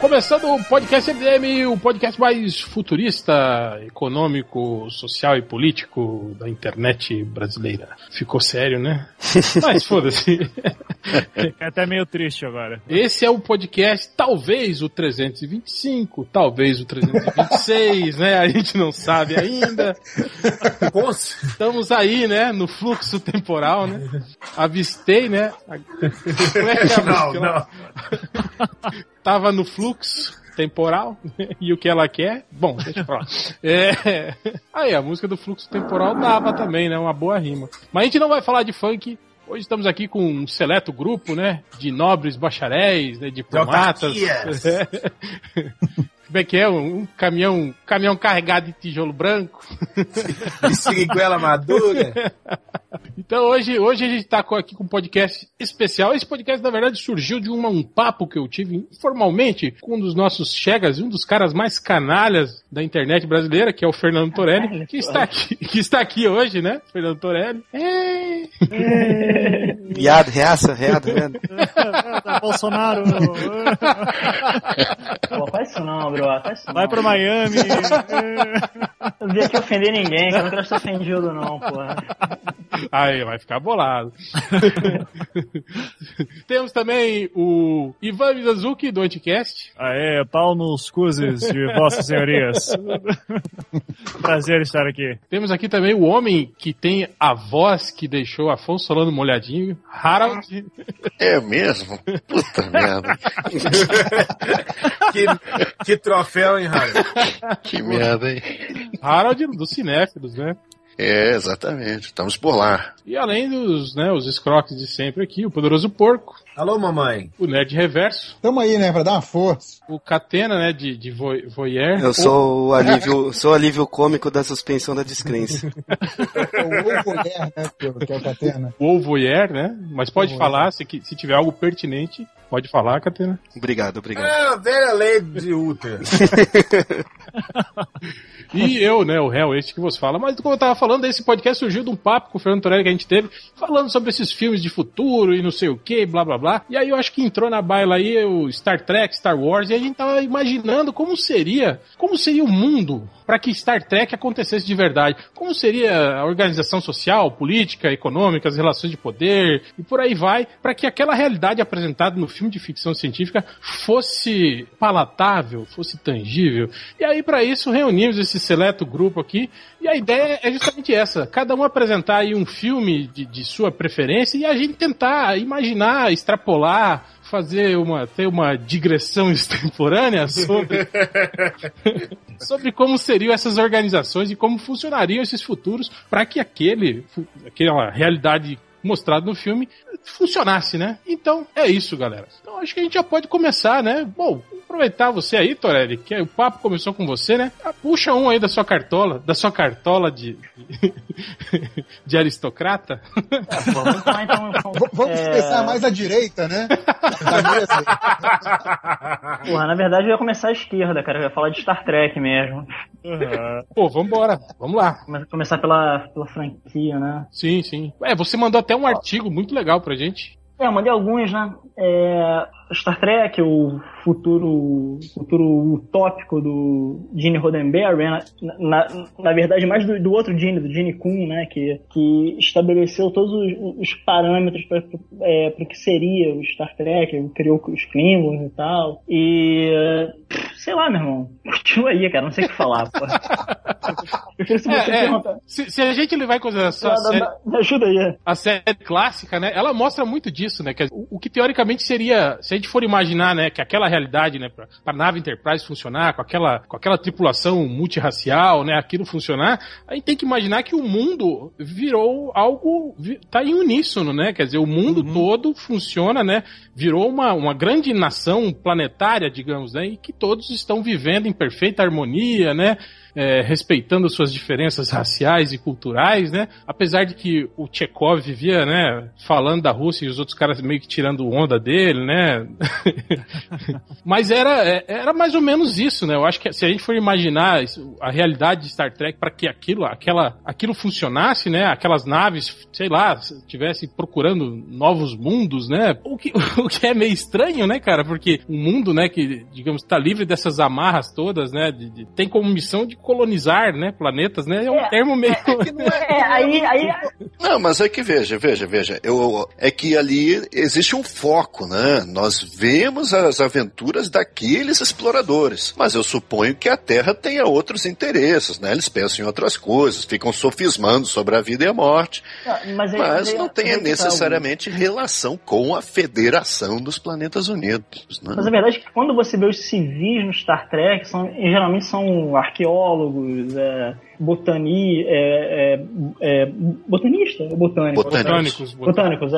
Começando o podcast MDM, o podcast mais futurista, econômico, social e político da internet brasileira. Ficou sério, né? Mas foda-se. É até meio triste agora. Esse é o podcast, talvez o 325, talvez o 326, né? A gente não sabe ainda. Estamos aí, né? No fluxo temporal, né? Avistei, né? Como é que é a música? Não. Tava no fluxo temporal e o que ela quer? Bom, deixa eu falar. Aí, a música do fluxo temporal dava também, né? Uma boa rima. Mas a gente não vai falar de funk. Hoje estamos aqui com um seleto grupo, né? De nobres bacharéis, né, diplomatas. Como é que é? Um caminhão carregado de tijolo branco. De siriguela madura. Então hoje a gente está aqui com um podcast especial. Esse podcast, na verdade, surgiu de um papo que eu tive informalmente com um dos nossos chegas, um dos caras mais canalhas da internet brasileira, que é o Fernando Torelli, que está aqui hoje, né? Fernando Torelli. Viado, reaça. Bolsonaro. Pô, faz isso não, bro. Vai pra Miami. Eu vim aqui ofender ninguém, que eu não quero ser ofendido não, porra. Aí, vai ficar bolado. Temos também o Ivan Mizanzuki, do Anticast. Aê, pau nos cuzes de vossas senhorias. Prazer estar aqui. Temos aqui também o homem que tem a voz que deixou Afonso Solano molhadinho, Harold. É mesmo? Puta merda. Que troféu, hein, Harold? Que merda, hein? Harold dos cinéfilos, né? É, exatamente. Estamos por lá. E além dos, né, os escroques de sempre aqui, o Poderoso Porco. Alô, mamãe. O Nerd Reverso. Tamo aí, né, pra dar uma força. O Catena, né, de voyeur. Eu sou o alívio cômico da suspensão da descrença. O voyeur, né, que é o Catena. O voyeur, né? Mas pode falar, se tiver algo pertinente, pode falar, Catena. Obrigado. É a velha lei de Uther. E eu, né, o réu, este que vos fala. Mas como eu tava falando, esse podcast surgiu de um papo com o Fernando Torelli que a gente teve, falando sobre esses filmes de futuro e não sei o que, blá blá blá. E aí eu acho que entrou na baila aí o Star Trek, Star Wars, e a gente tava imaginando como seria o mundo para que Star Trek acontecesse de verdade. Como seria a organização social, política, econômica, as relações de poder e por aí vai, para que aquela realidade apresentada no filme de ficção científica fosse palatável, fosse tangível. E aí para isso reunimos esse seleto grupo aqui, e a ideia é justamente essa, cada um apresentar aí um filme de sua preferência e a gente tentar imaginar, extrapolar, ter uma digressão extemporânea sobre como seriam essas organizações e como funcionariam esses futuros para que aquela realidade mostrada no filme funcionasse, né? Então, é isso, galera. Então, acho que a gente já pode começar, né? Bom, aproveitar você aí, Torelli, que o papo começou com você, né? Puxa um aí da sua cartola de de aristocrata. Vamos falar então. Vamos começar mais à direita, né? Porra, na verdade eu ia começar à esquerda, cara. Eu ia falar de Star Trek mesmo. Pô, vambora. Vamos lá. Começar pela franquia, né? Sim. Você mandou até um artigo muito legal pra gente. Eu mandei alguns, né? Star Trek, o futuro utópico do Gene Roddenberry, né? Na verdade, mais do outro Gene, do Gene Kuhn, né? Que estabeleceu todos os parâmetros para o que seria o Star Trek, criou os Klingons e tal. E sei lá, meu irmão, continua aí, cara, não sei o que falar, porra. Eu queria se você perguntar. Se a gente levar em consideração me ajuda aí. A série clássica, né? Ela mostra muito disso, né? O que teoricamente seria, se a gente for imaginar, né, que aquela realidade, né, pra nave Enterprise funcionar, com aquela tripulação multirracial, né, aquilo funcionar, a gente tem que imaginar que o mundo virou algo, tá em uníssono, né? Quer dizer, o mundo todo funciona, né? Virou uma grande nação planetária, digamos, né? E que todos estão vivendo em perfeita harmonia, né? respeitando suas diferenças raciais e culturais, né? Apesar de que o Chekhov vivia, né, falando da Rússia e os outros caras meio que tirando onda dele, né? Mas era mais ou menos isso, né? Eu acho que se a gente for imaginar a realidade de Star Trek para que aquilo funcionasse, né? Aquelas naves, sei lá, estivessem procurando novos mundos, né? O que é meio estranho, né, cara? Porque um mundo, né, que, digamos, tá livre dessas amarras todas, né? Tem como missão de colonizar, né, planetas, né? É um termo meio... Não, mas é que veja. É que ali existe um foco, né? Nós vemos as aventuras daqueles exploradores, mas eu suponho que a Terra tenha outros interesses, né? Eles pensam em outras coisas, ficam sofismando sobre a vida e a morte, mas não tem necessariamente relação com a Federação dos Planetas Unidos, né? Mas a verdade é que quando você vê os civis no Star Trek, geralmente são arqueólogos, botânicos,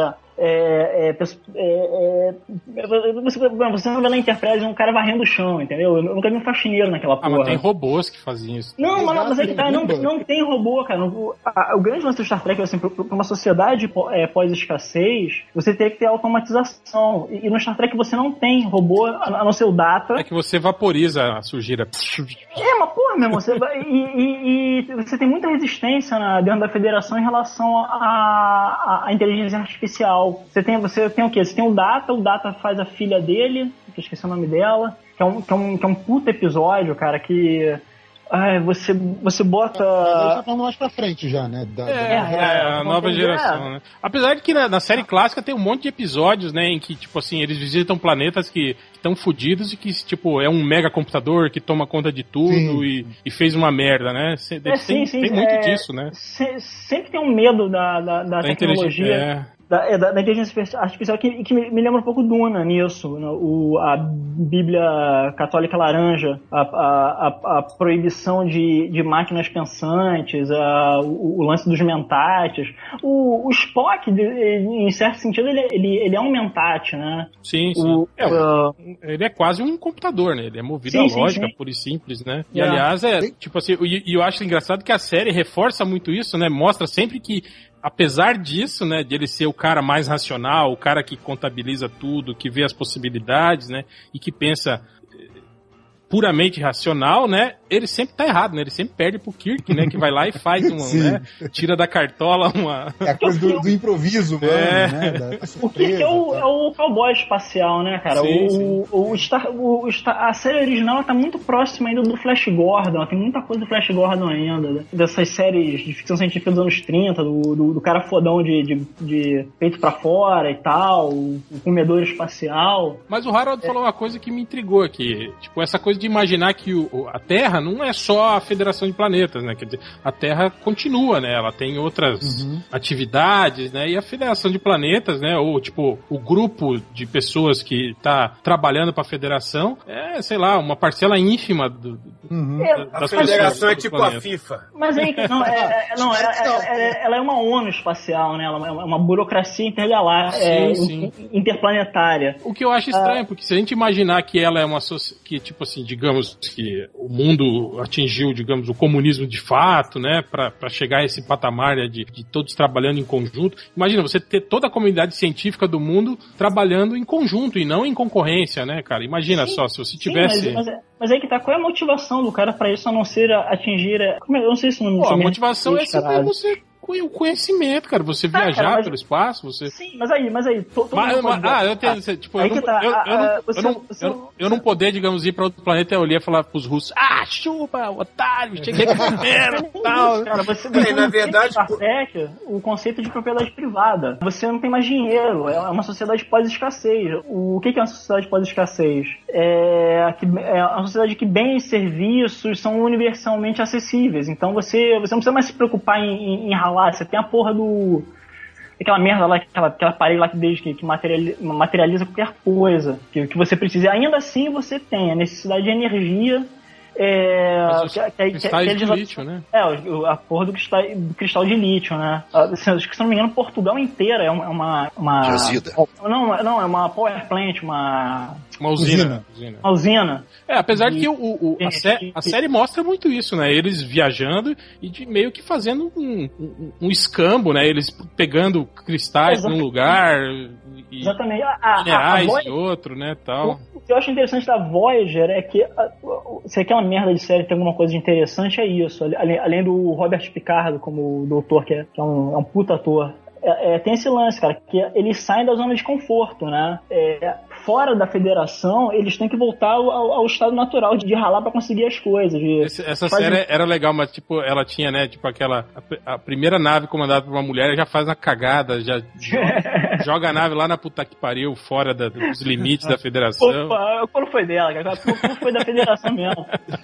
você não vê na Enterprise um cara varrendo o chão, entendeu? Eu nunca vi um faxineiro naquela porra. Mas tem robôs que fazem isso. Não, mas é que tá, não tem robô, cara. O grande lance do Star Trek é assim, pra uma sociedade pós-escassez, você tem que ter automatização. E no Star Trek você não tem robô, a não ser o Data. É que você vaporiza a sujeira. Mas porra, meu irmão, e você tem muita resistência dentro da Federação em relação à inteligência artificial. Você tem o quê? Você tem o Data faz a filha dele, que eu esqueci o nome dela, que é um puta episódio, cara, que... você bota... Já falando mais pra frente já, né? A nova geração, né? Apesar de que na série clássica tem um monte de episódios, né, em que, tipo assim, eles visitam planetas que estão fodidos e que, tipo, é um mega computador que toma conta de tudo e fez uma merda, né? Tem muito disso, né? Sempre tem um medo da tecnologia... Da inteligência artificial que me lembra um pouco Duna nisso, né? A Bíblia Católica Laranja, a proibição de máquinas pensantes, o lance dos mentáteis. O Spock, em certo sentido, ele é um mentate, né? Sim. Ele é quase um computador, né? Ele é movido à lógica, pura e simples, né? E aliás, tipo assim, e eu acho engraçado que a série reforça muito isso, né? Mostra sempre que apesar disso, né, de ele ser o cara mais racional, o cara que contabiliza tudo, que vê as possibilidades, né, e que pensa puramente racional, né, ele sempre tá errado, né, ele sempre perde pro Kirk, né, que vai lá e faz né, tira da cartola uma... É a coisa do improviso, mano, né, o Kirk é o cowboy espacial, né, cara, sim. A série original tá muito próxima ainda do Flash Gordon, tem muita coisa do Flash Gordon ainda, né? Dessas séries de ficção científica dos anos 30, do cara fodão de peito pra fora e tal, o comedor espacial. Mas o Harold falou uma coisa que me intrigou aqui, tipo, essa coisa de imaginar que a Terra não é só a Federação de Planetas, né? Quer dizer, a Terra continua, né? Ela tem outras atividades, né? E a Federação de Planetas, né? Ou, tipo, o grupo de pessoas que tá trabalhando pra Federação é, sei lá, uma parcela ínfima a Federação é tipo a FIFA. Mas aí, ela é uma ONU espacial, né? Ela é uma burocracia interplanetária. O que eu acho estranho, porque se a gente imaginar que ela é uma que, tipo assim, digamos que o mundo atingiu, digamos, o comunismo de fato, né, pra chegar a esse patamar, né, de todos trabalhando em conjunto. Imagina, você ter toda a comunidade científica do mundo trabalhando em conjunto e não em concorrência, né, cara? Imagina só, se você tivesse... Mas aí que tá, qual é a motivação do cara pra isso, a não ser atingir... Eu não sei se não... a motivação é sempre você... O conhecimento, cara, você viajar pelo espaço, você... Sim, mas aí... eu tenho... Tipo, eu não poder, digamos, ir pra outro planeta e olhar e falar pros russos, chupa, otário, cheguei primeiro e tal. Cara, você na verdade... o conceito de propriedade privada. Você não tem mais dinheiro, é uma sociedade pós-escassez. O que é uma sociedade pós-escassez? É uma sociedade que bens e serviços são universalmente acessíveis. Então você não precisa mais se preocupar em ralar. Você tem a porra aquela merda lá, aquela parede lá que materializa qualquer coisa que você precisa. E ainda assim você tem a necessidade de energia. Cristais de lítio, né? A porra do cristal de lítio, né? Se não me engano, Portugal inteira é uma Jazida. Não, é uma power plant, uma Uma usina. Uma usina. Apesar de que a série mostra muito isso, né? Eles viajando e meio que fazendo um escambo, né? Eles pegando cristais num lugar e minerais em outro, né? Tal. O que eu acho interessante da Voyager é que se aquela merda de série tem alguma coisa de interessante, é isso. Além do Robert Picardo como doutor, que é um puta ator. Tem esse lance, cara, que eles saem da zona de conforto, né? Fora da federação, eles têm que voltar ao estado natural de ralar pra conseguir as coisas. Essa série era legal, mas tipo, ela tinha, né, tipo a primeira nave comandada por uma mulher já faz uma cagada, já joga a nave lá na puta que pariu, fora dos limites da federação. Opa, qual foi dela, cara? Qual foi da federação mesmo?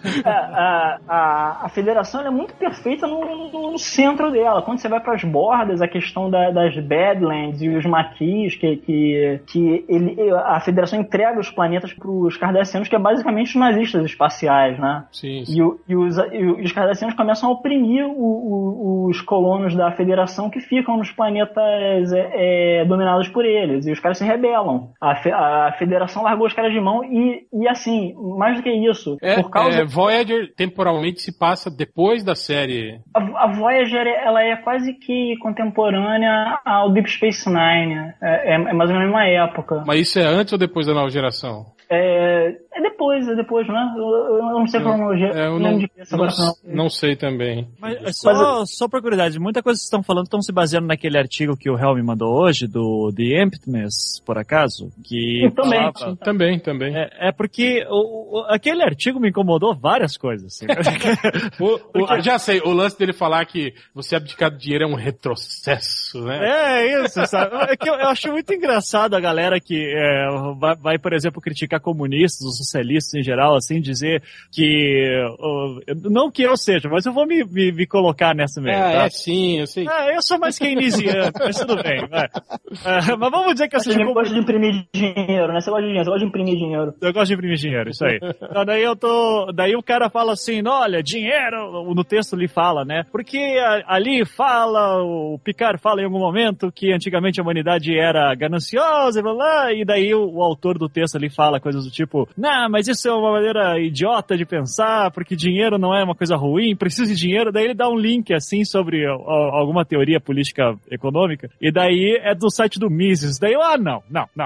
A federação é muito perfeita no centro dela. Quando você vai pras bordas, a questão das Badlands e os Maquis, que a federação entrega os planetas pros Cardassianos, que é basicamente os nazistas espaciais, né? Sim. E os Cardassianos começam a oprimir os colonos da federação que ficam nos planetas dominados por eles, e os caras se rebelam. A federação largou os caras de mão e assim, mais do que isso, por causa... Voyager temporalmente se passa depois da série. A Voyager, ela é quase que contemporânea ao Deep Space Nine, é mais ou menos uma época. Mas isso é antes ou depois da nova geração? É depois, né? Eu não sei a cronologia. Não sei também. Mas só por curiosidade, muita coisa que vocês estão falando estão se baseando naquele artigo que o Hel me mandou hoje, do The Emptiness, por acaso? Que Também. Porque aquele artigo me incomodou várias coisas. Assim. Já sei, o lance dele falar que você abdicar do dinheiro é um retrocesso, né? É isso, sabe? É que eu acho muito engraçado a galera que vai, por exemplo, criticar comunistas, os socialistas em geral, assim, dizer que... não que eu seja, mas eu vou me colocar nessa mesmo, tá? Sim, eu sei. Eu sou mais keynesiano, mas tudo bem, vai. Mas vamos dizer que eu seja... Você gosta de imprimir dinheiro, né? Você gosta de imprimir dinheiro. Eu gosto de imprimir dinheiro, isso aí. Então, daí o cara fala assim, olha, dinheiro, no texto ele fala, né? Porque ali fala, o Picard fala em algum momento que antigamente a humanidade era gananciosa, blá, blá, e daí o autor do texto ali fala coisas do tipo, não, mas isso é uma maneira idiota de pensar, porque dinheiro não é uma coisa ruim, precisa de dinheiro. Daí ele dá um link, assim, sobre alguma teoria política econômica, e daí é do site do Mises. Daí eu, não,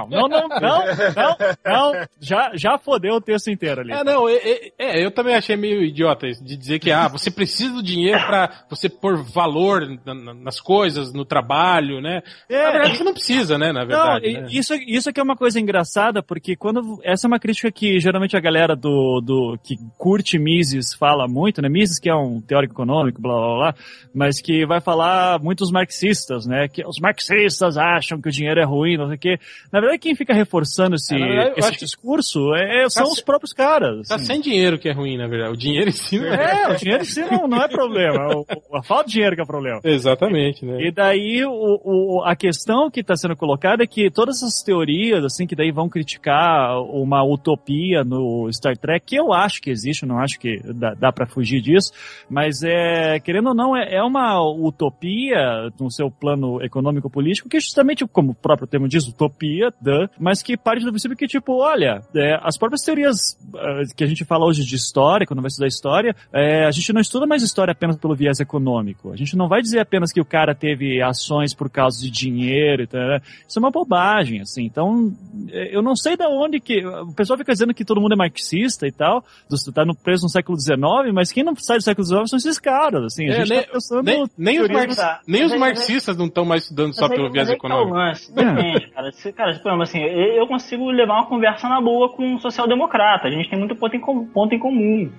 já fodeu o texto inteiro ali. Eu também achei meio idiota isso, de dizer que, você precisa do dinheiro pra você pôr valor nas coisas, no trabalho, né? Na verdade, você não precisa, né, na verdade. Não, né? Isso aqui é uma coisa engraçada, porque essa é uma crítica que geralmente a galera que curte Mises fala muito, né? Mises, que é um teórico econômico, blá, blá, blá, mas que vai falar muito os marxistas, né? Que os marxistas acham que o dinheiro é ruim, não sei o quê. Na verdade, quem fica reforçando esse discurso são os próprios caras. Tá sem dinheiro que é ruim, na verdade. O dinheiro em si o dinheiro em si não é problema. A falta de dinheiro que é problema. Exatamente, né? E daí, a questão que está sendo colocada é que todas essas teorias, assim, que daí vão criticar uma utopia no Star Trek, que eu acho que existe, eu não acho que dá pra fugir disso, mas querendo ou não, é uma utopia no seu plano econômico-político, que é justamente, como o próprio termo diz, utopia, mas que parte do princípio que, tipo, olha, as próprias teorias que a gente fala hoje de história, quando vai estudar história, a gente não estuda mais história apenas pelo viés econômico. A gente não vai dizer apenas que o cara teve ações por causa de dinheiro, né? Isso é uma bobagem, assim. Então, eu não sei de onde que... O pessoal fica dizendo que todo mundo é marxista e tal, tá preso no século XIX, mas quem não sai do século XIX são esses caras, assim. A gente tá pensando... Nem os marxistas não estão mais estudando só pelo viés econômico. Depende, cara. Assim, eu consigo levar uma conversa na boa com um social-democrata. A gente tem muito ponto em comum.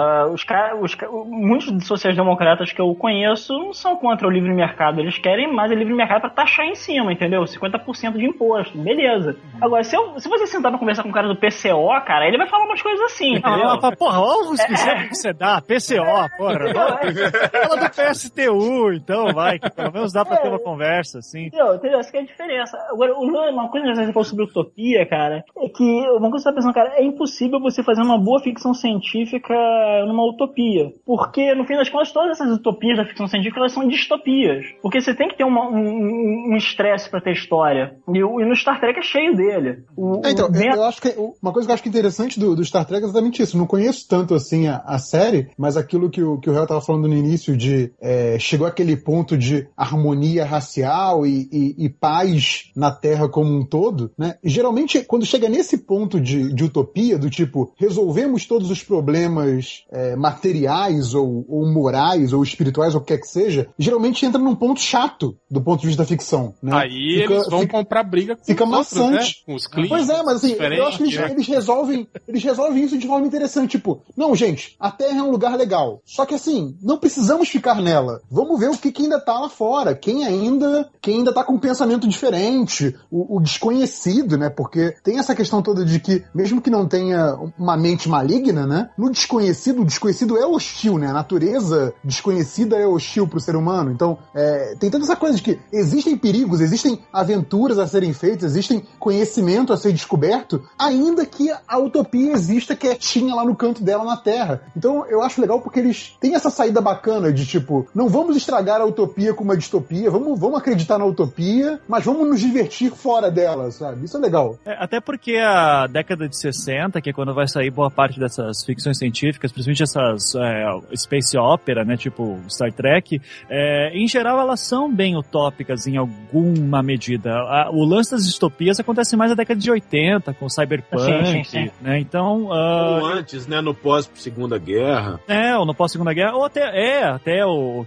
Muitos sociais-democratas que eu conheço não são contra o livre mercado. Eles querem mais o livre mercado pra taxar em cima, entendeu? 50% de imposto. Beleza. Agora, se você sentar pra conversar com um cara do PCO, cara. Ele vai falar umas coisas assim, entendeu? Porra, olha os exemplos que você dá, PCO, porra. Fala do PSTU, então vai, que pelo menos dá pra ter uma conversa, assim. Entendeu? Essa que é a diferença. Agora, uma coisa que você falou sobre utopia, cara, é que uma coisa que você tá pensando, cara, é impossível você fazer uma boa ficção científica numa utopia. Porque, no fim das contas, todas essas utopias da ficção científica, elas são distopias. Porque você tem que ter um estresse pra ter história. E no Star Trek é cheio dele. Eu acho que uma coisa que eu acho que é interessante do Star Trek é exatamente isso. Não conheço tanto assim a série, mas aquilo que o Hel tava falando no início de chegou aquele ponto de harmonia racial e paz na Terra como um todo, né? E geralmente, quando chega nesse ponto de utopia, do tipo, resolvemos todos os problemas materiais ou morais ou espirituais ou o que quer que seja, geralmente entra num ponto chato do ponto de vista da ficção, né? Aí eles vão comprar briga com fica os outros, maçante. Né? Com os clientes. Pois é, mas assim, eu acho que eles resolvem isso de forma interessante, tipo, não, gente, a Terra é um lugar legal, só que assim, não precisamos ficar nela, vamos ver o que ainda tá lá fora, quem ainda tá com um pensamento diferente, o desconhecido, né, porque tem essa questão toda de que, mesmo que não tenha uma mente maligna, né, no desconhecido, o desconhecido é hostil, né, a natureza desconhecida é hostil pro ser humano, então, tem toda essa coisa de que existem perigos, existem aventuras a serem feitas, existem conhecimento a ser descoberto, ainda que a utopia exista quietinha lá no canto dela na Terra. Então eu acho legal porque eles têm essa saída bacana de tipo, não vamos estragar a utopia com uma distopia, vamos acreditar na utopia, mas vamos nos divertir fora dela, sabe? Isso é legal. Até porque a década de 60, que é quando vai sair boa parte dessas ficções científicas, principalmente essas space opera, né, tipo Star Trek, em geral elas são bem utópicas em alguma medida. O lance das distopias acontece mais na década de 80, com o Cyberpunk, sim. né? Então... Ou antes, né? No pós-Segunda Guerra. Ou no pós-Segunda Guerra, ou até o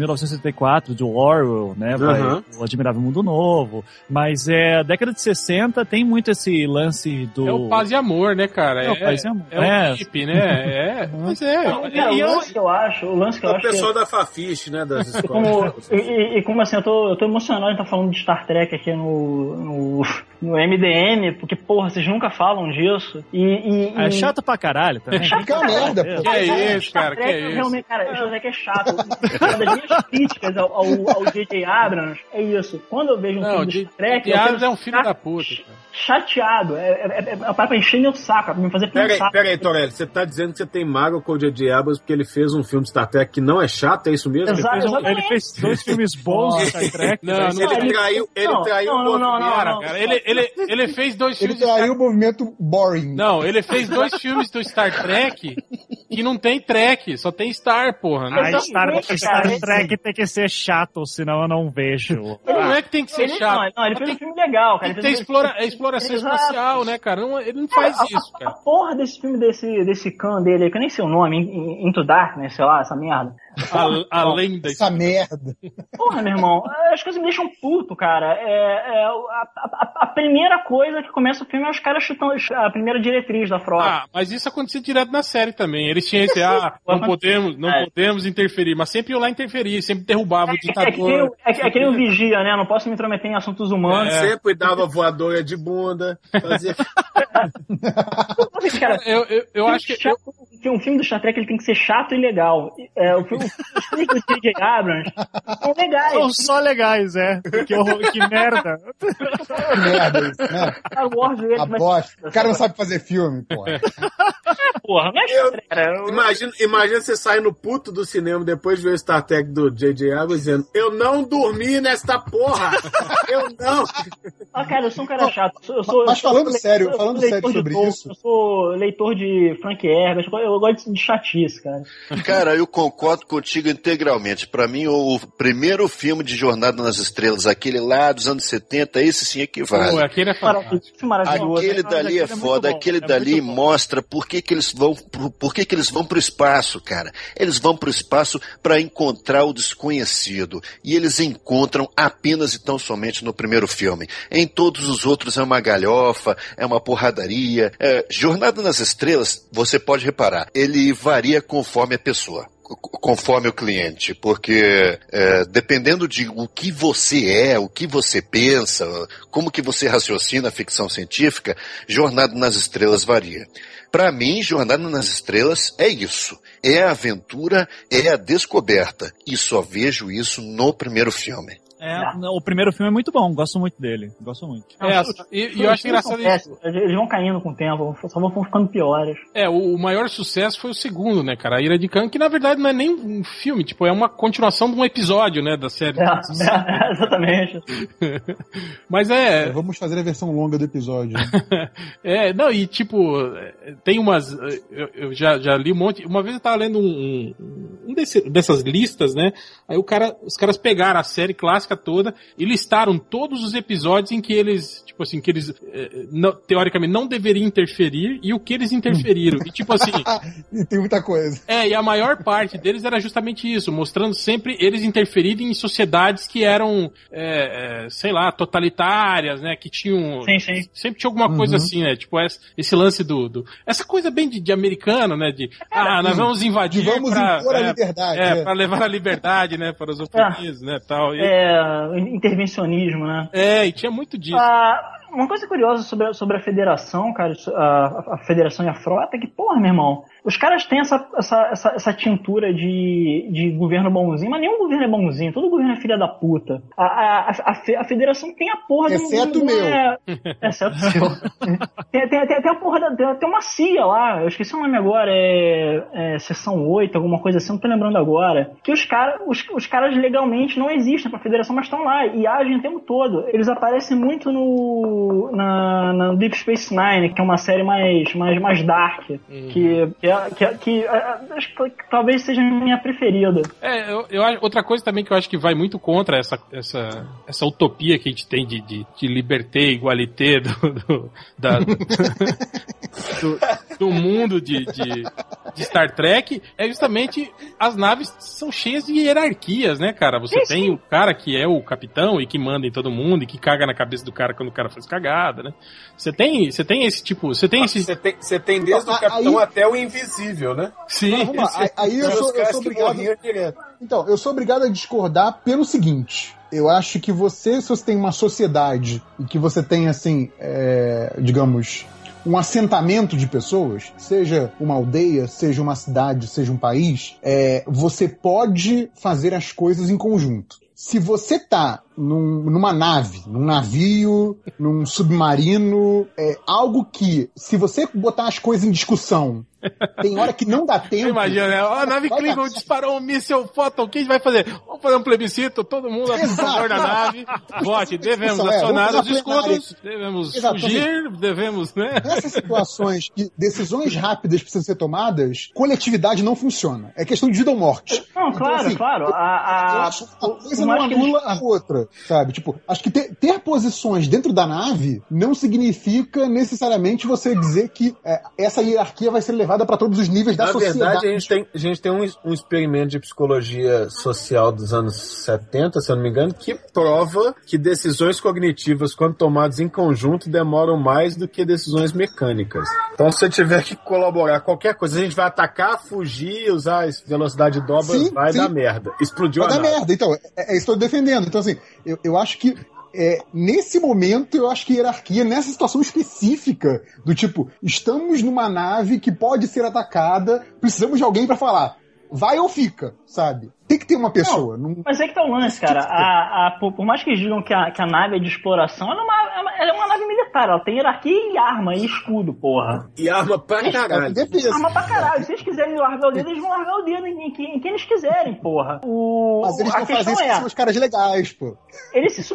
1974, de Orwell, né? O Admirável Mundo Novo. Mas a década de 60 tem muito esse lance do... É o paz e amor, né, cara? O paz e amor. É o hippie, né? Mas o lance que eu acho o pessoal da Fafiche, né? Das escolas. Como assim, eu tô emocionado em estar falando de Star Trek aqui no MDM, porque, porra, vocês nunca falam disso. É chato pra caralho também. Fica uma merda, pô. Que é isso, cara? Que é isso? Realmente, cara, Star Trek é chato. Uma das minhas críticas ao J.J. Abrams é isso. Quando eu vejo um filme de Star Trek... J.J. Abrams é um filho da puta, cara. Chateado. Pra encher meu saco, pra me fazer pensar. Peraí, Torelli, você tá dizendo que você tem mágoa com o J.J. Abrams porque ele fez um filme de Star Trek que não é chato, é isso mesmo? Exatamente. Ele fez 2 filmes bons de Star Trek. Ele traiu o movimento. Cara, ele fez 2 filmes... Ele traiu o movimento boring. Não, ele fez 2 filmes do Star Trek que não tem Trek, só tem Star, porra. Star Trek tem que ser chato, senão eu não vejo. Não é que tem que ser chato. Não, ele fez um filme legal, cara. Tem exploração espacial, né, cara? Ele não faz isso, cara. A porra desse filme, desse Khan dele, que eu nem sei o nome, Into Darkness, sei lá, essa merda. Além dessa merda. Porra, meu irmão, as coisas me deixam puto, cara. A primeira coisa que começa o filme é os caras chutando a primeira diretriz da frota. Mas isso acontecia direto na série também. Eles tinham esse, não podemos interferir, mas sempre iam lá interferir, sempre derrubavam o ditador. É que nem o Vigia, né? Não posso me intrometer em assuntos humanos. Sempre dava voadora de bunda. Fazia... Cara, eu acho que um filme do Star Trek ele tem que ser chato e legal. Os filmes do J.J. Abrams são legais. São só legais, Que merda. Merda isso, né? Star Wars, o cara não sabe fazer filme, porra. Porra, não é cara. Imagina você saindo puto do cinema depois de ver o Star Trek do J.J. Abrams dizendo: eu não dormi nesta porra! Eu não! Cara, eu sou um cara chato. Mas falando sério sobre isso. Eu sou leitor de Frank Herbert, eu gosto de chatice, cara. Cara, eu concordo contigo integralmente. Pra mim, o primeiro filme de Jornada nas Estrelas, aquele lá dos anos 70, esse sim equivale. Aquele é fantástico. Aquele dali é foda, aquele dali mostra por que eles vão pro espaço, cara. Eles vão pro espaço pra encontrar o desconhecido. E eles encontram apenas e tão somente no primeiro filme. Em todos os outros é uma galhofa, é uma porradaria. Jornada nas Estrelas, você pode reparar, ele varia conforme a pessoa. conforme o cliente, porque dependendo de o que você é, o que você pensa, como que você raciocina a ficção científica, Jornada nas Estrelas varia. Para mim, Jornada nas Estrelas é isso. É a aventura, é a descoberta. E só vejo isso no primeiro filme. O primeiro filme é muito bom, gosto muito dele. Gosto muito. E eu acho engraçado isso. Eles vão caindo com o tempo, só vão ficando piores. O maior sucesso foi o segundo, né, cara? A Ira de Khan, que na verdade não é nem um filme, tipo, é uma continuação de um episódio, né, da série. Exatamente. Mas vamos fazer a versão longa do episódio. Não, e tipo, tem umas. Eu já li um monte. Uma vez eu tava lendo dessas listas, né? Aí os caras pegaram a série clássica toda e listaram todos os episódios em que eles, tipo assim, que eles teoricamente não deveriam interferir e o que eles interferiram. E tipo assim... E tem muita coisa. E a maior parte deles era justamente isso, mostrando sempre eles interferirem em sociedades que eram, sei lá, totalitárias, né, que tinham... Sim. Sempre tinha alguma coisa assim, né, tipo esse lance essa coisa bem de americano, né, nós vamos invadir impor a liberdade. Pra levar a liberdade, né, para os oprimidos, né, tal. Intervencionismo, né? E tinha muito disso. Uma coisa curiosa sobre a federação, cara, a federação e a frota, é que, porra, meu irmão, os caras têm essa tintura de governo bonzinho, mas nenhum governo é bonzinho, todo governo é filha da puta. A federação tem a porra exceto o meu. Exceto o seu. tem a porra tem uma CIA lá, eu esqueci o nome agora, seção 8, alguma coisa assim, não tô lembrando agora, que os caras legalmente não existem pra federação, mas estão lá e agem o tempo todo. Eles aparecem muito na Deep Space Nine, que é uma série mais dark, que acho que talvez seja a minha preferida. Outra coisa também que eu acho que vai muito contra essa utopia que a gente tem de liberté, igualité do mundo de Star Trek, é justamente as naves são cheias de hierarquias, né, cara? Você tem o cara que é o capitão e que manda em todo mundo e que caga na cabeça do cara quando o cara faz cagada, né? Você tem esse tipo... Você tem desde o capitão até o invisível, né? Sim. Vamos lá. Aí eu sou obrigado... Então, eu sou obrigado a discordar pelo seguinte... Eu acho que se você tem uma sociedade e que você tem, assim, digamos... um assentamento de pessoas, seja uma aldeia, seja uma cidade, seja um país, você pode fazer as coisas em conjunto. Se você tá numa nave, num navio, num submarino, algo que, se você botar as coisas em discussão, tem hora que não dá tempo... Imagina, né? A nave Klingon disparou um míssil Photon, o que a gente vai fazer? Vamos fazer um plebiscito, todo mundo a favor da nave, vote, devemos acionar os escudos, devemos fugir, devemos, né? Nessas situações que decisões rápidas precisam ser tomadas, coletividade não funciona. É questão de vida ou morte. Não, então, claro, assim, claro. Eu acho que uma coisa não anula a outra, sabe? Tipo, acho que ter posições dentro da nave não significa necessariamente você dizer que essa hierarquia vai ser levada para todos os níveis da sociedade. Na verdade, a gente tem um experimento de psicologia social dos anos 70, se eu não me engano, que prova que decisões cognitivas, quando tomadas em conjunto, demoram mais do que decisões mecânicas. Então, se eu tiver que colaborar qualquer coisa, a gente vai atacar, fugir, usar velocidade dobra, vai dar merda. Explodiu vai a dar nave. Merda. Então, isso que eu estou defendendo. Então, assim, eu acho que nesse momento, eu acho que hierarquia, nessa situação específica, do tipo, estamos numa nave que pode ser atacada, precisamos de alguém pra falar, vai ou fica, sabe? Tem que ter uma pessoa. Mas é que tá o lance, cara. Por mais que digam que a nave é de exploração, ela é uma nave militar. Ela tem hierarquia e arma e escudo, porra. E arma pra caralho. Arma pra caralho. Se eles quiserem largar o dedo, eles vão largar o dedo em quem eles quiserem, porra. Mas eles não fazem isso, são os caras legais, pô. Eles se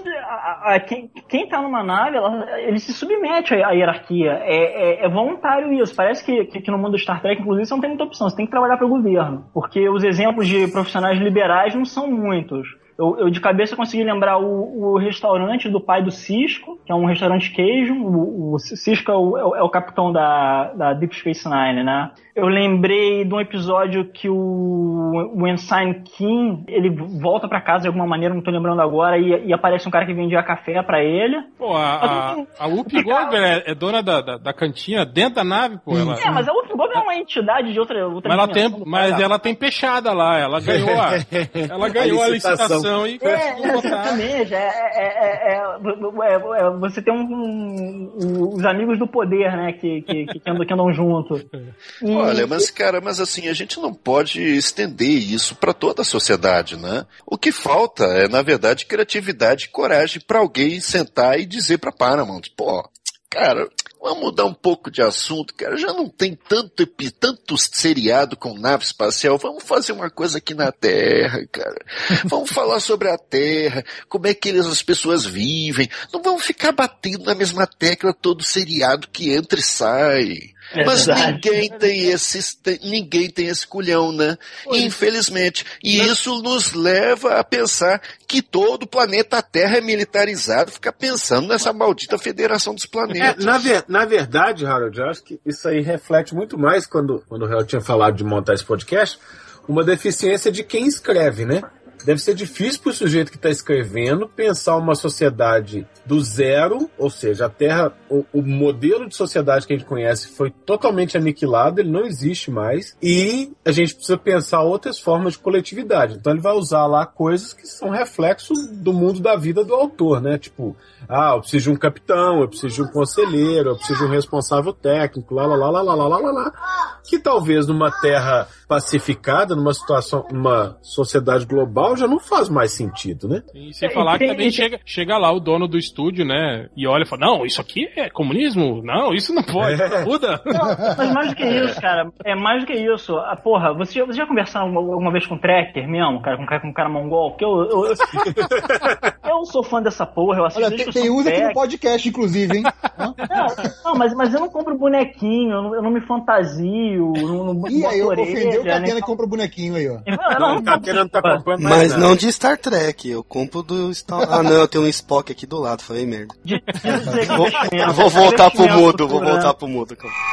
quem tá numa nave, ele se submete à hierarquia. É voluntário isso. Parece que no mundo do Star Trek, inclusive, você não tem muita opção. Você tem que trabalhar pro governo. Porque os exemplos de profissionais liberais não são muitos. Eu de cabeça consegui lembrar o restaurante do pai do Sisko, que é um restaurante queijo. O Sisko é o capitão da Deep Space Nine, né? Eu lembrei de um episódio que o Ensign Kim, ele volta pra casa de alguma maneira, não tô lembrando agora, e aparece um cara que vendia café pra ele. Pô, a Whoopi Goldberg é dona da cantina dentro da nave, pô. Ela... mas a Whoopi Goldberg é uma entidade de outra mas ela tem peixada lá, ela ganhou a licitação e exatamente. Você tem os amigos do poder, né, que andam junto. Olha, mas assim, a gente não pode estender isso para toda a sociedade, né? O que falta é, na verdade, criatividade e coragem para alguém sentar e dizer pra Paramount, pô, cara, vamos mudar um pouco de assunto, cara, já não tem tanto seriado com nave espacial, vamos fazer uma coisa aqui na Terra, cara. Vamos falar sobre a Terra, como é que as pessoas vivem, não vamos ficar batendo na mesma tecla todo seriado que entra e sai. Mas ninguém tem esse culhão, né? Infelizmente. E isso nos leva a pensar que todo o planeta Terra é militarizado, fica pensando nessa maldita Federação dos Planetas. Na verdade, Harold, eu acho que isso aí reflete muito mais, quando o Harold tinha falado de montar esse podcast, uma deficiência de quem escreve, né? Deve ser difícil para o sujeito que está escrevendo pensar uma sociedade do zero, ou seja, a Terra, o modelo de sociedade que a gente conhece foi totalmente aniquilado, ele não existe mais, e a gente precisa pensar outras formas de coletividade. Então ele vai usar lá coisas que são reflexos do mundo da vida do autor, né? Tipo, eu preciso de um capitão, eu preciso de um conselheiro, eu preciso de um responsável técnico, que talvez numa Terra pacificada, numa sociedade global, já não faz mais sentido, né? E sem falar que também chega lá o dono do estúdio, né, e olha e fala, não, isso aqui é comunismo? Não, isso não pode, muda. Mas mais do que isso, cara, mais do que isso. Porra, você já conversou alguma vez com um tracker mesmo, cara, com um cara mongol? Porque eu sou fã dessa porra, eu assisto. Olha, tem usa aqui no podcast, inclusive, hein? Não, mas eu não compro bonequinho, eu não me fantasio, aí eu ofendeu o Catena que compra bonequinho aí, ó. Não, o Catena não tá comprando mais. Mas não de Star Trek, eu compro do Star... Ah, não, eu tenho um Spock aqui do lado, falei merda. Vou voltar pro mudo.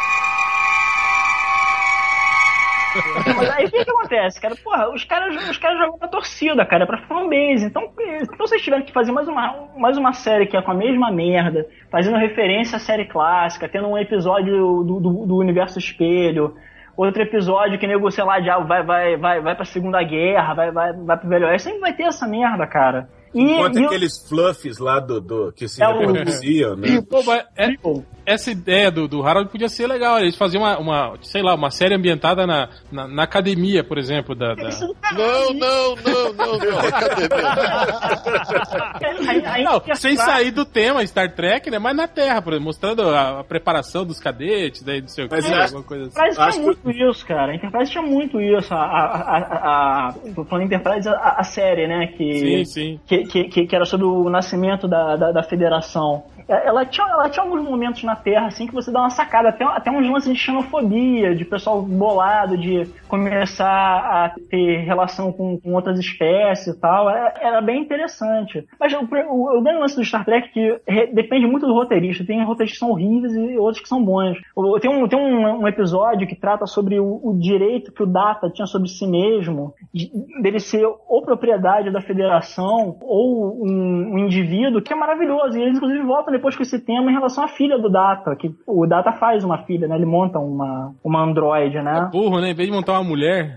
Mas aí o que acontece, cara? Porra, os caras jogam pra torcida, cara, pra fanbase. Então vocês tiveram que fazer mais uma série que é com a mesma merda, fazendo referência à série clássica, tendo um episódio do Universo Espelho, outro episódio que nego, sei lá, vai pra Segunda Guerra, vai pro Velho Oeste, sempre vai ter essa merda, cara. Enquanto aqueles fluffs lá que se reproduziam, né? Essa ideia do Harold podia ser legal. Eles faziam uma série ambientada na academia, por exemplo. Não, academia. Não, sem sair do tema Star Trek, né? Mas na Terra, por exemplo, mostrando a preparação dos cadetes, daí não sei o que, alguma coisa assim. Enterprise tinha muito isso, cara. A Enterprise tinha muito isso. Tô falando Enterprise, a série, né? Sim. Que era sobre o nascimento da Federação. Ela tinha alguns momentos na Terra, assim, que você dá uma sacada, até uns lances de xenofobia, de pessoal bolado, de começar a ter relação com outras espécies e tal. Era bem interessante. Mas o grande lance do Star Trek é que depende muito do roteirista. Tem roteiristas que são horríveis e outros que são bons. Tem um episódio que trata sobre o direito que o Data tinha sobre si mesmo, dele ser ou propriedade da Federação ou um indivíduo, que é maravilhoso. E eles, inclusive, voltam depois com esse tema em relação à filha do Data, que o Data faz uma filha, né? Ele monta uma androide, né? É burro, né? Em vez de montar uma mulher.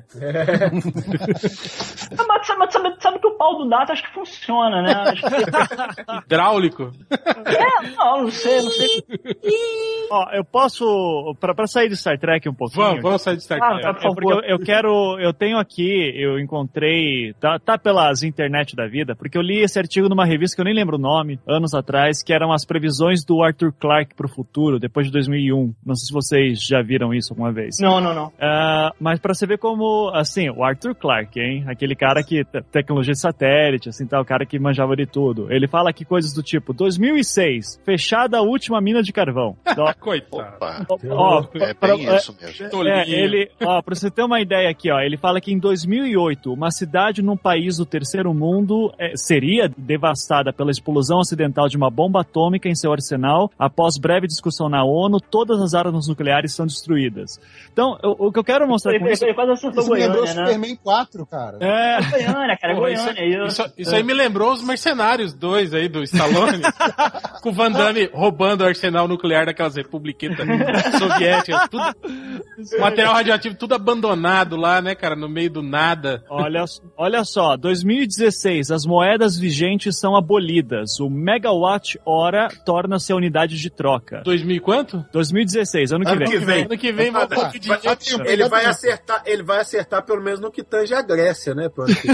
Mas sabe que o pau do Data acho que funciona, né? Hidráulico. Não sei. Ó, eu posso, pra sair de Star Trek um pouquinho. Vamos sair de Star Trek. Tá, por favor. Eu tenho aqui, eu encontrei, tá pelas internet da vida, porque eu li esse artigo numa revista que eu nem lembro o nome, anos atrás, que eram as previsões do Arthur Clarke pro futuro, depois de 2001. Não sei se vocês já viram isso alguma vez. Não. Mas pra você ver como, assim, o Arthur Clarke, hein? Aquele cara que, tecnologia de satélite, assim, tal, o cara que manjava de tudo. Ele fala aqui coisas do tipo, 2006, fechada a última mina de carvão. Coitado. Isso mesmo. Pra você ter uma ideia aqui, ó, ele fala que em 2008, uma cidade num país do terceiro mundo seria devastada pela explosão acidental de uma bomba atômica em seu arsenal. Após breve discussão na ONU, todas as armas nucleares são destruídas. Então, o que eu quero mostrar com isso... Isso me lembrou Superman 4, cara. Goiânia, cara, Goiânia. Isso aí me lembrou os Mercenários 2 aí, do Stallone, com o Van Damme roubando o arsenal nuclear daquelas republiquetas soviéticas, tudo, material radioativo tudo abandonado lá, né, cara, no meio do nada. Olha só, 2016, as moedas vigentes são abolidas. O megawatt-hora torna-se a unidade de troca. 2000 quanto? 2016, ano que vem. Ano que vem vai Ele vai acertar pelo menos no que tange a Grécia, né?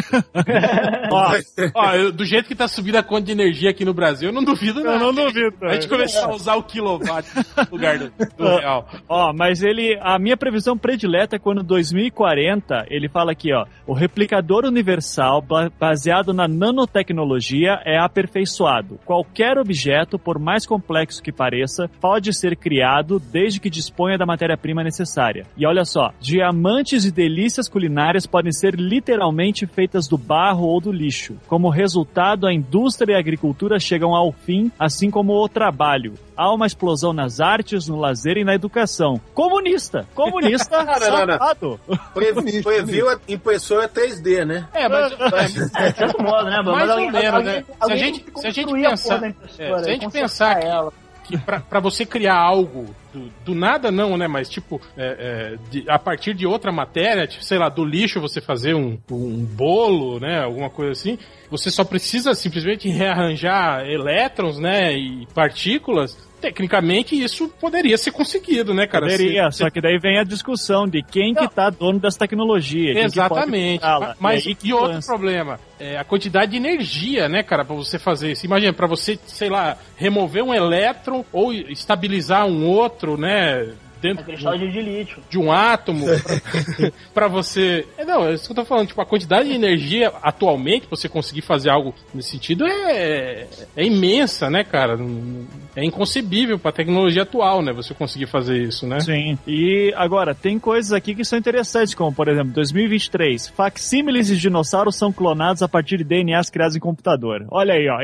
Do jeito que tá subindo a conta de energia aqui no Brasil, eu não duvido nada. Eu não duvido. A gente começar a usar o quilowatt no lugar do real. Mas a minha previsão predileta é quando 2040, ele fala aqui, ó, o replicador universal baseado na nanotecnologia é aperfeiçoado. Qualquer objeto, por mais complexo que pareça, pode ser criado desde que disponha da matéria-prima necessária. E olha só, diamantes e delícias culinárias podem ser literalmente feitas do barro ou do lixo. Como resultado, a indústria e a agricultura chegam ao fim, assim como o trabalho. Há uma explosão nas artes, no lazer e na educação. Comunista, safado. Previu a impressora 3D, né? De certo modo, né? Mais ou menos, né? Se a gente pensar que pra você criar algo do nada não, né? Mas tipo, a partir de outra matéria, tipo, sei lá, do lixo você fazer um bolo, né? Alguma coisa assim. Você só precisa simplesmente rearranjar elétrons, né? E partículas. Tecnicamente, isso poderia ser conseguido, né, cara? Poderia, só que daí vem a discussão de quem que tá dono dessa tecnologia. Exatamente. Mas e outro problema, a quantidade de energia, né, cara, pra você fazer isso. Imagina, pra você, sei lá, remover um elétron ou estabilizar um outro, né, dentro de lítio. De um átomo pra você... Não, é isso que eu tô falando. Tipo, a quantidade de energia atualmente pra você conseguir fazer algo nesse sentido é imensa, né, cara? É inconcebível pra tecnologia atual, né? Você conseguir fazer isso, né? Sim. E agora, tem coisas aqui que são interessantes, como, por exemplo, 2023. Facsímiles de dinossauros são clonados a partir de DNAs criados em computador. Olha aí, ó.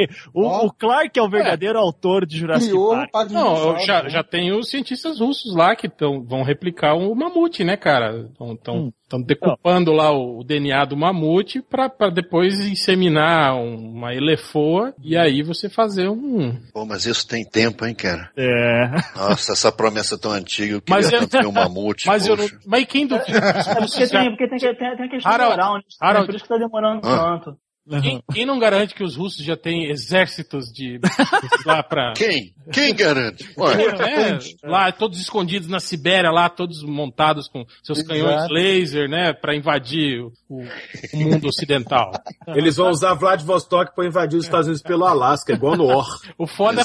O Clarke é o verdadeiro autor de Jurassic Park. Não, já tem os cientistas russos lá que vão replicar o mamute, né, cara? Estão decupando lá o DNA do mamute pra depois inseminar uma elefoa e aí você fazer um... Pô, mas isso tem tempo, hein, cara? Nossa, essa promessa tão antiga, eu queria tanto ver um mamute. Mas quem duvida? Porque tem a questão moral, né? Por isso que tá demorando tanto. Quem não garante que os russos já têm exércitos de lá pra... Quem garante? Lá, todos escondidos na Sibéria, lá, todos montados com seus canhões laser, né, pra invadir o mundo ocidental. Eles vão usar Vladivostok pra invadir os Estados Unidos pelo Alasca, igual no Or. O foda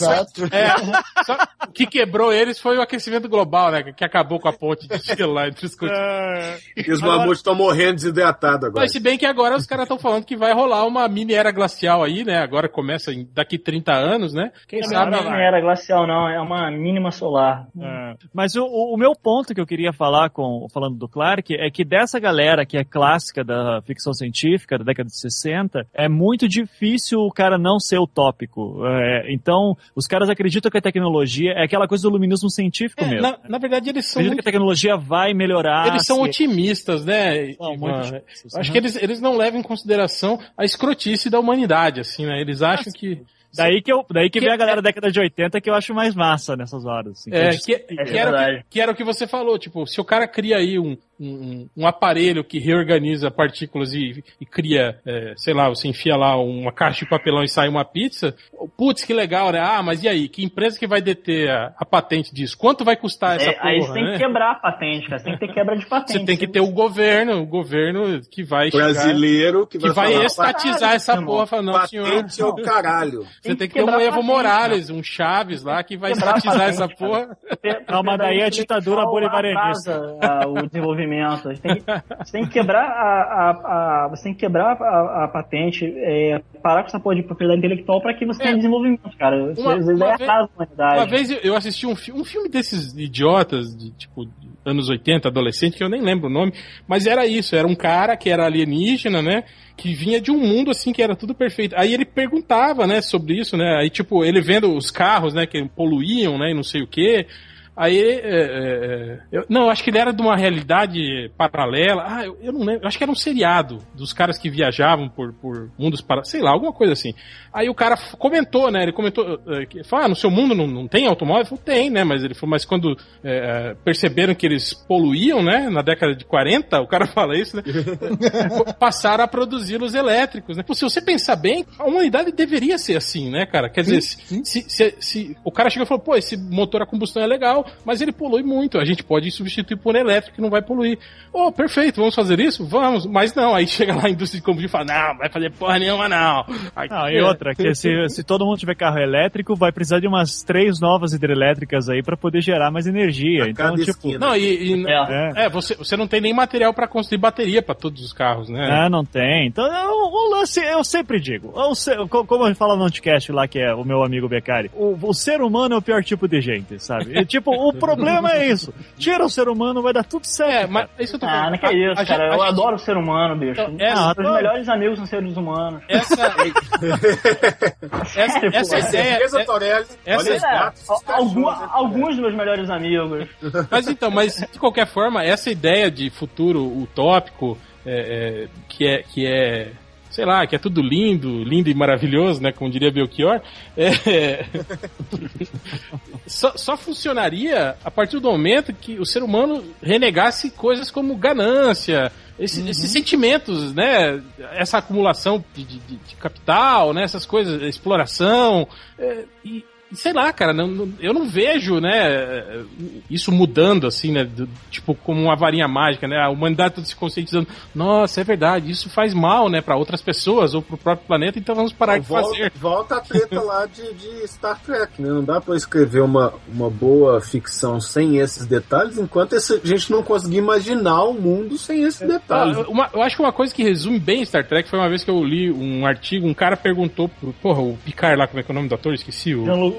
o que quebrou eles foi o aquecimento global, né, que acabou com a ponte de gelo lá entre os continentes. E os mamutes estão morrendo desidratados agora. Mas se bem que agora os caras estão falando que vai rolar uma mini era glacial aí, né? Agora começa daqui 30 anos, né? Quem sabe... Não é uma era glacial, não. É uma mínima solar. Mas o meu ponto que eu queria falar falando do Clarke é que dessa galera que é clássica da ficção científica da década de 60, é muito difícil o cara não ser utópico. Então, os caras acreditam que a tecnologia é aquela coisa do luminismo científico mesmo. Na verdade, eles são... Acreditam que a tecnologia vai melhorar. Eles são otimistas, né? Acho que eles não levam em consideração a escrotice da humanidade, assim, né? Eles acham que... Daí que vem a galera da década de 80 que eu acho mais massa nessas horas. Assim, que era o que você falou, tipo, se o cara cria aí um um aparelho que reorganiza partículas e cria, sei lá, você enfia lá uma caixa de papelão e sai uma pizza, putz, que legal, né? Ah, mas e aí? Que empresa que vai deter a patente disso? Quanto vai custar essa porra, aí você tem né? que quebrar a patente, cara. Você tem que ter quebra de patente. Você tem que ter o governo que vai brasileiro que vai estatizar essa porra. Fala, não, senhor. Patente é o caralho. Você tem que ter um Evo Morales, um Chaves lá, que vai estatizar essa porra. Não, mas daí é a ditadura bolivarianista. O desenvolvimento. Você tem que quebrar a patente, parar com essa porra de propriedade intelectual para que você tenha desenvolvimento, cara. Uma vez eu assisti um filme desses idiotas, de tipo anos 80, adolescente, que eu nem lembro o nome, mas era isso, era um cara que era alienígena, né? Que vinha de um mundo assim que era tudo perfeito. Aí ele perguntava, né, sobre isso, né? Aí tipo, ele vendo os carros, né, que poluíam, né, e não sei o quê. Aí, eu acho que ele era de uma realidade paralela. Eu não lembro. Eu acho que era um seriado dos caras que viajavam por mundos paralelos. Sei lá, alguma coisa assim. Aí o cara comentou, né? Ele comentou, falou, no seu mundo não tem automóvel? Ele falou, tem, né? Mas ele falou, mas quando perceberam que eles poluíam, né? Na década de 40, o cara fala isso, né? Passaram a produzir os elétricos, né? Se você pensar bem, a humanidade deveria ser assim, né, cara? Quer dizer, se o cara chegou e falou, pô, esse motor a combustão é legal, mas ele polui muito. A gente pode substituir por elétrico que não vai poluir. Oh, perfeito, vamos fazer isso? Vamos. Mas não, aí chega lá a indústria de combustível e fala, não, vai fazer porra nenhuma, não. E outra, que se todo mundo tiver carro elétrico, vai precisar de umas 3 novas hidrelétricas aí pra poder gerar mais energia. Então, tipo... Não, você não tem nem material pra construir bateria pra todos os carros, né? Não tem. Então, o lance, eu sempre digo, como a gente fala no Anticast lá, que é o meu amigo Beccari, o ser humano é o pior tipo de gente, sabe? E, tipo, o problema é isso. Tira o ser humano, vai dar tudo certo. Mas isso eu tô falando. Não que é isso, cara. Eu adoro o ser humano, bicho. Os melhores amigos são seres humanos. Essa ideia... Alguns dos meus melhores amigos. Mas de qualquer forma, essa ideia de futuro utópico, que é sei lá, que é tudo lindo e maravilhoso, né, como diria Belchior, só funcionaria a partir do momento que o ser humano renegasse coisas como ganância, esses sentimentos, né, essa acumulação de capital, né, essas coisas, exploração, e sei lá, cara, eu não vejo, né, isso mudando, assim, né, tipo, como uma varinha mágica, né, a humanidade toda se conscientizando, nossa, é verdade, isso faz mal, né, pra outras pessoas ou pro próprio planeta, então vamos parar de fazer. Volta a treta lá de Star Trek, né, não dá pra escrever uma boa ficção sem esses detalhes, enquanto a gente não conseguir imaginar um mundo sem esses detalhes. Eu acho que uma coisa que resume bem Star Trek foi uma vez que eu li um artigo, um cara perguntou o Picard lá, como é que é o nome do ator? Esqueci,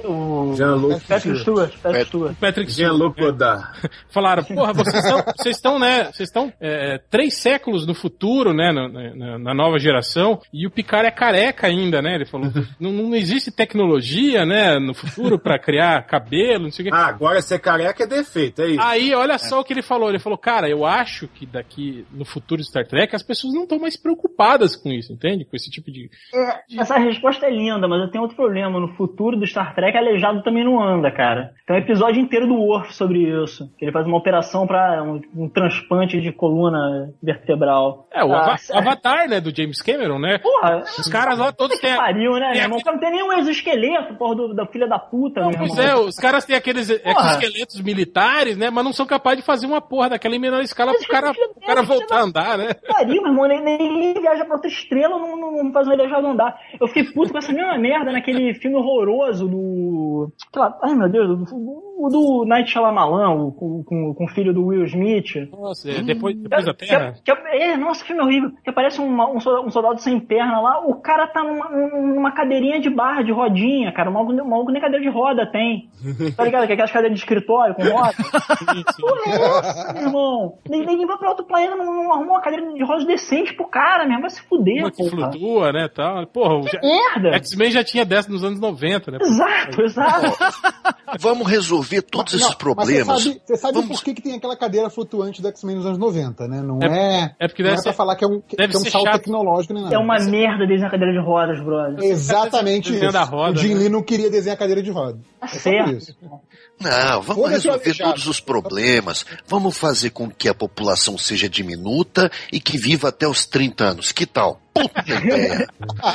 Patrick Stewart. Jean-Luc Godard. Falaram, vocês estão 3 séculos no futuro, né, na nova geração, e o Picard é careca ainda, né? Ele falou, não existe tecnologia, né, no futuro pra criar cabelo, não sei o que. Agora ser careca é defeito, é isso. Aí, olha só o que ele falou, cara, eu acho que daqui no futuro de Star Trek as pessoas não estão mais preocupadas com isso, entende? Com esse tipo de... Essa resposta é linda, mas eu tenho outro problema, no futuro do Star Trek aleijado também não anda, cara. Tem um episódio inteiro do Worf sobre isso. Que ele faz uma operação pra um transplante de coluna vertebral. O Avatar, né, do James Cameron, né? Porra, os caras lá todos têm... pariu, né, meu irmão? Não tem nenhum exoesqueleto, porra, da filha da puta, meu pois irmão. Os caras têm aqueles exoesqueletos militares, né, mas não são capazes de fazer uma porra daquela em menor escala pro cara voltar a andar, né? Pariu, meu irmão, nem viaja pra outra estrela, não faz um elejado andar. Eu fiquei puto com essa mesma merda naquele filme horroroso do... Ai, meu Deus, o do Night Shyamalan, com o filho do Will Smith. Nossa, depois da Terra? Nossa, filme horrível. Que aparece um soldado sem perna lá, o cara tá numa cadeirinha de barra, de rodinha, cara. O maluco nem cadeira de roda tem. Tá ligado? Que é aquelas cadeiras de escritório com roda. Porra, é essa, meu irmão? Ninguém vai pra outro planeta, não arrumou uma cadeira de roda decente pro cara, meu irmão. Vai se fuder, que flutua, né, tal. Porra, merda! X-Men já tinha dessa nos anos 90, né? Exato. Vamos resolver resolver todos esses problemas. Mas você sabe por que tem aquela cadeira flutuante do X-Men nos anos 90, né? Não é pra falar que é um salto tecnológico nem nada. É uma merda desenhar cadeira de rodas, brother. Exatamente isso. O Jim Lee não queria desenhar cadeira de roda. Certo. Isso. Não, vamos resolver todos os problemas. Vamos fazer com que a população seja diminuta e que viva até os 30 anos. Que tal? Puta ideia.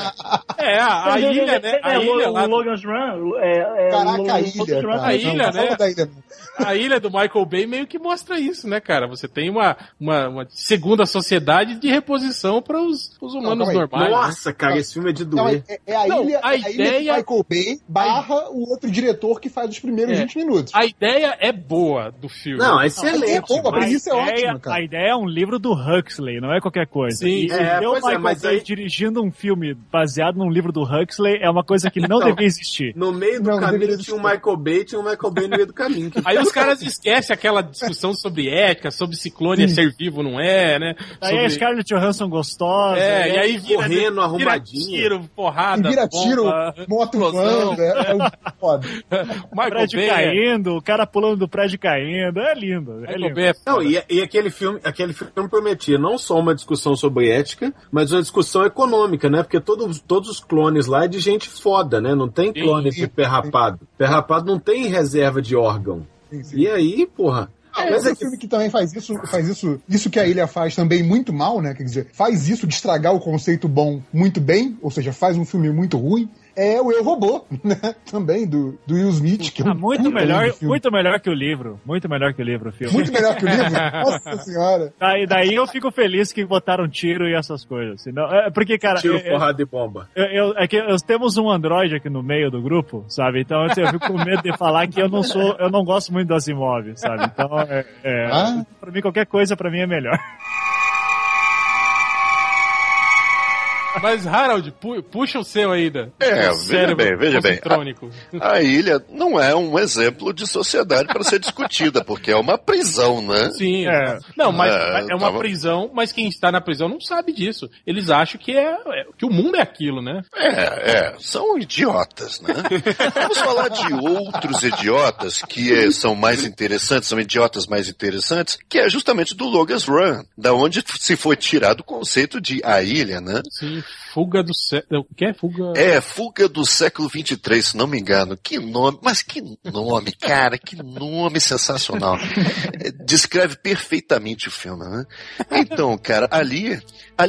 A ilha, né? A ilha lá. Logan's Run. Caraca, a ilha. A ilha, né? A ilha do Michael Bay meio que mostra isso, né, cara? Você tem uma segunda sociedade de reposição para os humanos normais. Nossa, né? cara, esse filme é de doer. A ilha do Michael Bay barra o outro diretor que faz os primeiros 20 minutos. A ideia é boa do filme. Não, é excelente. A premissa é ótima, cara. A ideia é um livro do Huxley, não é qualquer coisa. Sim. E o Michael Bay dirigindo um filme baseado num livro do Huxley é uma coisa que não devia existir. No meio do caminho tinha um Michael Bay no meio do caminho. Aí os caras esquecem aquela discussão sobre ética, sobre se clone é ser vivo ou não é, né? Aí a Scarlett Johansson gostosa. E aí correndo, arrumadinha. Tiro, porrada, vira tiro, moto voando, foda. Prédio caindo, o cara pulando do prédio caindo, é lindo. Não, e aquele filme prometia não só uma discussão sobre ética, mas uma discussão econômica, né? Porque todos os clones lá é de gente foda, né? Não tem clone de perrapado. Perrapado não tem reserva de órgão. Sim. E aí, porra... Mas é um filme que também faz isso que a ilha faz também muito mal, né? Quer dizer, faz isso de estragar o conceito bom muito bem, ou seja, faz um filme muito ruim. É o Eu, Robô, né? Também, do Will Smith. Que é muito melhor que o livro. Muito melhor que o livro, o filme. Muito melhor que o livro? Nossa senhora. Daí eu fico feliz que botaram tiro e essas coisas. Senão, porque, cara... Tiro, porrada e bomba. É que nós temos um Android aqui no meio do grupo, sabe? Então assim, eu fico com medo de falar que eu não gosto muito das imóveis, sabe? Então, pra mim, qualquer coisa pra mim é melhor. Mas, Harold, puxa o seu ainda. Veja bem. A ilha não é um exemplo de sociedade para ser discutida, porque é uma prisão, né? Sim. Não, mas é uma prisão, mas quem está na prisão não sabe disso. Eles acham que que o mundo é aquilo, né? São idiotas, né? Vamos falar de outros idiotas que são mais interessantes, são idiotas mais interessantes, que é justamente do Logan's Run, da onde se foi tirado o conceito de a ilha, né? Sim. Fuga do século... O que é? Fuga do século 23, se não me engano. Que nome, mas que nome, cara, que nome sensacional. Descreve perfeitamente o filme, né? Então, cara, ali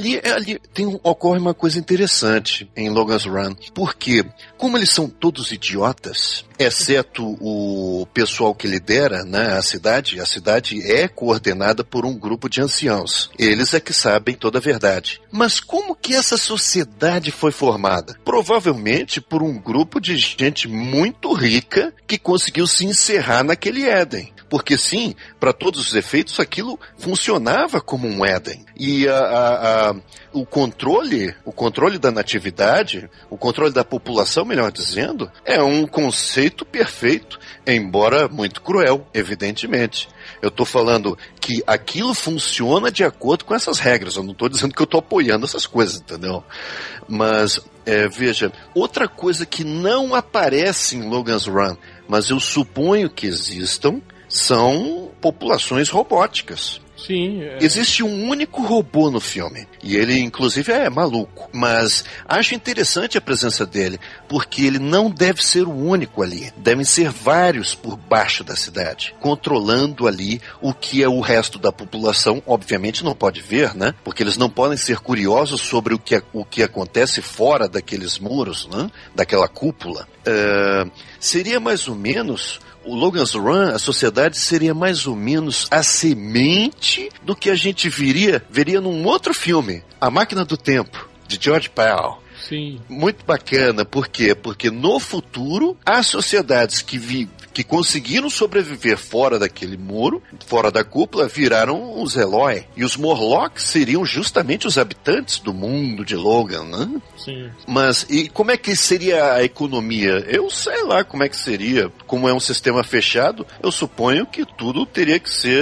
ocorre uma coisa interessante em Logan's Run. Porque, como eles são todos idiotas, exceto o pessoal que lidera, né, a cidade é coordenada por um grupo de anciãos. Eles é que sabem toda a verdade. Mas como que essa sociedade foi formada? Provavelmente por um grupo de gente muito rica que conseguiu se encerrar naquele Éden. Porque sim, para todos os efeitos, aquilo funcionava como um Éden. E o controle da natividade, o controle da população, melhor dizendo, é um conceito perfeito, embora muito cruel, evidentemente. Eu estou falando que aquilo funciona de acordo com essas regras. Eu não estou dizendo que eu estou apoiando essas coisas, entendeu? Mas, veja, outra coisa que não aparece em Logan's Run, mas eu suponho que existam, são populações robóticas. Sim. Existe um único robô no filme. E ele, inclusive, é maluco. Mas acho interessante a presença dele, porque ele não deve ser o único ali. Devem ser vários por baixo da cidade, controlando ali o que é o resto da população. Obviamente não pode ver, né? Porque eles não podem ser curiosos sobre o que acontece fora daqueles muros, né? Daquela cúpula. Seria mais ou menos... O Logan's Run, a sociedade seria mais ou menos a semente do que a gente veria num outro filme, A Máquina do Tempo, de George Pal. Sim. Muito bacana, por quê? Porque no futuro, as sociedades que conseguiram sobreviver fora daquele muro, fora da cúpula, viraram os Eloi. E os Morlocks seriam justamente os habitantes do mundo de Logan, né? Sim. Mas, e como é que seria a economia? Eu sei lá como é que seria. Como é um sistema fechado, eu suponho que tudo teria que ser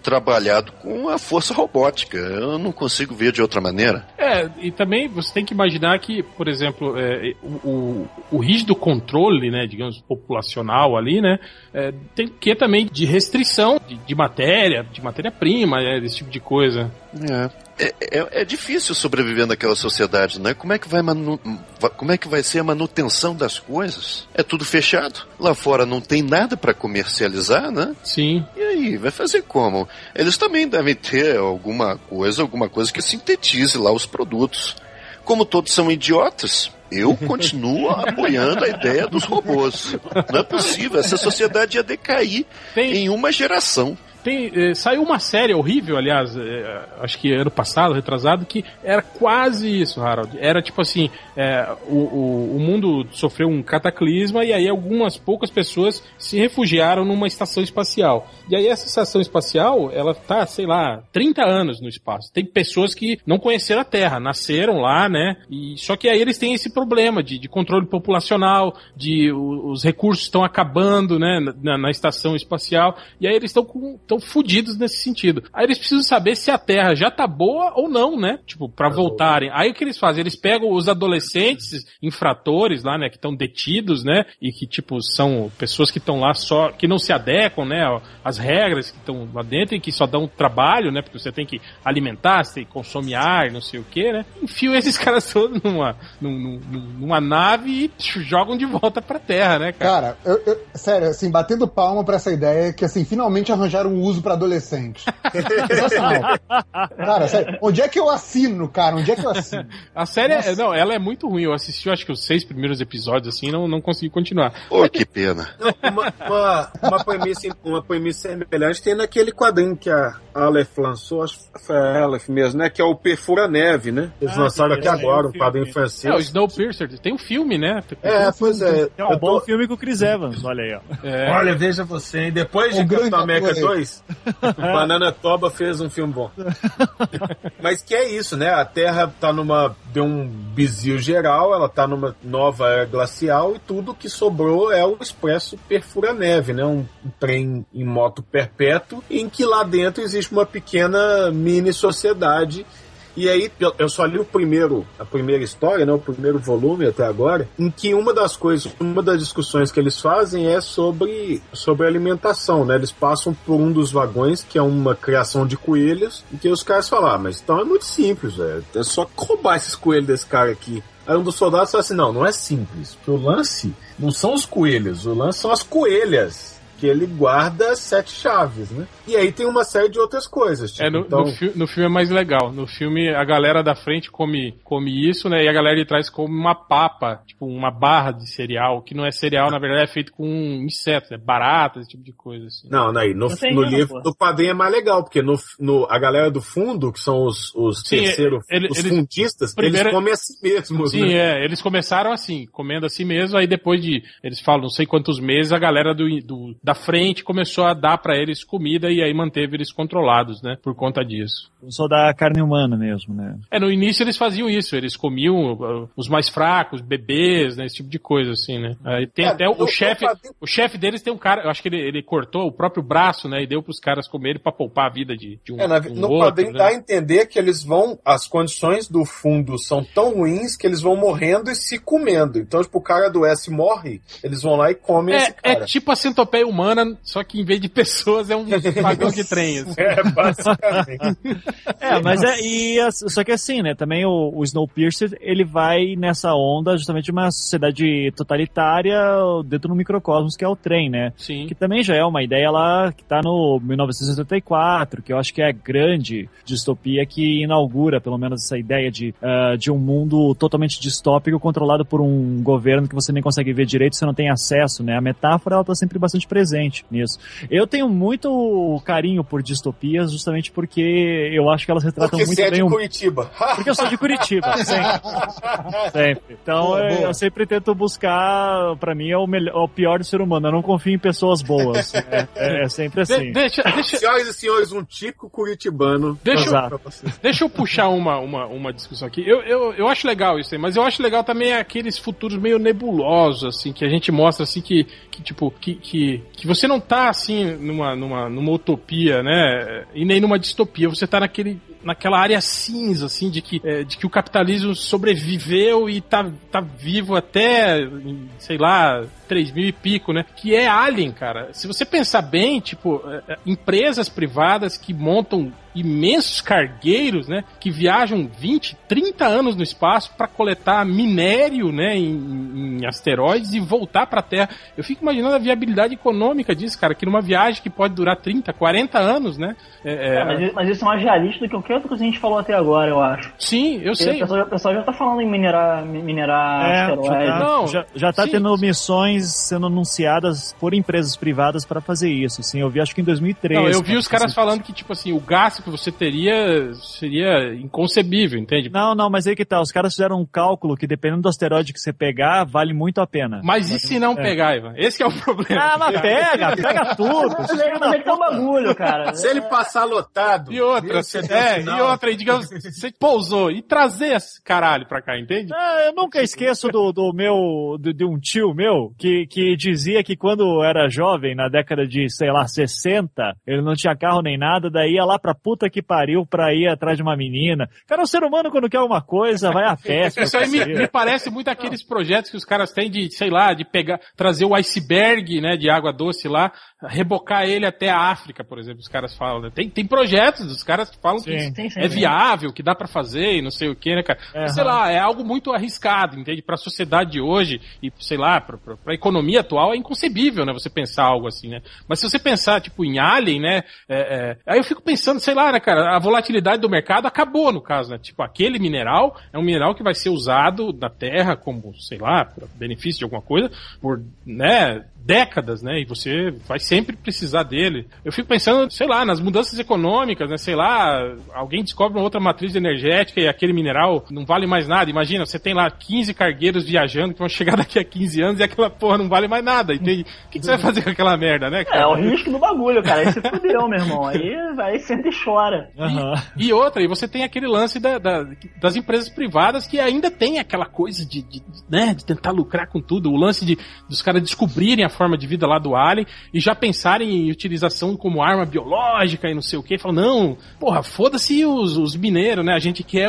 trabalhado com a força robótica. Eu não consigo ver de outra maneira. E também você tem que imaginar que, por exemplo, o rígido controle, né, digamos, populacional ali, né, tem que também de restrição de matéria-prima, desse tipo de coisa. É difícil sobreviver naquela sociedade, né? Como é que vai ser a manutenção das coisas? É tudo fechado. Lá fora não tem nada para comercializar, né? Sim. E aí, vai fazer como? Eles também devem ter alguma coisa que sintetize lá os produtos. Como todos são idiotas, eu continuo apoiando a ideia dos robôs. Não é possível, essa sociedade ia decair em uma geração. Saiu uma série horrível, aliás, acho que ano passado, retrasado, que era quase isso, Harold. Era tipo assim, o mundo sofreu um cataclisma e aí algumas poucas pessoas se refugiaram numa estação espacial. E aí essa estação espacial, ela tá, sei lá, 30 anos no espaço. Tem pessoas que não conheceram a Terra, nasceram lá, né? Só que aí eles têm esse problema de controle populacional, os recursos estão acabando, né, na estação espacial, e aí eles estão fudidos nesse sentido. Aí eles precisam saber se a Terra já tá boa ou não, né? Tipo, pra voltarem. Aí o que eles fazem? Eles pegam os adolescentes infratores lá, né? Que estão detidos, né? E que, tipo, são pessoas que estão lá só, que não se adequam, né? Às regras que estão lá dentro e que só dão trabalho, né? Porque você tem que alimentar, você tem que consumir ar, não sei o que, né? Enfiam esses caras todos numa nave e jogam de volta pra Terra, né, cara? Cara, eu sério, assim, batendo palma pra essa ideia que, assim, finalmente arranjaram um uso pra adolescente. Cara, sério, onde é que eu assino, cara? Onde é que eu assino? A série, ela é muito ruim. Eu assisti, acho que os 6 primeiros episódios, assim, não consegui continuar. Que pena. Uma premissa semelhante tem naquele quadrinho que a Aleph lançou, acho que foi a Aleph mesmo, né? Que é o Perfura-Neve, né? Eles lançaram aqui agora, um quadrinho francês. O Snowpiercer. Tem um filme, né? Pois é. É um bom filme com o Chris Evans, olha aí, ó. Olha, veja você, hein? Depois de Capitão América 2, o Banana Toba fez um filme bom. Mas que é isso, né? A Terra deu um bizil geral, ela tá numa nova era glacial e tudo que sobrou é o Expresso Perfura-Neve, né? Um trem em moto perpétuo, em que lá dentro existe uma pequena mini sociedade. E aí, eu só li a primeira história, né, o primeiro volume até agora, em que uma das discussões que eles fazem é sobre alimentação, né? Eles passam por um dos vagões, que é uma criação de coelhos, e que os caras falam, mas então é muito simples, velho. É só roubar esses coelhos desse cara aqui. Aí um dos soldados fala assim, não é simples, porque o lance não são os coelhos, o lance são as coelhas. Que ele guarda 7 chaves, né? E aí tem uma série de outras coisas. Tipo, no filme é mais legal. No filme, a galera da frente come isso, né? E a galera de trás come uma papa, tipo, uma barra de cereal, que não é cereal, na verdade é feito com insetos, né? Baratas, esse tipo de coisa, assim. Não, no livro do quadrinho é mais legal, porque a galera do fundo, que são os fundistas, eles comem assim mesmo. Sim, né? Eles começaram assim, comendo assim mesmo, aí depois eles falam não sei quantos meses, a galera da frente começou a dar pra eles comida e aí manteve eles controlados, né? Por conta disso. Só da carne humana mesmo, né? No início eles faziam isso, eles comiam os mais fracos, bebês, né? Esse tipo de coisa, assim, né? Aí tem até o chefe deles tem um cara, eu acho que ele cortou o próprio braço, né? E deu pros caras comerem pra poupar a vida de um no outro, quadrinho, né? Dá a entender que as condições do fundo são tão ruins que eles vão morrendo e se comendo. Então, tipo, o cara adoece e morre, eles vão lá e comem esse cara. É tipo a centopeia humana, só que em vez de pessoas é um vagão de trem. Assim. Basicamente. Só que assim, né, também o Snowpiercer, ele vai nessa onda justamente de uma sociedade totalitária dentro do microcosmos que é o trem, né? Sim. Que também já é uma ideia lá que tá no 1984, que eu acho que é a grande distopia que inaugura, pelo menos, essa ideia de um mundo totalmente distópico controlado por um governo que você nem consegue ver direito, você não tem acesso, né? A metáfora, ela tá sempre bastante presente nisso. Eu tenho muito carinho por distopias justamente porque eu acho que elas retratam muito bem... Porque você é de Curitiba. Porque eu sou de Curitiba, sempre. Então, eu sempre tento buscar, pra mim, o pior do ser humano. Eu não confio em pessoas boas. É sempre assim. Senhoras e senhores, um típico curitibano. Deixa eu puxar uma discussão aqui. Eu acho legal isso aí, mas eu acho legal também aqueles futuros meio nebulosos, assim, que a gente mostra, assim, que que você não tá, assim, numa utopia, né? E nem numa distopia. Você tá naquela área cinza, assim, de que o capitalismo sobreviveu e tá vivo até, sei lá, 3.000 e pico, né? Que é Alien, cara. Se você pensar bem, tipo, empresas privadas que montam imensos cargueiros, né? Que viajam 20, 30 anos no espaço para coletar minério, né? Em asteroides e voltar pra Terra. Eu fico imaginando a viabilidade econômica disso, cara, que numa viagem que pode durar 30, 40 anos, né? Mas isso é mais realista do que qualquer outra coisa que a gente falou até agora, eu acho. Sim, eu sei. O pessoal já tá falando em minerar asteroides. Já tá tendo missões sendo anunciadas por empresas privadas para fazer isso, assim. Eu vi, acho que em 2013. Não, eu vi os caras falando que, tipo assim, o gasto que você teria seria inconcebível, entende? Não, mas aí que tá, os caras fizeram um cálculo que dependendo do asteroide que você pegar, vale muito a pena. Mas e se não pegar, Ivan? Esse é o problema. Mas pega tudo. Mas é que tá um bagulho, cara. Se ele passar lotado... E outra, e digamos, você pousou, e trazer esse caralho pra cá, entende? Eu nunca esqueço de um tio meu, que dizia que quando era jovem, na década de, sei lá, 60, ele não tinha carro nem nada, daí ia lá pra puta que pariu pra ir atrás de uma menina. Cara, o ser humano quando quer uma coisa, vai a pé. Isso aí me parece muito aqueles projetos que os caras têm de, sei lá, de trazer o iceberg, né, de água doce lá, rebocar ele até a África, por exemplo, os caras falam, né? Tem projetos dos caras que falam que é viável, que dá pra fazer e não sei o que, né, cara? Sei lá, é algo muito arriscado, entende? Pra sociedade de hoje e, sei lá, pra economia atual é inconcebível, né, você pensar algo assim, né? Mas se você pensar, tipo, em Alien, né, aí eu fico pensando, sei lá, né, cara, a volatilidade do mercado acabou, no caso, né? Tipo, aquele mineral é um mineral que vai ser usado na Terra como, sei lá, para benefício de alguma coisa, por, né, décadas, né, e você vai sempre precisar dele. Eu fico pensando, sei lá, nas mudanças econômicas, né, sei lá, alguém descobre uma outra matriz energética e aquele mineral não vale mais nada. Imagina, você tem lá 15 cargueiros viajando que vão chegar daqui a 15 anos e aquela porra não vale mais nada, entende? O que você vai fazer com aquela merda, né, cara? É o risco do bagulho, cara, aí você fudeu, meu irmão, aí vai senta e chora. E outra, e você tem aquele lance das empresas privadas que ainda tem aquela coisa de tentar lucrar com tudo, o lance dos caras descobrirem a forma de vida lá do Alien e já pensarem em utilização como arma biológica e não sei o que, falam, não, porra, foda-se os mineiros, né, a gente quer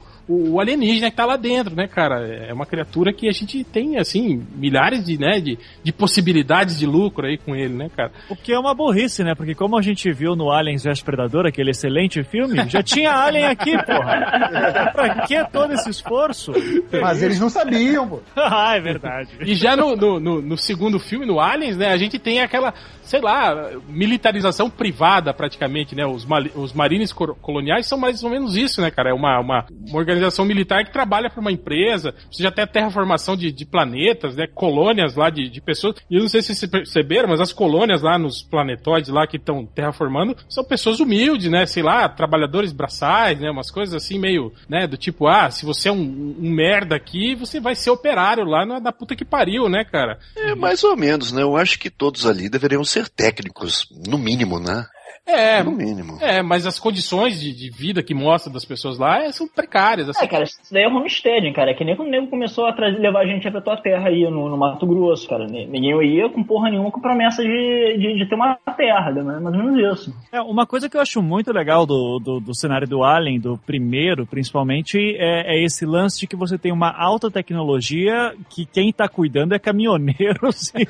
o alienígena que tá lá dentro, né, cara? É uma criatura que a gente tem, assim, milhares de possibilidades de lucro aí com ele, né, cara? O que é uma burrice, né? Porque como a gente viu no Aliens vs Predador, aquele excelente filme, já tinha Alien aqui, porra. Pra que todo esse esforço? Mas eles não sabiam, pô. É verdade. E já no segundo filme, no Aliens, né, a gente tem aquela, sei lá, militarização privada praticamente, né? Os marines coloniais são mais ou menos isso, né, cara? É uma organização militar que trabalha para uma empresa, você já tem a terraformação de planetas, né, colônias lá de pessoas, e eu não sei se vocês perceberam, mas as colônias lá nos planetóides lá que estão terraformando são pessoas humildes, né, sei lá, trabalhadores braçais, né, umas coisas assim meio, né, do tipo, se você é um merda aqui, você vai ser operário lá na puta que pariu, né, cara? É, mais ou menos, né, eu acho que todos ali deveriam ser técnicos, no mínimo, né? No mínimo. Mas as condições de vida que mostra das pessoas lá são precárias. Assim. Cara, isso daí é homesteading, cara. É que nem quando o nego começou a levar a gente pra tua terra aí no Mato Grosso, cara. Ninguém ia com porra nenhuma com promessa de ter uma terra, né? Mais ou menos isso. Uma coisa que eu acho muito legal do cenário do Alien, do primeiro, principalmente, é esse lance de que você tem uma alta tecnologia que quem tá cuidando é caminhoneiro. Assim,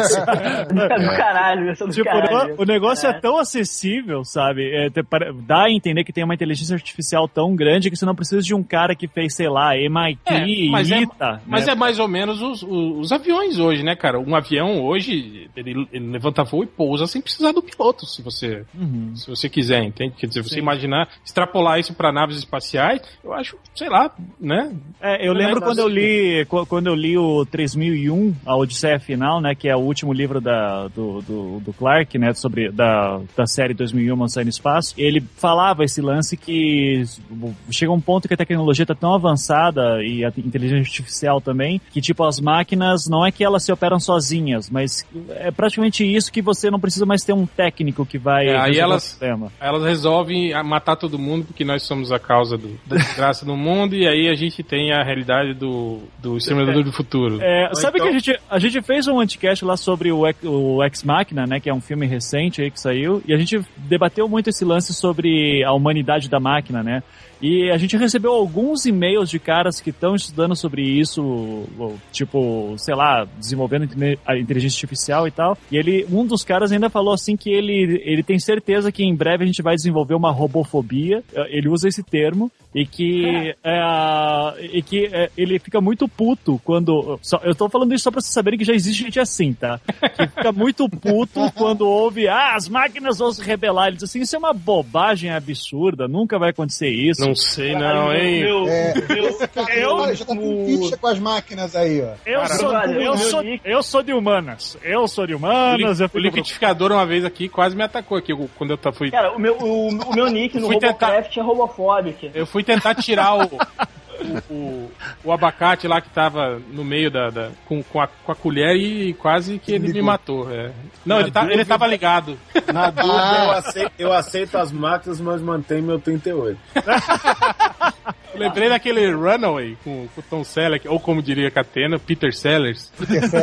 do caralho, tipo, caralho. O negócio é tão acessível, sabe? Dá a entender que tem uma inteligência artificial tão grande que você não precisa de um cara que fez, sei lá, MIT, ITA. Mas é mais ou menos os aviões hoje, né, cara? Um avião hoje, ele levanta voo e pousa sem precisar do piloto, se você quiser, entende? Quer dizer, você imaginar, extrapolar isso para naves espaciais, eu acho, sei lá, né? Eu lembro quando eu li o 3001, a Odisseia Final, né, que é o último livro do Clarke, né, sobre da série 2001, Odisseia no Espaço, ele falava esse lance que chega um ponto que a tecnologia está tão avançada e a inteligência artificial também, que tipo, as máquinas não é que elas se operam sozinhas, mas é praticamente isso, que você não precisa mais ter um técnico que vai aí resolver elas, o sistema. Elas resolvem matar todo mundo porque nós somos a causa da desgraça no mundo, e aí a gente tem a realidade do Exterminador do Futuro. Sabe então... que a gente fez um anticast lá sobre o Ex Machina, né, que é um filme recente aí que saiu, e a gente debateu muito esse lance sobre a humanidade da máquina, né? E a gente recebeu alguns e-mails de caras que estão estudando sobre isso, tipo, sei lá, desenvolvendo a inteligência artificial e tal. E um dos caras ainda falou assim que ele tem certeza que em breve a gente vai desenvolver uma robofobia. Ele usa esse termo. E que ele fica muito puto quando... eu tô falando isso só pra vocês saberem que já existe gente assim, tá? Que fica muito puto quando ouve as máquinas vão se rebelar. Ele diz assim, isso é uma bobagem absurda, nunca vai acontecer isso. Não sei não, hein? Eu já tá com ficha com as máquinas aí, ó. Eu sou de humanas. O liquidificador uma vez aqui quase me atacou aqui quando eu fui... Cara, o meu nick no Robocraft é homofóbico. Eu fui tentar tirar o abacate lá que tava no meio com a colher e quase que ele me matou. Não, ele tava ligado. Na dúvida, eu aceito as máquinas, mas mantenho meu 38. Lembrei daquele Runaway com o Tom Selleck, ou como diria Catena, Peter Sellers.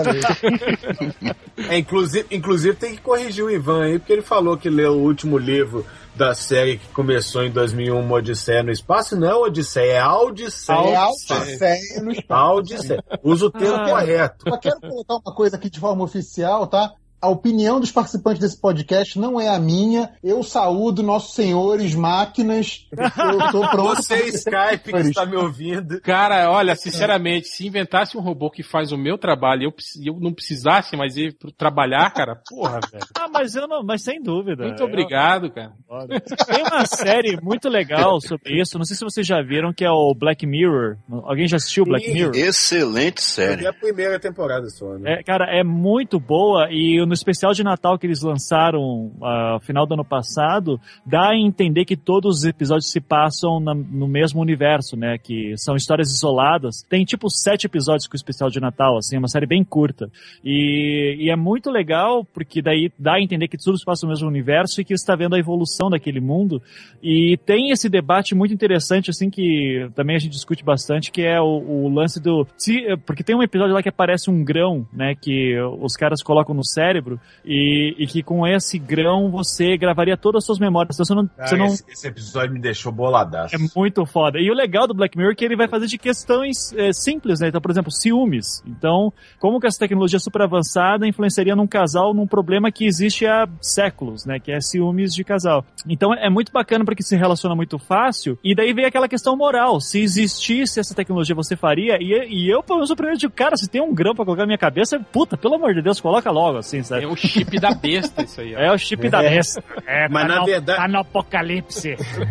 Inclusive tem que corrigir o Ivan aí, porque ele falou que leu o último livro da série que começou em 2001, uma Odisseia no Espaço. Não é Odisseia, é Audisseia. Audisseia no Espaço. Audisseia. Usa o termo correto. Só quero colocar uma coisa aqui de forma oficial, tá? A opinião dos participantes desse podcast não é a minha. Eu saúdo nossos senhores máquinas. Eu tô pronto. Você, Skype, que está me ouvindo. Cara, olha, sinceramente, se inventasse um robô que faz o meu trabalho e eu não precisasse mais ir trabalhar, cara, porra, velho. Mas sem dúvida. Muito obrigado, cara. Tem uma série muito legal sobre isso, não sei se vocês já viram, que é o Black Mirror. Alguém já assistiu Black Mirror? Excelente série. É a primeira temporada só, né? Cara, é muito boa, e no especial de Natal que eles lançaram no final do ano passado, dá a entender que todos os episódios se passam no mesmo universo, né? Que são histórias isoladas. Tem tipo 7 episódios com o especial de Natal, assim, é uma série bem curta. E é muito legal, porque daí dá a entender que tudo se passa no mesmo universo e que você está vendo a evolução daquele mundo. E tem esse debate muito interessante, assim, que também a gente discute bastante, que é o lance do... porque tem um episódio lá que aparece um grão, né? Que os caras colocam no cérebro, e que com esse grão você gravaria todas as suas memórias. Então Esse episódio me deixou boladaço. É muito foda. E o legal do Black Mirror é que ele vai fazer de questões simples, né? Então, por exemplo, ciúmes. Então, como que essa tecnologia super avançada influenciaria num casal num problema que existe há séculos, né? Que é ciúmes de casal. Então, é muito bacana porque se relaciona muito fácil. E daí vem aquela questão moral. Se existisse essa tecnologia, você faria? E eu, pelo menos, o primeiro digo, cara, se tem um grão pra colocar na minha cabeça, puta, pelo amor de Deus, coloca logo, assim, sabe? É o chip da besta isso aí. Ó. É o chip da besta. Mas na verdade... Tá no apocalipse.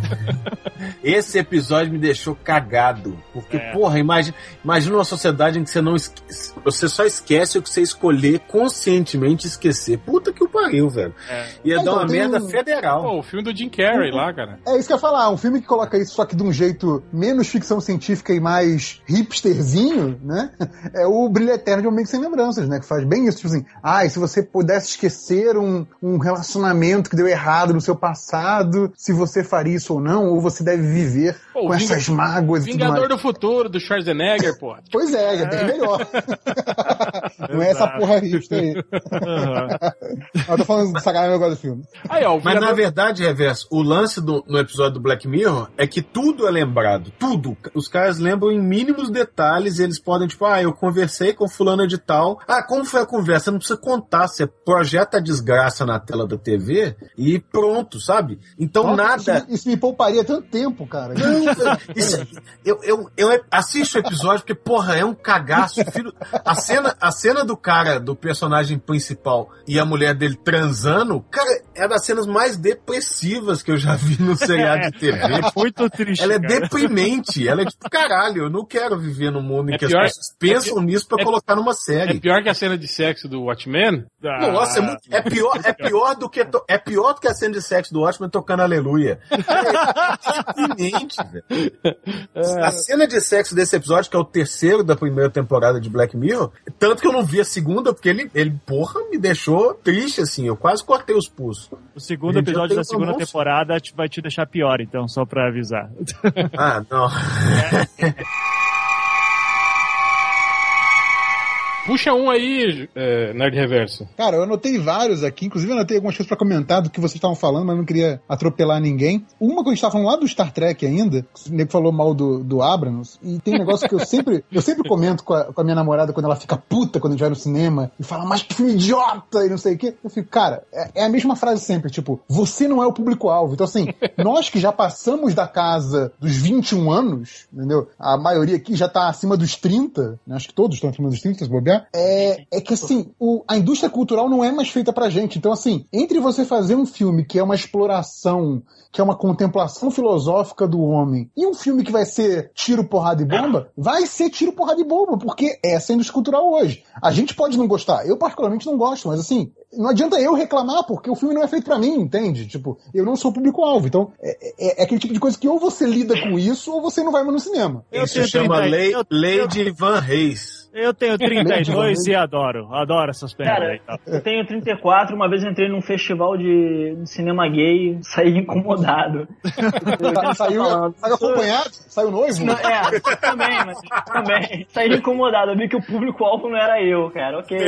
Esse episódio me deixou cagado. Porque, porra, imagina uma sociedade em que você só esquece o que você escolher conscientemente esquecer. Puta que o pariu, velho. Ia dar uma merda federal. Pô, o filme do Jim Carrey lá, cara. É isso que eu ia falar. Um filme que coloca isso só que de um jeito menos ficção científica e mais hipsterzinho, né? É o Brilho Eterno de Um Amigo Sem Lembranças, né? Que faz bem isso. Tipo assim, e se você pudesse esquecer um relacionamento que deu errado no seu passado, se você faria isso ou não, ou você deve viver com essas mágoas e tudo mais. Vingador do Futuro, do Schwarzenegger, pô. Pois é bem melhor. Não é essa porra hipster aí. Eu tô falando de sacanagem agora do filme. Mas na verdade, Reverso, o lance no episódio do Black Mirror é que tudo é lembrado. Tudo. Os caras lembram em mínimos detalhes, e eles podem, tipo, eu conversei com fulana de tal. Como foi a conversa? Não precisa contar. Você projeta a desgraça na tela da TV e pronto, sabe? Então nada... Isso me pouparia tanto tempo, cara. Não, eu assisto o episódio porque, porra, é um cagaço. A cena do cara, do personagem principal e a mulher dele transando, cara, é das cenas mais depressivas que eu já vi no seriado de TV. É muito triste. Ela é cara. deprimente. Ela é tipo, caralho, eu não quero viver num mundo em que pior- as pessoas pensam nisso pra colocar numa É série. pior que a cena de sexo do Watchmen? Nossa, é pior do que a cena de sexo do Watchmen tocando Aleluia. É deprimente, velho. A cena de sexo desse episódio, que é o terceiro da primeira temporada de Black Mirror, tanto que eu não vi a segunda, porque ele porra, me deixou triste, assim. Eu quase cortei os pulsos. O segundo Gente, eu episódio tenho da segunda uma temporada vai te deixar pior, então, só pra avisar. Ah, não. Puxa um aí, Nerd Reverso. Cara, eu anotei vários aqui, inclusive eu anotei algumas coisas pra comentar do que vocês estavam falando, mas não queria atropelar ninguém. Uma que a gente tava falando lá do Star Trek ainda, o nego falou mal do Abrams, e tem um negócio que eu sempre comento com a minha namorada quando ela fica puta quando a gente vai no cinema e fala, mas que filme idiota, e não sei o quê. Eu fico, cara, é a mesma frase sempre, tipo, você não é o público-alvo. Então assim, nós que já passamos da casa dos 21 anos, entendeu? A maioria aqui já tá acima dos 30, né? Acho que todos estão acima dos 30, se bobear. É que assim, a indústria cultural não é mais feita pra gente. Então assim, entre você fazer um filme que é uma exploração, que é uma contemplação filosófica do homem, e um filme que vai ser tiro, porrada e bomba, vai ser tiro, porrada e bomba, porque essa é a indústria cultural hoje. A gente pode não gostar, eu particularmente não gosto, mas assim, não adianta eu reclamar, porque o filme não é feito pra mim, entende? Tipo, eu não sou público-alvo. Então, é aquele tipo de coisa que ou você lida com isso, ou você não vai mais no cinema. Isso se chama Lei de Van Reis. Eu tenho 32 e adoro essas pernas aí. Tá? Eu tenho 34, uma vez eu entrei num festival de cinema gay, saí incomodado. Saiu acompanhado? Saiu noivo? Não, também. Saí incomodado, eu vi que o público-alvo não era eu, cara, ok.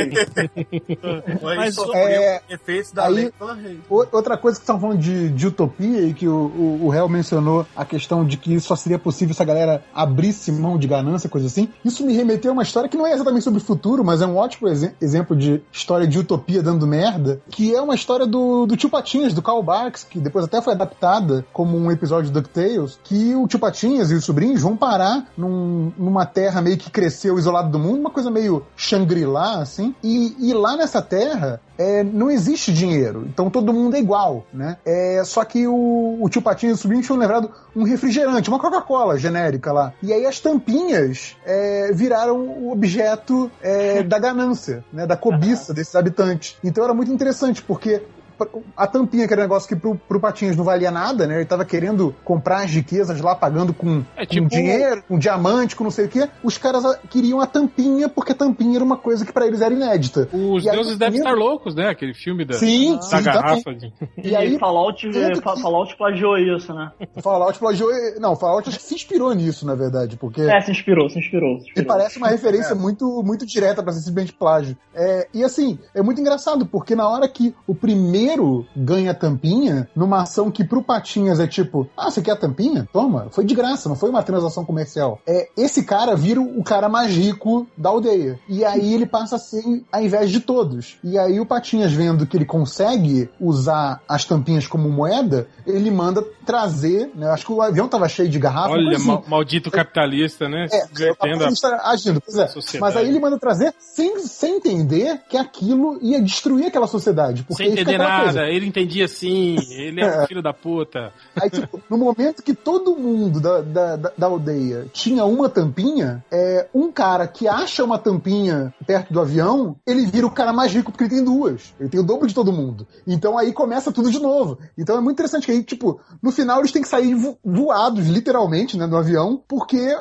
Mas efeitos da aí, Lei Van Reis. Outra coisa que estão falando de utopia e que o Hel mencionou, a questão de que só seria possível se a galera abrisse mão de ganância, coisa assim, isso me remeteu a uma história que não é exatamente sobre o futuro, mas é um ótimo exemplo de história de utopia dando merda, que é uma história do Tio Patinhas, do Karl Barks, que depois até foi adaptada como um episódio de DuckTales, que o Tio Patinhas e os sobrinhos vão parar numa terra meio que cresceu isolado do mundo, uma coisa meio Shangri-La, assim, e lá nessa terra não existe dinheiro, então todo mundo é igual, né? Só que o Tio Patinhas e os sobrinhos tinham lembrado um refrigerante, uma Coca-Cola genérica lá, e aí as tampinhas viraram o objeto da ganância, né? Da cobiça desses habitantes. Então era muito interessante, porque a tampinha, que era um negócio que pro Patinhas não valia nada, né? Ele tava querendo comprar as riquezas lá, pagando com dinheiro, com diamante, com não sei o quê. Os caras queriam a tampinha, porque a tampinha era uma coisa que pra eles era inédita. Os deuses devem estar loucos, né? Aquele filme da garrafa. E aí, Fallout plagiou isso, né? Fallout plagiou... Não, Fallout acho que se inspirou nisso, na verdade, porque... se inspirou. E parece uma referência muito, muito direta pra ser simplesmente plágio. E assim, é muito engraçado, porque na hora que o primeiro ganha a tampinha, numa ação que pro Patinhas é tipo, você quer a tampinha? Toma, foi de graça, não foi uma transação comercial. Esse cara vira o cara mais rico da aldeia. E aí ele passa a ser a invés de todos. E aí o Patinhas, vendo que ele consegue usar as tampinhas como moeda, ele manda trazer, né? Acho que o avião tava cheio de garrafa. Olha, maldito capitalista, né? O capitalista agindo, pois é. Mas aí ele manda trazer sem entender que aquilo ia destruir aquela sociedade. Porque sem entender nada, ele entendia assim, ele é um filho da puta. Aí, tipo, no momento que todo mundo da aldeia tinha uma tampinha, um cara que acha uma tampinha perto do avião, ele vira o cara mais rico porque ele tem duas. Ele tem o dobro de todo mundo. Então aí começa tudo de novo. Então é muito interessante que aí, tipo, no final eles têm que sair voados, literalmente, né, do avião, porque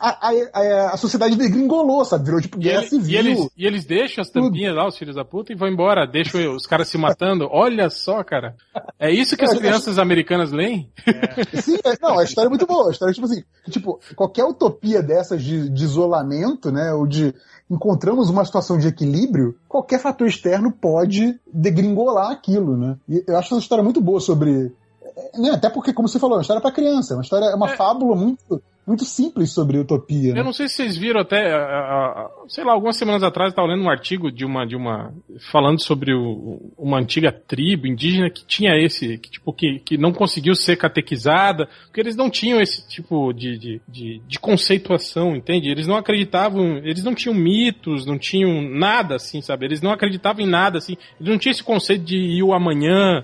a sociedade degringolou, sabe? Virou tipo guerra civil. E eles deixam as tampinhas lá, os filhos da puta, e vão embora. Deixam os caras se matando. Olha só, cara. É isso que as crianças americanas leem? Sim, não, a história é muito boa. A história é tipo assim, tipo, qualquer utopia dessas de isolamento, né, ou de encontramos uma situação de equilíbrio, qualquer fator externo pode degringolar aquilo, né? E eu acho essa história muito boa sobre... Né, até porque, como você falou, é uma história pra criança, é uma fábula muito muito simples sobre utopia. Né? Eu não sei se vocês viram até, sei lá, algumas semanas atrás eu estava lendo um artigo de uma falando sobre uma antiga tribo indígena que tinha esse, que não conseguiu ser catequizada, porque eles não tinham esse tipo de conceituação, entende? Eles não acreditavam, eles não tinham mitos, não tinham nada assim, sabe? Eles não acreditavam em nada assim, eles não tinham esse conceito de ir o amanhã,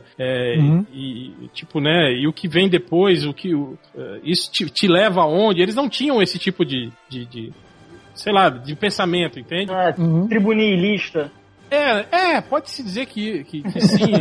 e o que vem depois, isso te leva aonde? Eles não tinham esse tipo de sei lá, de pensamento, entende? Tribo nihilista. Pode-se dizer que sim.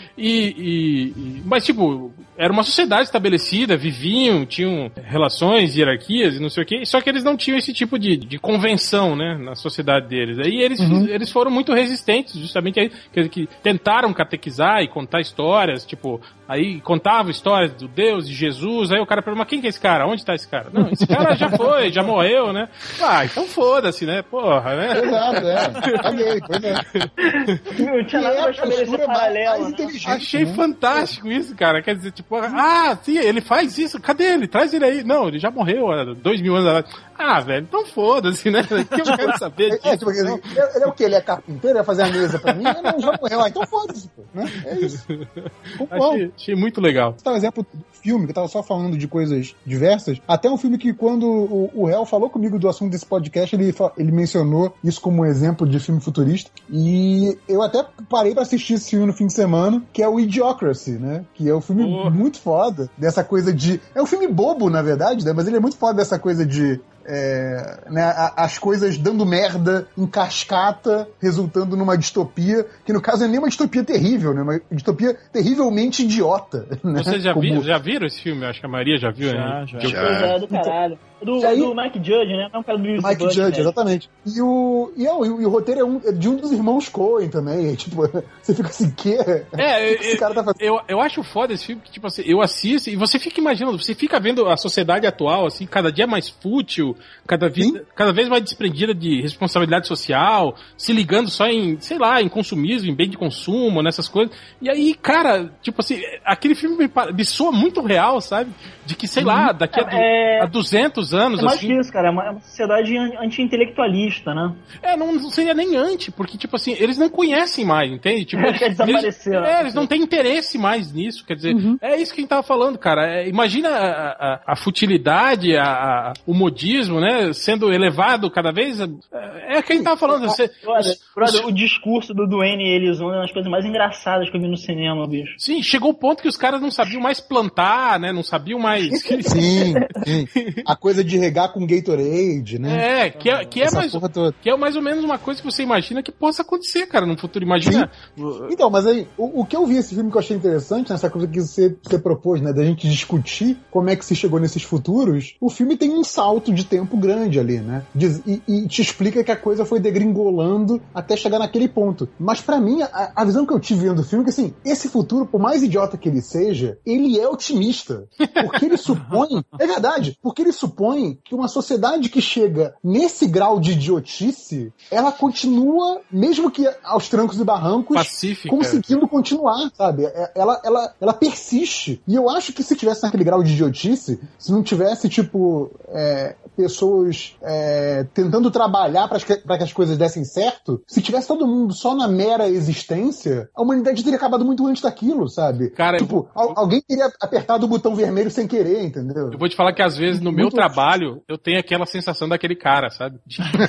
Mas, era uma sociedade estabelecida, viviam, tinham relações, hierarquias e não sei o quê, só que eles não tinham esse tipo de convenção, né, na sociedade deles. Aí eles foram muito resistentes, justamente aí, que tentaram catequizar e contar histórias, aí contavam histórias do Deus, de Jesus, aí o cara pergunta, mas quem que é esse cara? Onde tá esse cara? Não, esse cara já foi, já morreu, né? Então foda-se, né? Porra, né? Exato, caguei, pois é. Não tinha nada pra estabelecer paralelo, né? Achei fantástico isso, cara. Quer dizer, sim, ele faz isso. Cadê ele? Traz ele aí. Não, ele já morreu há 2000 anos atrás. Velho, então foda-se, né? Que eu quero saber disso. Ele é o quê? Ele é carpinteiro? Vai fazer a mesa pra mim? Não, já morreu. Então foda-se, pô. Né? É isso. Achei muito legal. Você tá um exemplo do filme, que eu tava só falando de coisas diversas. Até um filme que quando o Hel falou comigo do assunto desse podcast, ele mencionou isso como um exemplo de filme futurista. E eu até parei pra assistir esse filme no fim de semana, que é o Idiocracy, né? Que é um filme muito foda, dessa coisa de... É um filme bobo, na verdade, né? Mas ele é muito foda dessa coisa de... as coisas dando merda em cascata, resultando numa distopia, que no caso não é nem uma distopia terrível, né? Uma distopia terrivelmente idiota. Né? Vocês já viram esse filme? Acho que a Maria já viu, né? Já. Do caralho. Do Mike Judge, né? Não, cara, do Mike Judge, exatamente. E o roteiro é de um dos irmãos Coen também. Você fica assim, esse cara tá fazendo? Eu acho foda esse filme, que eu assisto e você fica imaginando, você fica vendo a sociedade atual, assim, cada dia mais fútil, cada vez mais desprendida de responsabilidade social, se ligando só em, sei lá, em consumismo, em bem de consumo, nessas coisas. E aí, cara, aquele filme me soa muito real, sabe? De que, sei lá, daqui a 200 anos, mais assim... que isso, cara, é uma sociedade anti-intelectualista, né? Não seria nem anti, porque, eles não conhecem mais, entende? Eles não têm interesse mais nisso, quer dizer, é isso que a gente tava falando, cara. Imagina a futilidade, o modismo, né, sendo elevado cada vez... É o que a gente tava falando. O discurso do Duane Elison é uma das coisas mais engraçadas que eu vi no cinema, bicho. Sim, chegou o ponto que os caras não sabiam mais plantar, né, não sabiam mais... Sim. A coisa de regar com Gatorade, né? Que é mais ou menos uma coisa que você imagina que possa acontecer, cara, no futuro. Imagina... Sim. Então, mas aí, o que eu vi esse filme que eu achei interessante, nessa coisa que você propôs, né, da gente discutir como é que se chegou nesses futuros, o filme tem um salto de tempo grande ali, né? E te explica que a coisa foi degringolando até chegar naquele ponto. Mas pra mim, a visão que eu tive vendo o filme é que, assim, esse futuro, por mais idiota que ele seja, ele é otimista. Porque ele supõe... É verdade, porque ele supõe que uma sociedade que chega nesse grau de idiotice, ela continua, mesmo que aos trancos e barrancos, pacífica, conseguindo continuar, sabe? Ela persiste. E eu acho que se tivesse naquele grau de idiotice, se não tivesse, pessoas tentando trabalhar para que as coisas dessem certo, se tivesse todo mundo só na mera existência, a humanidade teria acabado muito antes daquilo, sabe? Cara, alguém teria apertado o botão vermelho sem querer, entendeu? Eu vou te falar que às vezes no meu trabalho eu tenho aquela sensação daquele cara, sabe?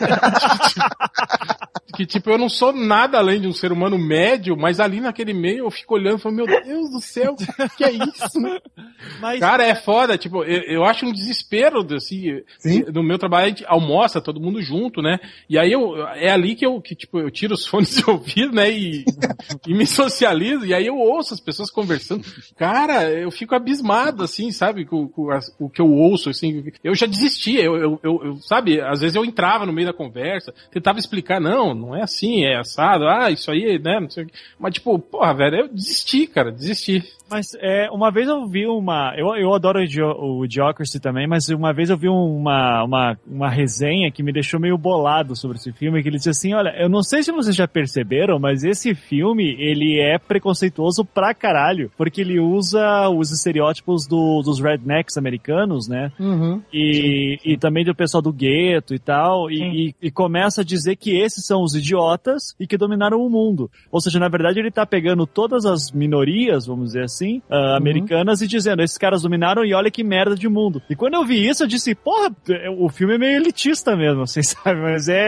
Que eu não sou nada além de um ser humano médio, mas ali naquele meio eu fico olhando e falo, meu Deus do céu, que é isso? Mas, cara, é foda, eu acho um desespero, assim, no meu trabalho a gente almoça todo mundo junto, né? E aí é ali que eu tiro os fones de ouvido, né? E me socializo, e aí eu ouço as pessoas conversando. Cara, eu fico abismado, assim, sabe? Com o que eu ouço, assim. Eu já desisti, sabe? Às vezes eu entrava no meio da conversa, tentava explicar, não não é assim, é assado, isso aí, né, não sei o que. Mas, tipo, porra, velho, eu desisti. Mas uma vez eu vi eu adoro o Idiocracy também, mas uma vez eu vi uma resenha que me deixou meio bolado sobre esse filme, que ele disse assim, olha, eu não sei se vocês já perceberam, mas esse filme, ele é preconceituoso pra caralho, porque ele usa os estereótipos dos rednecks americanos, né? Uhum. E também do pessoal do gueto e tal, e começa a dizer que esses são os idiotas e que dominaram o mundo. Ou seja, na verdade ele tá pegando todas as minorias, vamos dizer assim, americanas, e dizendo, esses caras dominaram e olha que merda de mundo. E quando eu vi isso, eu disse, porra, o filme é meio elitista mesmo, assim, sabe?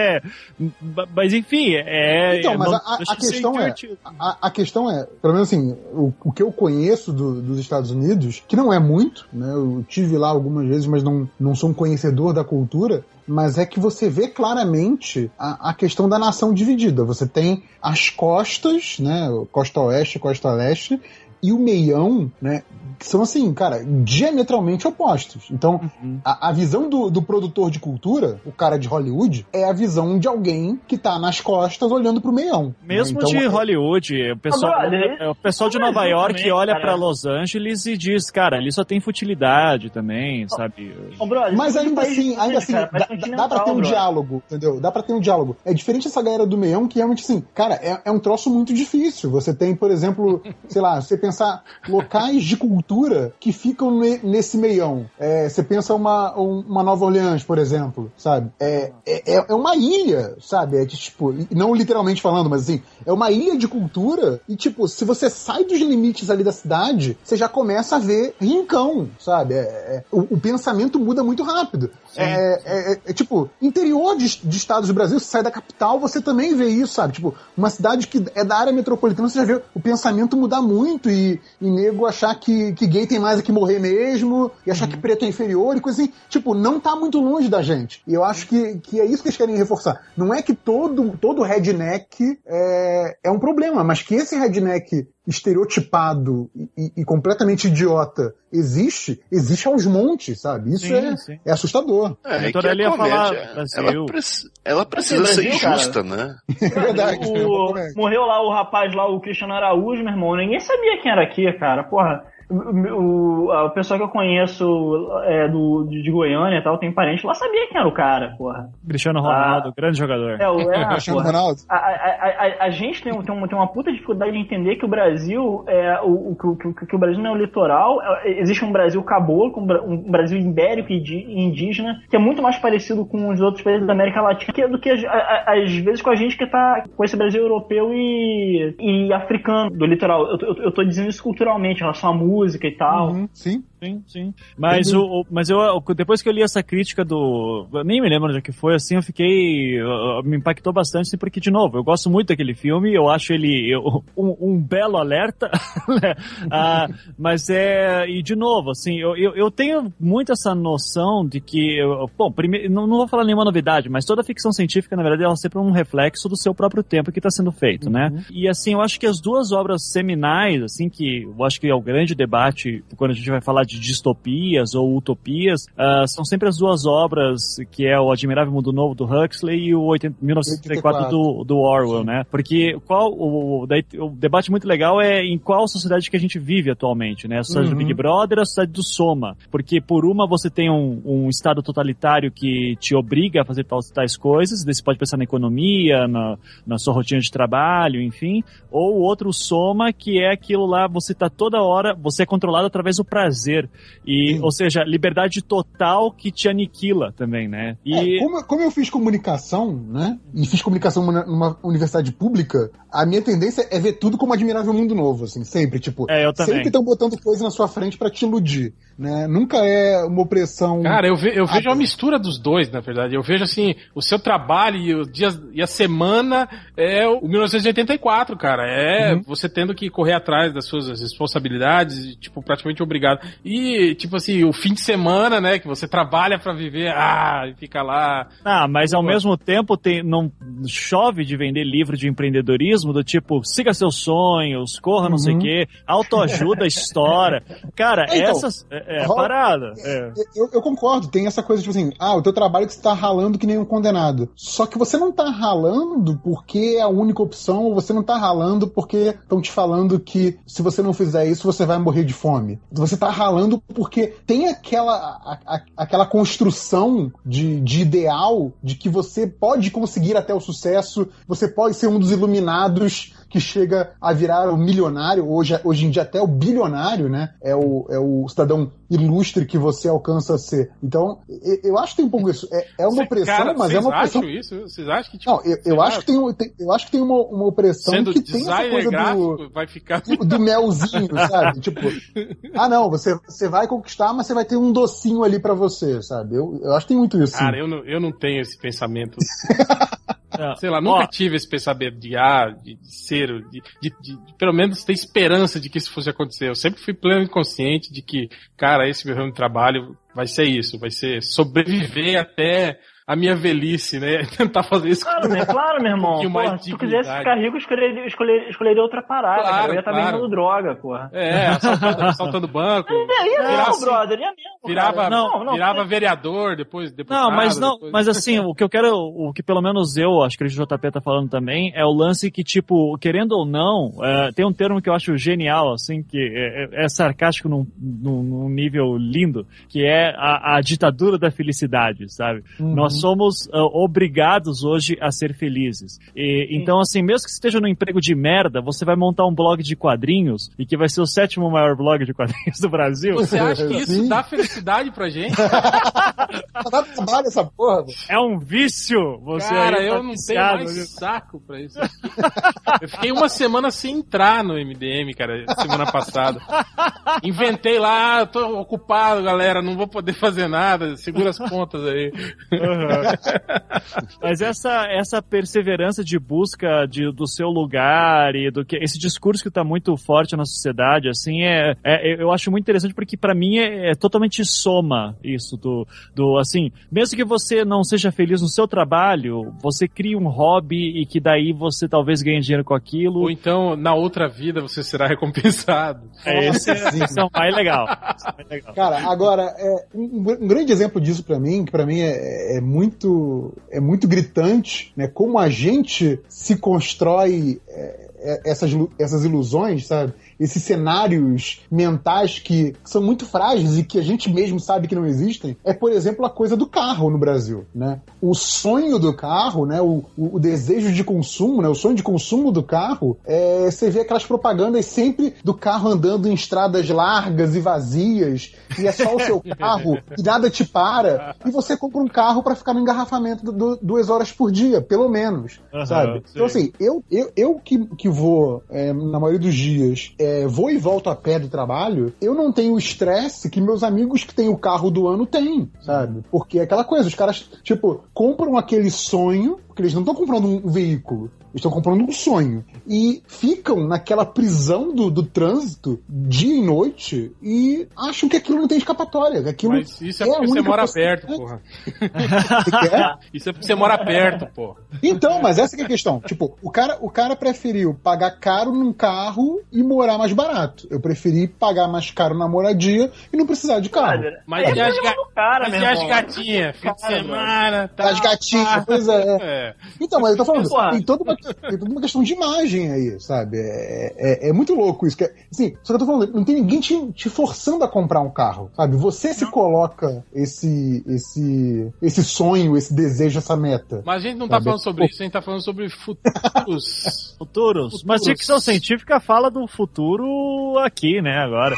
Mas enfim, Então, mas a questão é, pelo menos assim, o que eu conheço dos Estados Unidos, que não é muito, né? Eu tive lá algumas vezes, mas não sou um conhecedor da cultura, mas é que você vê claramente a questão da nação dividida. Você tem as costas, né? Costa Oeste, Costa Leste, e o meião, né, que são assim, cara, diametralmente opostos. Então, a visão do produtor de cultura, o cara de Hollywood, é a visão de alguém que tá nas costas olhando pro meião. Mesmo né? Então, de Hollywood, o pessoal de Nova York também, olha pra Los Angeles e diz, cara, ali só tem futilidade também, sabe? Mas ainda assim, dá pra ter um diálogo, entendeu? Dá pra ter um diálogo. É diferente essa galera do meião que realmente, assim, cara, é um troço muito difícil. Você tem, por exemplo, sei lá, você pensar locais de cultura que ficam nesse meião. Você pensa uma Nova Orleans, por exemplo, sabe? É uma ilha, sabe? Tipo, não literalmente falando, mas assim, é uma ilha de cultura e, tipo, se você sai dos limites ali da cidade, você já começa a ver rincão, sabe? O pensamento muda muito rápido. Tipo, interior de estados do Brasil, você sai da capital, você também vê isso, sabe? Tipo, uma cidade que é da área metropolitana, você já vê o pensamento mudar muito e nego achar que gay tem mais a que morrer mesmo, e achar que preto é inferior e coisa assim. Tipo, não tá muito longe da gente. E eu acho que é isso que eles querem reforçar. Não é que todo redneck é um problema, mas que esse redneck estereotipado e completamente idiota existe aos montes, sabe? Isso é assustador. A Torelli ia falar ela precisa ser injusta, né? É verdade. Morreu lá o rapaz lá, o Cristiano Araújo, meu irmão. Ninguém sabia quem era aqui, cara. Porra. O pessoal que eu conheço de Goiânia e tal, tem parente lá, sabia quem era o cara, porra. Cristiano Ronaldo, grande jogador. Cristiano Ronaldo. A gente tem uma puta dificuldade de entender que o Brasil que o Brasil não é o litoral. Existe um Brasil caboclo, um Brasil ibérico e indígena, que é muito mais parecido com os outros países da América Latina do que às vezes com a gente que tá com esse Brasil europeu e africano do litoral. Eu tô dizendo isso culturalmente, em relação à música e tal. Sim. Mas depois que eu li essa crítica eu nem me lembro onde é que foi, assim, me impactou bastante, assim, porque, de novo, eu gosto muito daquele filme, eu acho ele um belo alerta, né? Mas e de novo, assim, eu tenho muito essa noção de que, primeiro, não vou falar nenhuma novidade, mas toda ficção científica, na verdade, ela é sempre um reflexo do seu próprio tempo que está sendo feito, né? E, assim, eu acho que as duas obras seminais, assim, que eu acho que é o grande debate quando a gente vai falar de distopias ou utopias, são sempre as duas obras, que é o Admirável Mundo Novo do Huxley e o 1984 do Orwell, né? Porque o debate muito legal é em qual sociedade que a gente vive atualmente, né? A sociedade do Big Brother ou a sociedade do Soma? Porque por uma você tem um estado totalitário que te obriga a fazer tais coisas, daí você pode pensar na economia, na sua rotina de trabalho, enfim, ou o outro Soma, que é aquilo lá, você tá toda hora, você é controlado através do prazer. Ou seja, liberdade total que te aniquila também, né? Como eu fiz comunicação, né? E fiz comunicação numa universidade pública, a minha tendência é ver tudo como Admirável Mundo Novo, assim, sempre, tipo, eu também. Sempre estão botando coisa na sua frente pra te iludir, né? Nunca é uma opressão... Cara, eu vejo uma mistura dos dois, na verdade. Eu vejo, assim, o seu trabalho e os dias e a semana é o 1984, cara. Você tendo que correr atrás das suas responsabilidades, tipo, praticamente obrigado. E, tipo assim, o fim de semana, né, que você trabalha pra viver, e fica lá... mas ao mesmo tempo chove de vender livro de empreendedorismo do tipo, siga seus sonhos, corra não sei o quê, autoajuda, história. Cara, Então, essas... É parada. Eu concordo, tem essa coisa tipo assim, o teu trabalho que você tá ralando que nem um condenado. Só que você não tá ralando porque é a única opção, ou você não tá ralando porque estão te falando que se você não fizer isso, você vai morrer de fome. Você tá ralando porque tem aquela construção de ideal de que você pode conseguir até o sucesso, você pode ser um dos iluminados que chega a virar o milionário, hoje em dia até o bilionário, né? É o cidadão ilustre que você alcança a ser. Então, eu acho que tem um pouco isso. É uma opressão, cara, mas é uma opressão. Vocês acham que tipo, não, eu acho que tem uma opressão sendo que tem essa coisa gráfico, vai ficar do melzinho, sabe? Tipo, não, você vai conquistar, mas você vai ter um docinho ali pra você, sabe? Eu acho que tem muito isso. Cara, eu não tenho esse pensamento. Sei lá, nunca tive esse pensamento de ser, de pelo menos ter esperança de que isso fosse acontecer. Eu sempre fui plenamente consciente de que, cara, esse meu ramo de trabalho vai ser isso, vai ser sobreviver até a minha velhice, né? Tentar fazer isso. Claro, meu irmão. Porra, se tu quisesse ficar rico, escolheria outra parada, cara. Eu ia estar vendendo droga, porra. Assaltando banco. Brother, ia mesmo. Virava vereador, depois mas assim, o que eu quero, o que pelo menos eu, acho que o JP tá falando também, é o lance que, tipo, querendo ou não, tem um termo que eu acho genial, assim, que é sarcástico num nível lindo, que é a ditadura da felicidade, sabe? Nós somos obrigados hoje a ser felizes. Então, assim, mesmo que você esteja num emprego de merda, você vai montar um blog de quadrinhos, e que vai ser o 7º maior blog de quadrinhos do Brasil. Você acha que isso dá felicidade pra gente? Dá trabalho essa porra. É um vício. Cara, eu não tenho mais saco pra isso. Eu fiquei uma semana sem entrar no MDM, cara, semana passada. Inventei lá, tô ocupado, galera, não vou poder fazer nada, segura as pontas aí. Mas essa perseverança de busca do seu lugar e esse discurso que tá muito forte na sociedade, assim, eu acho muito interessante porque pra mim é totalmente soma isso assim, mesmo que você não seja feliz no seu trabalho, você cria um hobby e que daí você talvez ganhe dinheiro com aquilo. Ou então, na outra vida, você será recompensado. Esse é o mais legal. Cara, agora, um grande exemplo disso pra mim, que pra mim é muito gritante, né? Como a gente se constrói essas ilusões, sabe? Esses cenários mentais que são muito frágeis e que a gente mesmo sabe que não existem, por exemplo, a coisa do carro no Brasil, né? O sonho do carro, né? O desejo de consumo, né? O sonho de consumo do carro, você vê aquelas propagandas sempre do carro andando em estradas largas e vazias, e é só o seu carro, e nada te para, e você compra um carro para ficar no engarrafamento 2 horas por dia, pelo menos, sabe? Sim. Então, assim, eu que vou, na maioria dos dias, vou e volto a pé do trabalho, eu não tenho o estresse que meus amigos que têm o carro do ano têm, sabe? Porque é aquela coisa, os caras, tipo, compram aquele sonho, porque eles não estão comprando um veículo, eles estão comprando um sonho. E ficam naquela prisão do trânsito dia e noite e acham que aquilo não tem escapatória. Mas isso é porque você mora perto, porra. Isso é porque você mora perto, porra. Então, mas essa que é a questão. Tipo, o cara preferiu pagar caro num carro e morar mais barato. Eu preferi pagar mais caro na moradia e não precisar de carro. Mas e as gatinhas? Fim de semana, tá? As gatinhas, pois é. Então, mas eu tô falando, tem toda uma questão de imagem aí, sabe? É muito louco isso. Assim, só que eu tô falando, não tem ninguém te forçando a comprar um carro, sabe? Você se coloca esse sonho, esse desejo, essa meta. Mas a gente não tá falando sobre isso, a gente tá falando sobre futuros. Futuros. Mas ficção científica fala do futuro aqui, né, agora.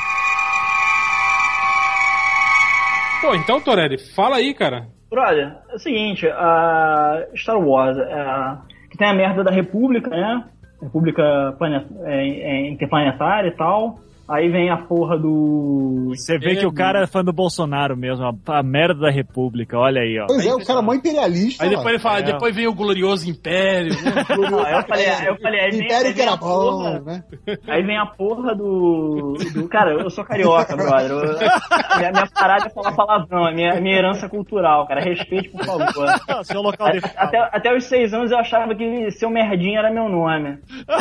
Pô, então, Torelli, fala aí, cara. Brother, é o seguinte, a Star Wars, que tem a merda da República, né? República interplanetária e tal. Aí vem a porra do... Você vê que o cara é fã do Bolsonaro mesmo, a merda da República, olha aí, ó. Pois é, o cara é mó imperialista. Aí depois ele fala, depois vem o glorioso Império, né? Eu falei, aí vem, Império aí que vem era a porra, bom, né? Aí vem a porra do... Cara, eu sou carioca, brother. Minha parada é falar palavrão, é minha herança cultural, cara. Respeite, por favor. Seu local de fala. Até os 6 anos eu achava que seu merdinha era meu nome.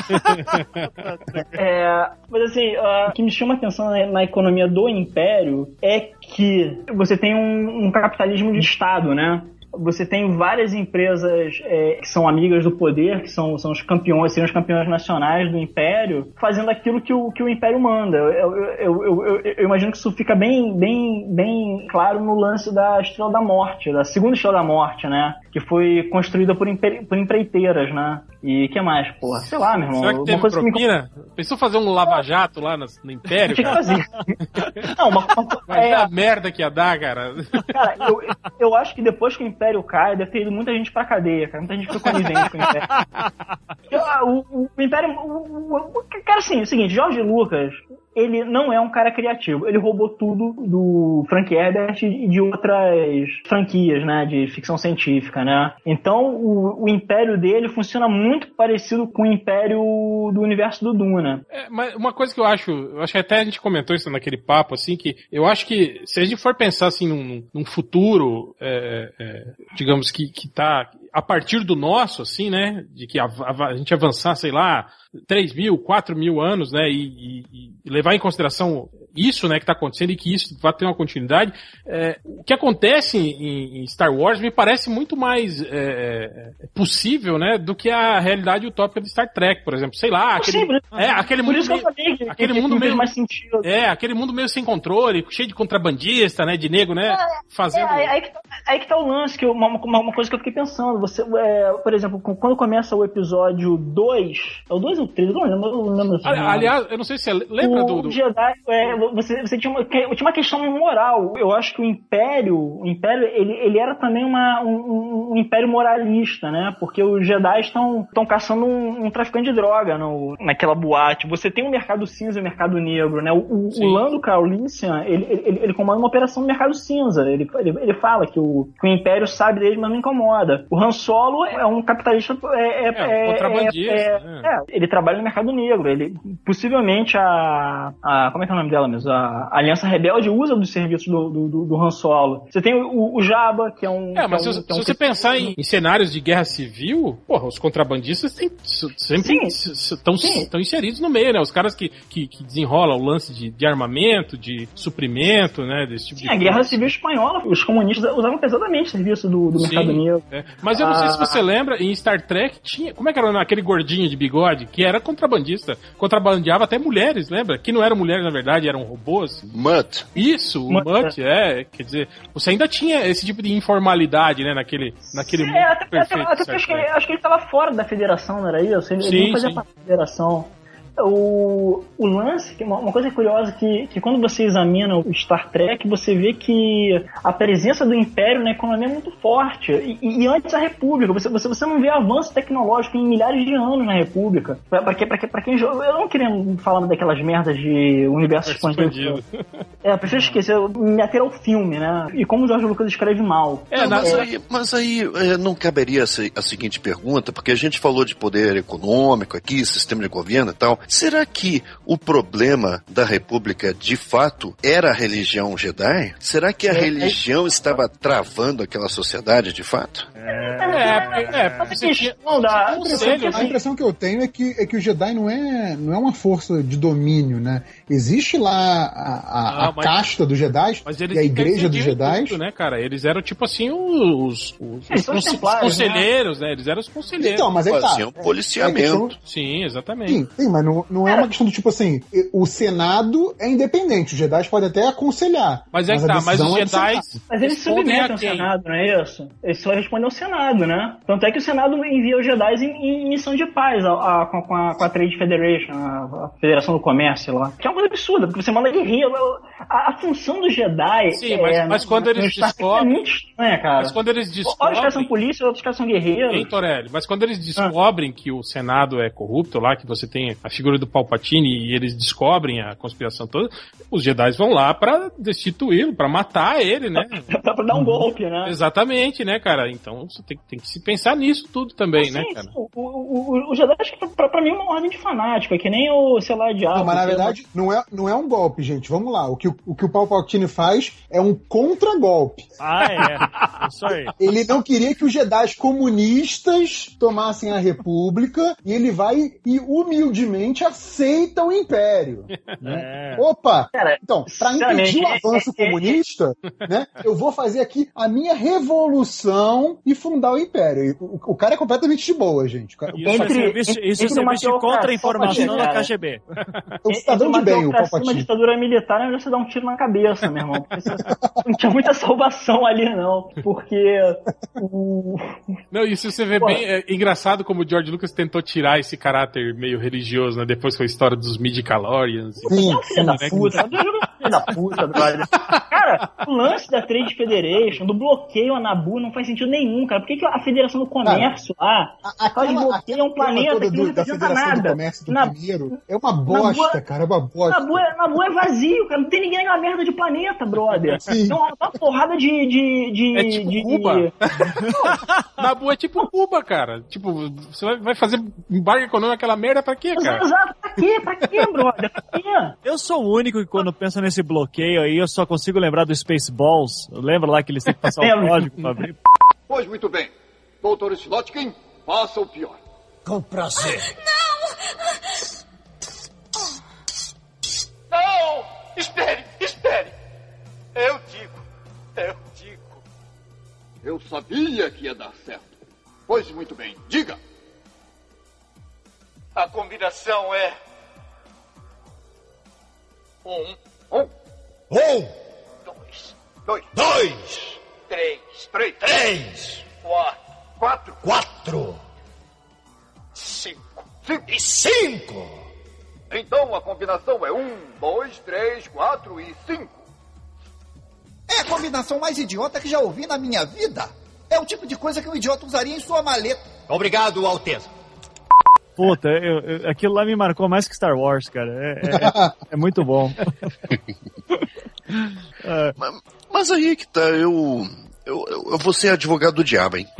Mas assim, o que me chama a atenção na economia do Império é que você tem um capitalismo de Estado, né? Você tem várias empresas que são amigas do poder, que são os campeões, seriam os campeões nacionais do Império, fazendo aquilo que o Império manda. Eu imagino que isso fica bem claro no lance da Estrela da Morte, da segunda Estrela da Morte, né? Que foi construída por empreiteiras, né? E o que mais, porra? Sei lá, meu irmão. Será que teve propina? Pensou fazer um lava-jato lá no Império, cara? Fazer. Não, Mas a merda que ia dar, cara. Cara, eu acho que depois que o Império cai, deve ter ido muita gente pra cadeia, cara. Muita gente ficou conivente com o Império. O Império... Cara, assim, é o seguinte, George Lucas, ele não é um cara criativo. Ele roubou tudo do Frank Herbert e de outras franquias, né, de ficção científica, né? Então, o Império dele funciona muito parecido com o Império do universo do Duna. Mas uma coisa que eu acho que até a gente comentou isso naquele papo, assim, que eu acho que se a gente for pensar, assim, num futuro, digamos que tá a partir do nosso, assim, né, de que a gente avançar, sei lá, 3.000, 4.000 anos, né, e levar em consideração isso, né, que está acontecendo e que isso vai ter uma continuidade, o que acontece em Star Wars me parece muito mais possível, né, do que a realidade utópica de Star Trek, por exemplo. Sei lá, aquele mundo meio, aquele mundo meio mais sentido. Aquele mundo meio sem controle, cheio de contrabandista, né, de nego, né, fazendo... Aí que tá o lance, que uma coisa que eu fiquei pensando. Você, por exemplo, quando começa o episódio 2, é o 2 ou o 3? Eu não lembro. Aliás, eu não sei se você lembra do... Jedi, você tinha uma questão moral. Eu acho que o Império ele era também um império moralista, né? Porque os Jedi estão caçando um traficante de droga naquela boate. Você tem um mercado cinza e um mercado negro, né? O Lando Calrissian, ele comanda uma operação no mercado cinza. Ele fala que o Império sabe dele, mas não incomoda. O Han Solo é um capitalista contrabandista. Ele trabalha no mercado negro. Ele possivelmente como é que é o nome dela mesmo? A Aliança Rebelde usa dos serviços do Han Solo. Você tem o Jabba, que é um... mas se você pensar em cenários de guerra civil, porra, os contrabandistas sempre estão inseridos no meio, né? Os caras que desenrolam o lance de armamento, de suprimento, né? Desse tipo de coisa. A guerra civil espanhola, os comunistas usavam pesadamente o serviço do mercado negro. Mas eu não sei se você lembra, em Star Trek tinha... Como é que era aquele gordinho de bigode que era contrabandista? Contrabandeava até mulheres, lembra? Que não eram mulheres, na verdade, eram robôs. Mutt. Isso, o Mutt, quer dizer, você ainda tinha esse tipo de informalidade, né, naquele mundo perfeito. Acho que ele estava fora da federação, não era isso? Ele não fazia parte da federação. O lance, uma coisa curiosa que quando você examina o Star Trek, você vê que a presença do Império na economia é muito forte. E antes a República, você não vê avanço tecnológico em milhares de anos na República. Pra quem joga, eu não queria falar daquelas merdas de universo expandido. Eu prefiro esquecer, me ater ao filme, né? E como o George Lucas escreve mal. Mas aí não caberia a seguinte pergunta, porque a gente falou de poder econômico aqui, sistema de governo e tal. Será que o problema da República, de fato, era a religião Jedi? Será que a religião estava travando aquela sociedade, de fato? A impressão que eu tenho é que o Jedi não é uma força de domínio, né? Existe lá a casta dos Jedi e a igreja dos Jedi. Tudo, né, cara? Eles eram tipo assim os conselheiros, né? Eles eram os conselheiros. Então, mas aí tá. Um policiamento. Sim, exatamente. Sim, mas não é uma questão do tipo assim, o Senado é independente, os Jedi podem até aconselhar. Mas os Jedi... Mas eles submetem ao Senado, não é isso? Eles só respondem ao Senado, né? Tanto é que o Senado envia os Jedi em missão de paz com a Trade Federation, a Federação do Comércio lá. Que é uma coisa absurda, porque você manda guerrilha. A função do Jedi. Sim, mas quando eles descobrem. É muito estranha, cara. Mas quando eles descobrem. Os caras são polícia, outros caras são guerreiros. Hein, Torelli? Mas quando eles descobrem que o Senado é corrupto lá, que você tem a figura do Palpatine e eles descobrem a conspiração toda, os Jedi vão lá pra destituí-lo, pra matar ele, né? pra dar um golpe, né? Exatamente, né, cara? Então você tem que se pensar nisso tudo também, né, cara? O Jedi, acho que pra mim é uma ordem de fanático, é que nem o, sei lá, diabo. Não, mas na verdade não é um golpe, gente. Vamos lá. O que o Palpatine faz é um contra-golpe. Isso aí. Ele não queria que os Jedi comunistas tomassem a República e ele vai e humildemente aceita o Império. Né? Opa! Cara, então, pra impedir o avanço comunista, né, eu vou fazer aqui a minha revolução e fundar o Império. O cara é completamente de boa, gente. Isso é serviço de contra-informação da KGB. É um cidadão de bem, o Palpatine. Uma ditadura militar é melhor você dar um tiro na cabeça, meu irmão. Não tinha muita salvação ali, não. Porque Não, isso você vê bem. É engraçado como o George Lucas tentou tirar esse caráter meio religioso, né? Depois com a história dos midi-chlorians. Filho da puta. Filho da puta, brother. Cara, o lance da Trade Federation, do bloqueio a Naboo, não faz sentido nenhum, cara. Por que a Federação do Comércio lá, bloqueia um planeta que não representa nada? Do comércio do primeiro é uma bosta, cara. É uma bosta. Naboo é vazio, cara. Não tem ninguém na merda de planeta, brother. Sim. É uma porrada de É tipo Cuba. Naboo é tipo Cuba, cara. Tipo, você vai fazer embarque econômico aquela merda pra quê, cara? Exato. Pra quê, brother? Pra quê? Eu sou o único que quando pensa nesse bloqueio aí, eu só consigo lembrar do Spaceballs. Lembra lá que eles têm que passar o código pra abrir? Pois muito bem. Doutor Slotkin, faça o pior. Com prazer. Não! Espere! Eu digo. Eu sabia que ia dar certo. Pois muito bem, diga. A combinação é... 1, 2, 3, 4, 5. Então a combinação é 1, 2, 3, 4 e 5. É a combinação mais idiota que já ouvi na minha vida. É o tipo de coisa que um idiota usaria em sua maleta. Obrigado, Alteza. Puta, aquilo lá me marcou mais que Star Wars, cara. É muito bom. Mas aí que tá, eu vou ser advogado do diabo, hein?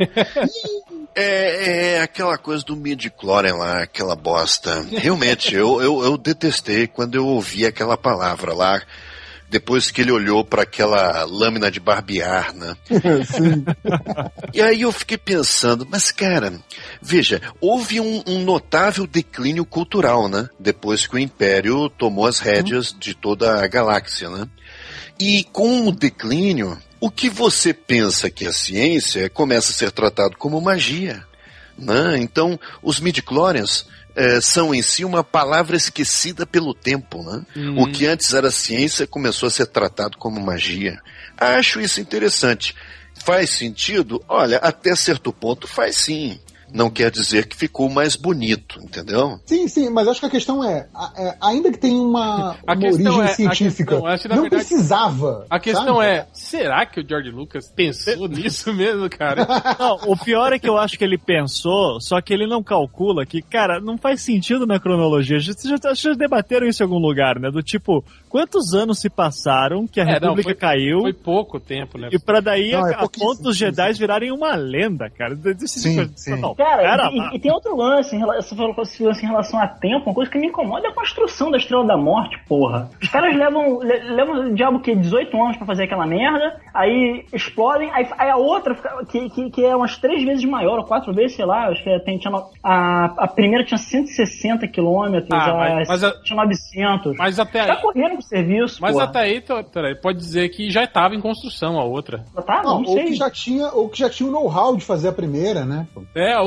É aquela coisa do midi-chlorian lá, aquela bosta. Realmente, eu detestei quando eu ouvi aquela palavra lá, depois que ele olhou para aquela lâmina de barbear, né? Sim. E aí eu fiquei pensando, mas cara, veja, houve um notável declínio cultural, né? Depois que o Império tomou as rédeas de toda a galáxia, né? E com o declínio, o que você pensa que a ciência começa a ser tratado como magia, né? Então, os midi-chlorians são em si uma palavra esquecida pelo tempo, né? O que antes era ciência começou a ser tratado como magia. Acho isso interessante. Faz sentido? Olha, até certo ponto faz sim. Não quer dizer que ficou mais bonito, entendeu? Sim, mas acho que a questão ainda que tenha uma origem científica, não precisava. A questão será que o George Lucas pensou nisso mesmo, cara? Não, o pior é que eu acho que ele pensou, só que ele não calcula que, cara, não faz sentido na cronologia. Vocês já debateram isso em algum lugar, né? Do tipo, quantos anos se passaram que a República caiu? Foi pouco tempo, né? E pra daí a ponto dos Jedi virarem uma lenda, cara. Sim. Não, cara, e tem outro lance, você falou esse lance em relação a tempo, uma coisa que me incomoda é a construção da Estrela da Morte, porra. Os caras levam o diabo que 18 anos pra fazer aquela merda, aí explodem, aí a outra, que é umas 3 vezes maior, ou 4 vezes, sei lá, acho que a primeira tinha 160 quilômetros, tinha 900. Mas até aí... Tá correndo pro serviço, mas porra. Até aí, pode dizer que já estava em construção a outra. Tá, não sei. Ou que já tinha o know-how de fazer a primeira, né? Ou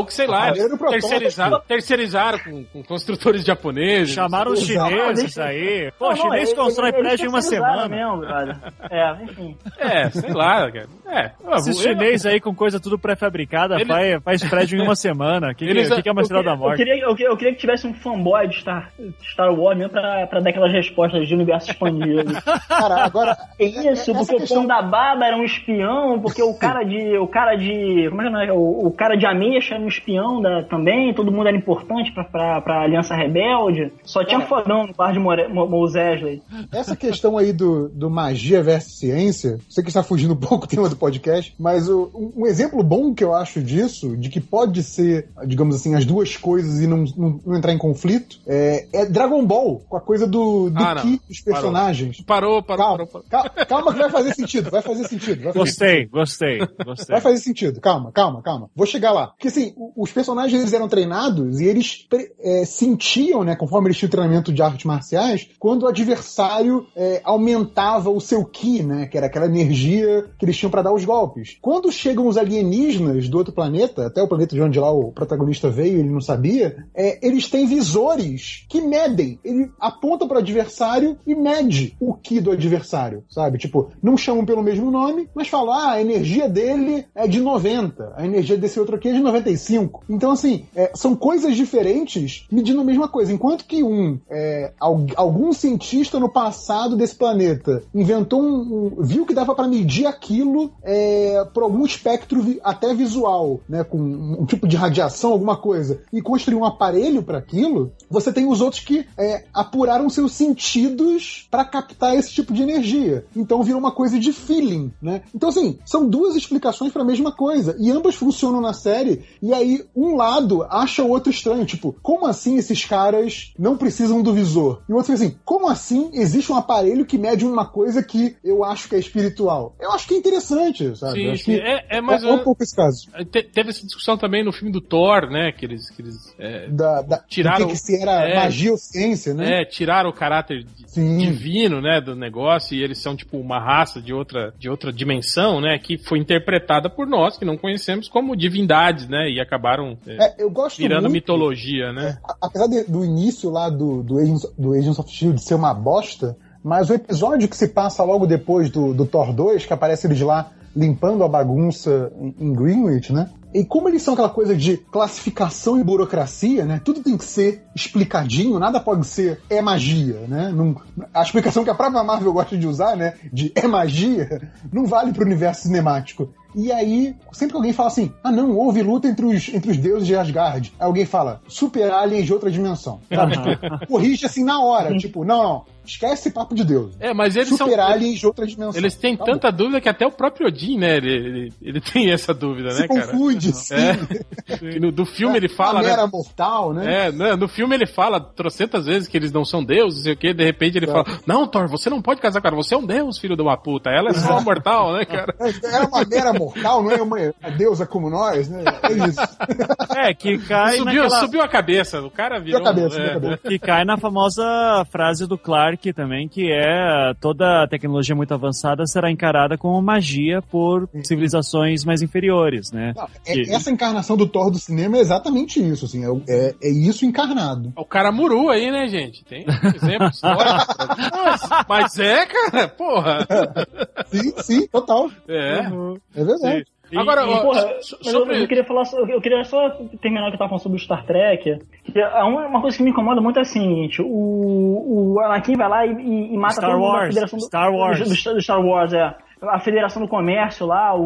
ou que, sei lá, terceirizaram com construtores japoneses. Chamaram os chineses aí. Pô, o chinês constrói prédio em uma semana. Mesmo, enfim. Sei lá, cara. Esses chineses aí com coisa tudo pré-fabricada faz prédio em uma semana. O que é uma Estrela da Morte? Eu queria que tivesse um fanboy de Star Wars mesmo pra dar aquelas respostas de universo expandido. Cara, agora... Isso, porque o Pão da Baba era um espião, porque o cara de... Como é que é? O cara de Ameixa era um espião também, todo mundo era importante pra Aliança Rebelde. Só tinha fodão no bar de Mos Eisley. Essa questão aí do magia versus ciência, sei que está fugindo um pouco do tema do podcast, mas um exemplo bom que eu acho disso, de que pode ser, digamos assim, as duas coisas e não entrar em conflito, é Dragon Ball, com a coisa do ki dos personagens. Parou. Calma que vai fazer sentido. Gostei. Vai fazer sentido. Calma. Vou chegar lá. Porque assim, os personagens eles eram treinados e eles sentiam, né, conforme eles tinham treinamento de artes marciais, quando o adversário aumentava o seu ki, né, que era aquela energia que eles tinham pra dar os golpes. Quando chegam os alienígenas do outro planeta, até o planeta de onde lá o protagonista veio, ele não sabia, eles têm visores que medem. Ele aponta pro adversário e mede o ki do adversário, sabe? Tipo, não chamam pelo mesmo nome, mas falam, a energia dele é de 90, a energia desse outro aqui é de 95. Então, assim, são coisas diferentes medindo a mesma coisa. Enquanto que algum cientista no passado desse planeta inventou viu que dava para medir aquilo por algum espectro até visual, né, com um tipo de radiação, alguma coisa, e construiu um aparelho para aquilo, você tem os outros que apuraram seus sentidos para captar esse tipo de energia. Então virou uma coisa de feeling, né? Então, assim, são duas explicações para a mesma coisa, e ambas funcionam na série, e aí um lado acha o outro estranho, tipo, como assim esses caras não precisam do visor? E o outro fica assim, como assim existe um aparelho que mede uma coisa que eu acho que é espiritual? Eu acho que é interessante, sabe? Sim. Mas um pouco esse caso. Teve essa discussão também no filme do Thor, né? Que eles tiraram que se era magia ou ciência, né? Tiraram o caráter divino, né, do negócio, e eles são tipo uma raça de outra dimensão, né? Que foi interpretada por nós, que não conhecemos, como divindades, né? E acabaram eu gosto virando muito, mitologia, né? Apesar do início lá do Agents of S.H.I.E.L.D. ser uma bosta, mas o episódio que se passa logo depois do Thor 2, que aparece eles lá limpando a bagunça em Greenwich, né? E como eles são aquela coisa de classificação e burocracia, né? Tudo tem que ser explicadinho, nada pode ser magia, né? A explicação que a própria Marvel gosta de usar, né? De magia, não vale pro universo cinemático. E aí, sempre que alguém fala assim, não, houve luta entre os deuses de Asgard. Aí alguém fala, super aliens de outra dimensão. Corrige assim na hora, tipo, não, esquece esse papo de Deus. Mas eles super aliens de outra dimensão. Eles têm tanta dúvida que até o próprio Odin, né, ele tem essa dúvida, né, cara? Se confunde, sim. Do filme ele fala, né? Era mortal, né? No filme ele fala trocentas vezes que eles não são deuses, não sei o que, de repente ele fala, não, Thor, você não pode casar com ela, você é um deus, filho de uma puta, ela é só mortal, né, cara? Era uma mera mortal, não é uma deusa como nós, né? É isso. Que cai subiu a cabeça, o cara virou... Subiu a cabeça. Que cai na famosa frase do Clark também, que toda a tecnologia muito avançada será encarada como magia por civilizações mais inferiores, né? Não, essa encarnação do Thor do cinema é exatamente isso, assim, é isso encarnado. O cara Muru aí, né, gente? Tem exemplo histórico. Mas cara, porra. Sim, total. É verdade. Sim. Agora, eu queria falar, eu queria só terminar o que eu tava falando sobre o Star Trek. Que uma coisa que me incomoda muito é a seguinte: o Anakin vai lá e mata todo mundo da Federação do Star Wars, a Federação do Comércio lá,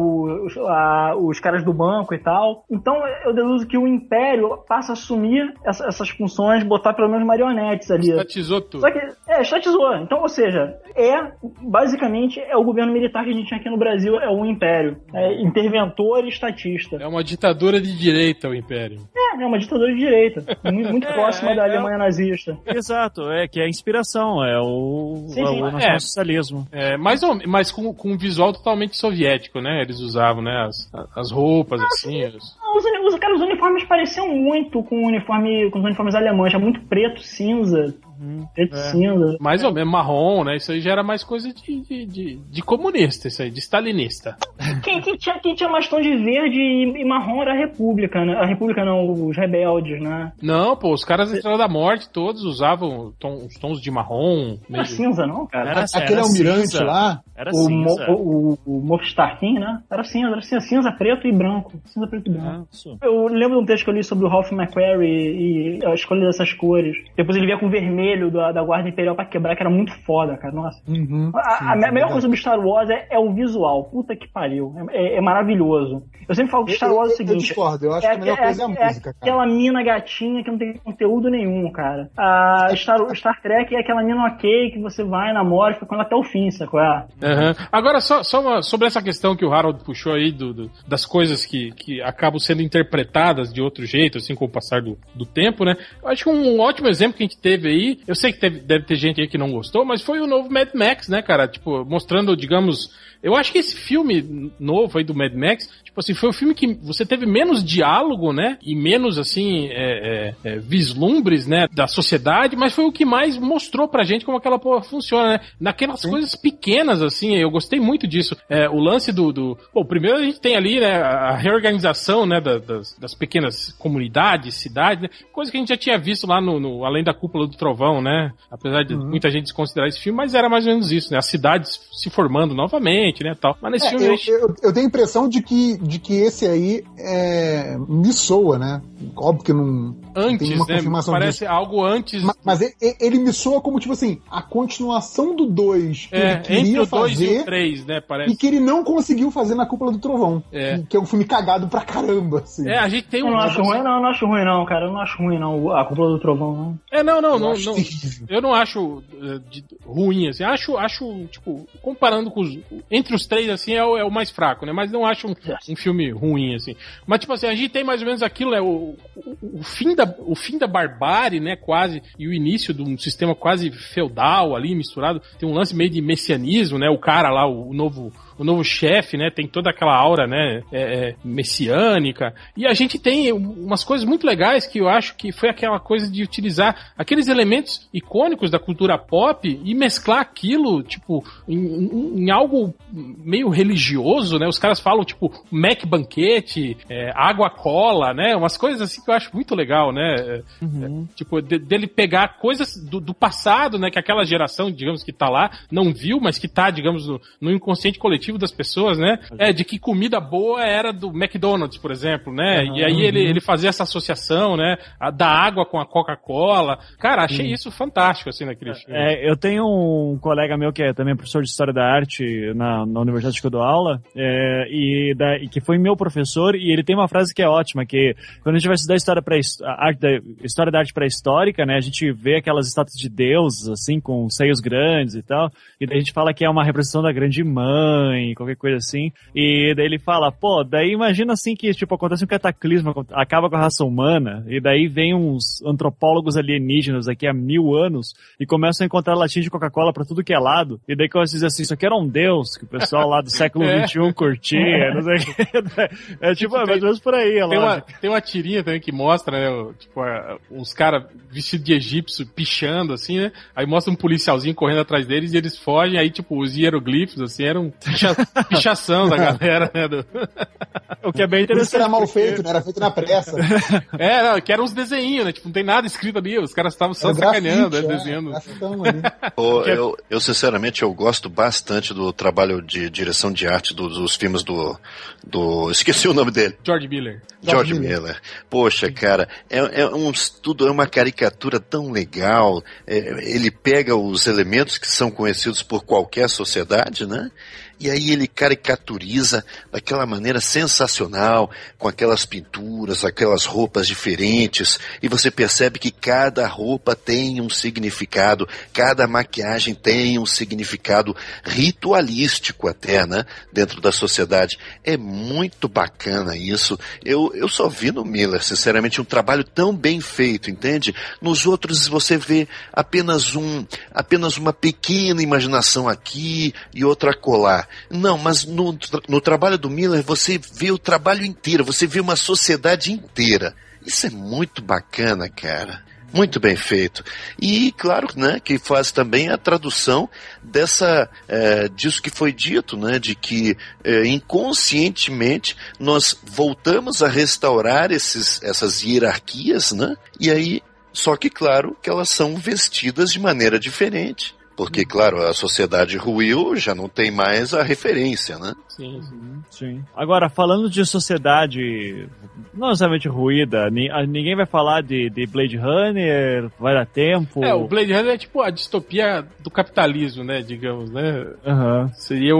os caras do banco e tal. Então eu deduzo que o Império passa a assumir essas funções, botar pelo menos marionetes ali. Estatizou tudo. Só que, estatizou. Então, ou seja, basicamente o governo militar que a gente tinha aqui no Brasil, é o Império. Interventor e estatista. É uma ditadura de direita o Império. É uma ditadura de direita. Muito próxima da Alemanha nazista. Exato, que é a inspiração, o nacionalsocialismo. Mas com visual totalmente soviético, né? Eles usavam, né? As roupas, assim. Os uniformes pareciam muito com os uniformes alemães. É muito preto, cinza. Preto e cinza. Mais ou menos, marrom, né? Isso aí já era mais coisa de comunista, isso aí, de stalinista. Quem tinha mais tom de verde e marrom era a República, né? A República não, os rebeldes, né? Não, pô, os caras da Estrela da Morte todos usavam os tons de marrom. Não era cinza, não, cara? Aquele almirante lá, era cinza. O Moff Tarkin, né? Era cinza, preto e branco. Cinza, preto e branco. Eu lembro de um texto que eu li sobre o Ralph McQuarrie e a escolha dessas cores. Depois ele via com o vermelho da Guarda Imperial pra quebrar, que era muito foda, cara. Nossa. A melhor coisa do Star Wars é o visual. Puta que pariu. É maravilhoso. Eu sempre falo que Star Wars é o seguinte... Eu discordo. Eu acho que a melhor coisa é a música, cara. Aquela mina gatinha que não tem conteúdo nenhum, cara. Star Trek é aquela mina ok que você vai, namora e fica com ela até o fim, sacou? Agora, só sobre essa questão que o Harold puxou aí das coisas que acabam sendo interpretadas de outro jeito, assim, com o passar do tempo, né? Eu acho que um ótimo exemplo que a gente teve aí, eu sei que deve ter gente aí que não gostou, mas foi o novo Mad Max, né, cara? Tipo, mostrando, digamos... Eu acho que esse filme novo aí do Mad Max, tipo assim, foi um filme que você teve menos diálogo, né? E menos, assim, vislumbres, né? Da sociedade, mas foi o que mais mostrou pra gente como aquela porra funciona, né? Naquelas coisas pequenas, assim, eu gostei muito disso. O lance Bom, primeiro a gente tem ali, né? A reorganização, né? Das pequenas comunidades, cidades, né? Coisa que a gente já tinha visto lá no Além da Cúpula do Trovão, né? Apesar de muita gente desconsiderar esse filme, mas era mais ou menos isso, né? As cidades se formando novamente, né, tal. Mas nesse filme eu tenho a impressão de que esse aí me soa, né? Óbvio que não tem uma confirmação parece disso. Algo antes. Mas ele me soa como, tipo assim, a continuação do 2 que ele queria entre o 2 fazer e o 3, né? Parece. E que ele não conseguiu fazer na Cúpula do Trovão. Que é um filme cagado pra caramba, assim. A gente tem Eu não acho ruim, não, cara. Eu não acho ruim, não, a Cúpula do Trovão, não. Não. Eu não acho ruim, assim. Acho, tipo, comparando com entre os três, assim, é o mais fraco, né? Mas não acho um filme ruim, assim. Mas, tipo assim, a gente tem mais ou menos aquilo, né? O fim da barbárie, né? Quase, e o início de um sistema quase feudal ali, misturado. Tem um lance meio de messianismo, né? O cara lá, o novo chefe, né, tem toda aquela aura, né, messiânica, e a gente tem umas coisas muito legais que eu acho que foi aquela coisa de utilizar aqueles elementos icônicos da cultura pop e mesclar aquilo, tipo, em algo meio religioso, né, os caras falam, tipo, Mac banquete, água cola, né, umas coisas assim que eu acho muito legal, né, tipo, dele pegar coisas do passado, né, que aquela geração, digamos, que tá lá, não viu, mas que tá, digamos, no inconsciente coletivo das pessoas, né? De que comida boa era do McDonald's, por exemplo, né? E aí ele fazia essa associação, né? Da água com a Coca-Cola. Cara, achei isso fantástico, assim, naquele filme. Eu tenho um colega meu que é também professor de História da Arte na universidade que eu dou aula, e que foi meu professor, e ele tem uma frase que é ótima, que quando a gente vai estudar história da arte pré-histórica, né? A gente vê aquelas estátuas de deuses, assim, com seios grandes e tal, e daí a gente fala que é uma representação da grande mãe, qualquer coisa assim, e daí ele fala, daí imagina assim que, tipo, acontece um cataclisma, acaba com a raça humana, e daí vem uns antropólogos alienígenas aqui há 1000 anos, e começam a encontrar latinha de Coca-Cola pra tudo que é lado, e daí começam a dizer assim, isso aqui era um deus, que o pessoal lá do século XXI curtia, não sei o que. Tipo, mais ou menos por aí, tem uma tirinha também que mostra, né, tipo, uns caras vestidos de egípcio pichando, assim, né, aí mostra um policialzinho correndo atrás deles, e eles fogem, aí, tipo, os hieroglifos, assim, eram pichação da galera, né? O que é bem interessante. Isso era mal feito, né? Era feito na pressa. Que eram uns desenhinhos, né? Tipo, não tem nada escrito ali, os caras estavam só sacaneando, desenhando. Eu, sinceramente, eu gosto bastante do trabalho de direção de arte dos filmes do esqueci o nome dele. George Miller. George Miller. Poxa, cara, é uma caricatura tão legal. Ele pega os elementos que são conhecidos por qualquer sociedade, né? E aí ele caricaturiza daquela maneira sensacional, com aquelas pinturas, aquelas roupas diferentes, e você percebe que cada roupa tem um significado, cada maquiagem tem um significado ritualístico até, né, dentro da sociedade. É muito bacana isso. Eu só vi no Miller, sinceramente, um trabalho tão bem feito, entende? Nos outros você vê apenas uma pequena imaginação aqui e outra acolá. Não, mas no trabalho do Miller você vê o trabalho inteiro, você vê uma sociedade inteira. Isso é muito bacana, cara. Muito bem feito. E, claro, né, que faz também a tradução disso que foi dito, né, de que inconscientemente nós voltamos a restaurar essas hierarquias, né, e aí, só que, claro, que elas são vestidas de maneira diferente. Porque, claro, a sociedade ruiu, já não tem mais a referência, né? Sim. Agora, falando de sociedade não necessariamente ruída, ninguém vai falar de Blade Runner, vai dar tempo... O Blade Runner é tipo a distopia do capitalismo, né, digamos, né? Seria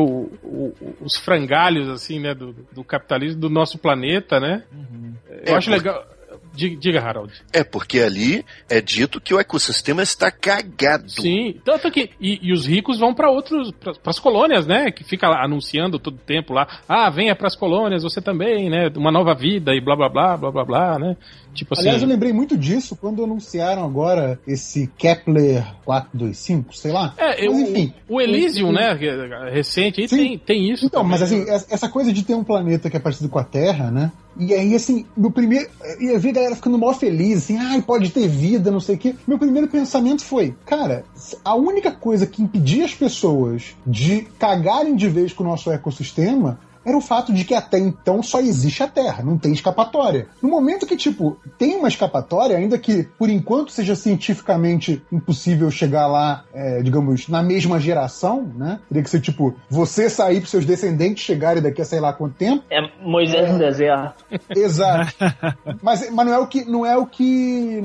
os frangalhos, assim, né, do capitalismo do nosso planeta, né? Eu acho legal... Diga, Harold. É porque ali é dito que o ecossistema está cagado. Sim, tanto que... E os ricos vão para as colônias, né? Que fica lá anunciando todo tempo lá. Venha para as colônias, você também, né? Uma nova vida e blá, blá, blá, blá, blá, blá, né? Tipo assim... Aliás, eu lembrei muito disso quando anunciaram agora esse Kepler 425, sei lá. Mas, enfim... O Elysium, né? Recente, aí tem isso. Então, também, mas assim, essa coisa de ter um planeta que é parecido com a Terra, né? E aí, assim, meu primeiro... Eu vi a galera ficando mó feliz, assim, pode ter vida, não sei o quê. Meu primeiro pensamento foi, cara, a única coisa que impedia as pessoas de cagarem de vez com o nosso ecossistema era o fato de que até então só existe a Terra, não tem escapatória. No momento que, tem uma escapatória, ainda que por enquanto seja cientificamente impossível chegar lá, digamos, na mesma geração, né? Teria que ser, você sair para seus descendentes chegarem daqui a sei lá quanto tempo. Moisés no deserto. Exato. Mas não é o que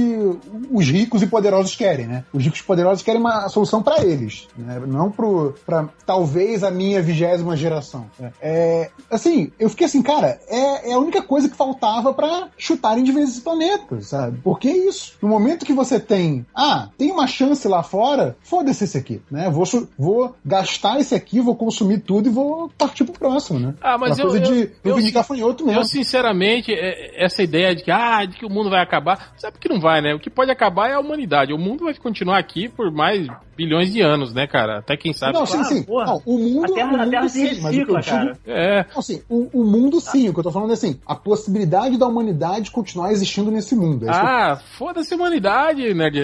os ricos e poderosos querem, né? Os ricos e poderosos querem uma solução para eles, né? Não para talvez a minha 20ª geração. Assim, eu fiquei assim, cara, é a única coisa que faltava pra chutarem de vez esse planeta, sabe? Porque é isso. No momento que você tem uma chance lá fora, foda-se esse aqui, né? Vou gastar esse aqui, vou consumir tudo e vou partir pro próximo, né? Mas uma coisa de reivindicar gafanhoto mesmo. Eu, sinceramente, essa ideia de que o mundo vai acabar, sabe que não vai, né? O que pode acabar é a humanidade. O mundo vai continuar aqui por mais bilhões de anos, né, cara? Até quem sabe. Não, sim. Não, o mundo... A Terra se recicla, cara. Não, assim, o mundo sim, o que eu tô falando é assim, a possibilidade da humanidade continuar existindo nesse mundo. Foda-se a humanidade, né,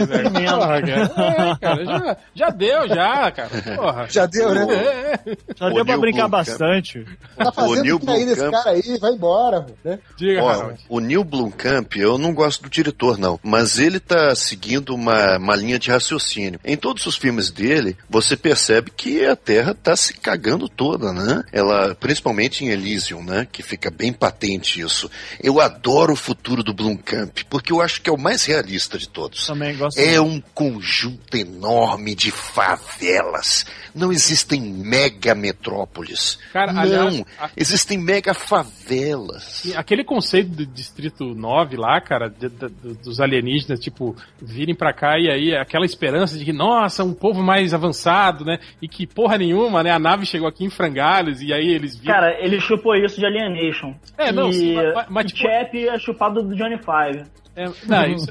cara, já deu, cara. Porra. Já deu, né? Já deu pra brincar bastante. Tá fazendo o que aí nesse cara aí, vai embora. Né? Diga, o Neil Blomkamp, eu não gosto do diretor, não, mas ele tá seguindo uma linha de raciocínio. Em todos os filmes dele, você percebe que a Terra tá se cagando toda, né? Ela, principalmente em Elysium, né? Que fica bem patente isso. Eu adoro o futuro do Blomkamp, porque eu acho que é o mais realista de todos. Também gosto. Um conjunto enorme de favelas. Não existem mega metrópoles. Cara, não, existem mega favelas. Aquele conceito do Distrito 9 lá, cara, dos alienígenas, virem pra cá e aí aquela esperança de que, nossa, um povo mais avançado, né? E que porra nenhuma, né? A nave chegou aqui em frangalhos e aí eles viram... Cara, ele chupou isso de Alienation. Mas Chap é chupado do Johnny Five. Mais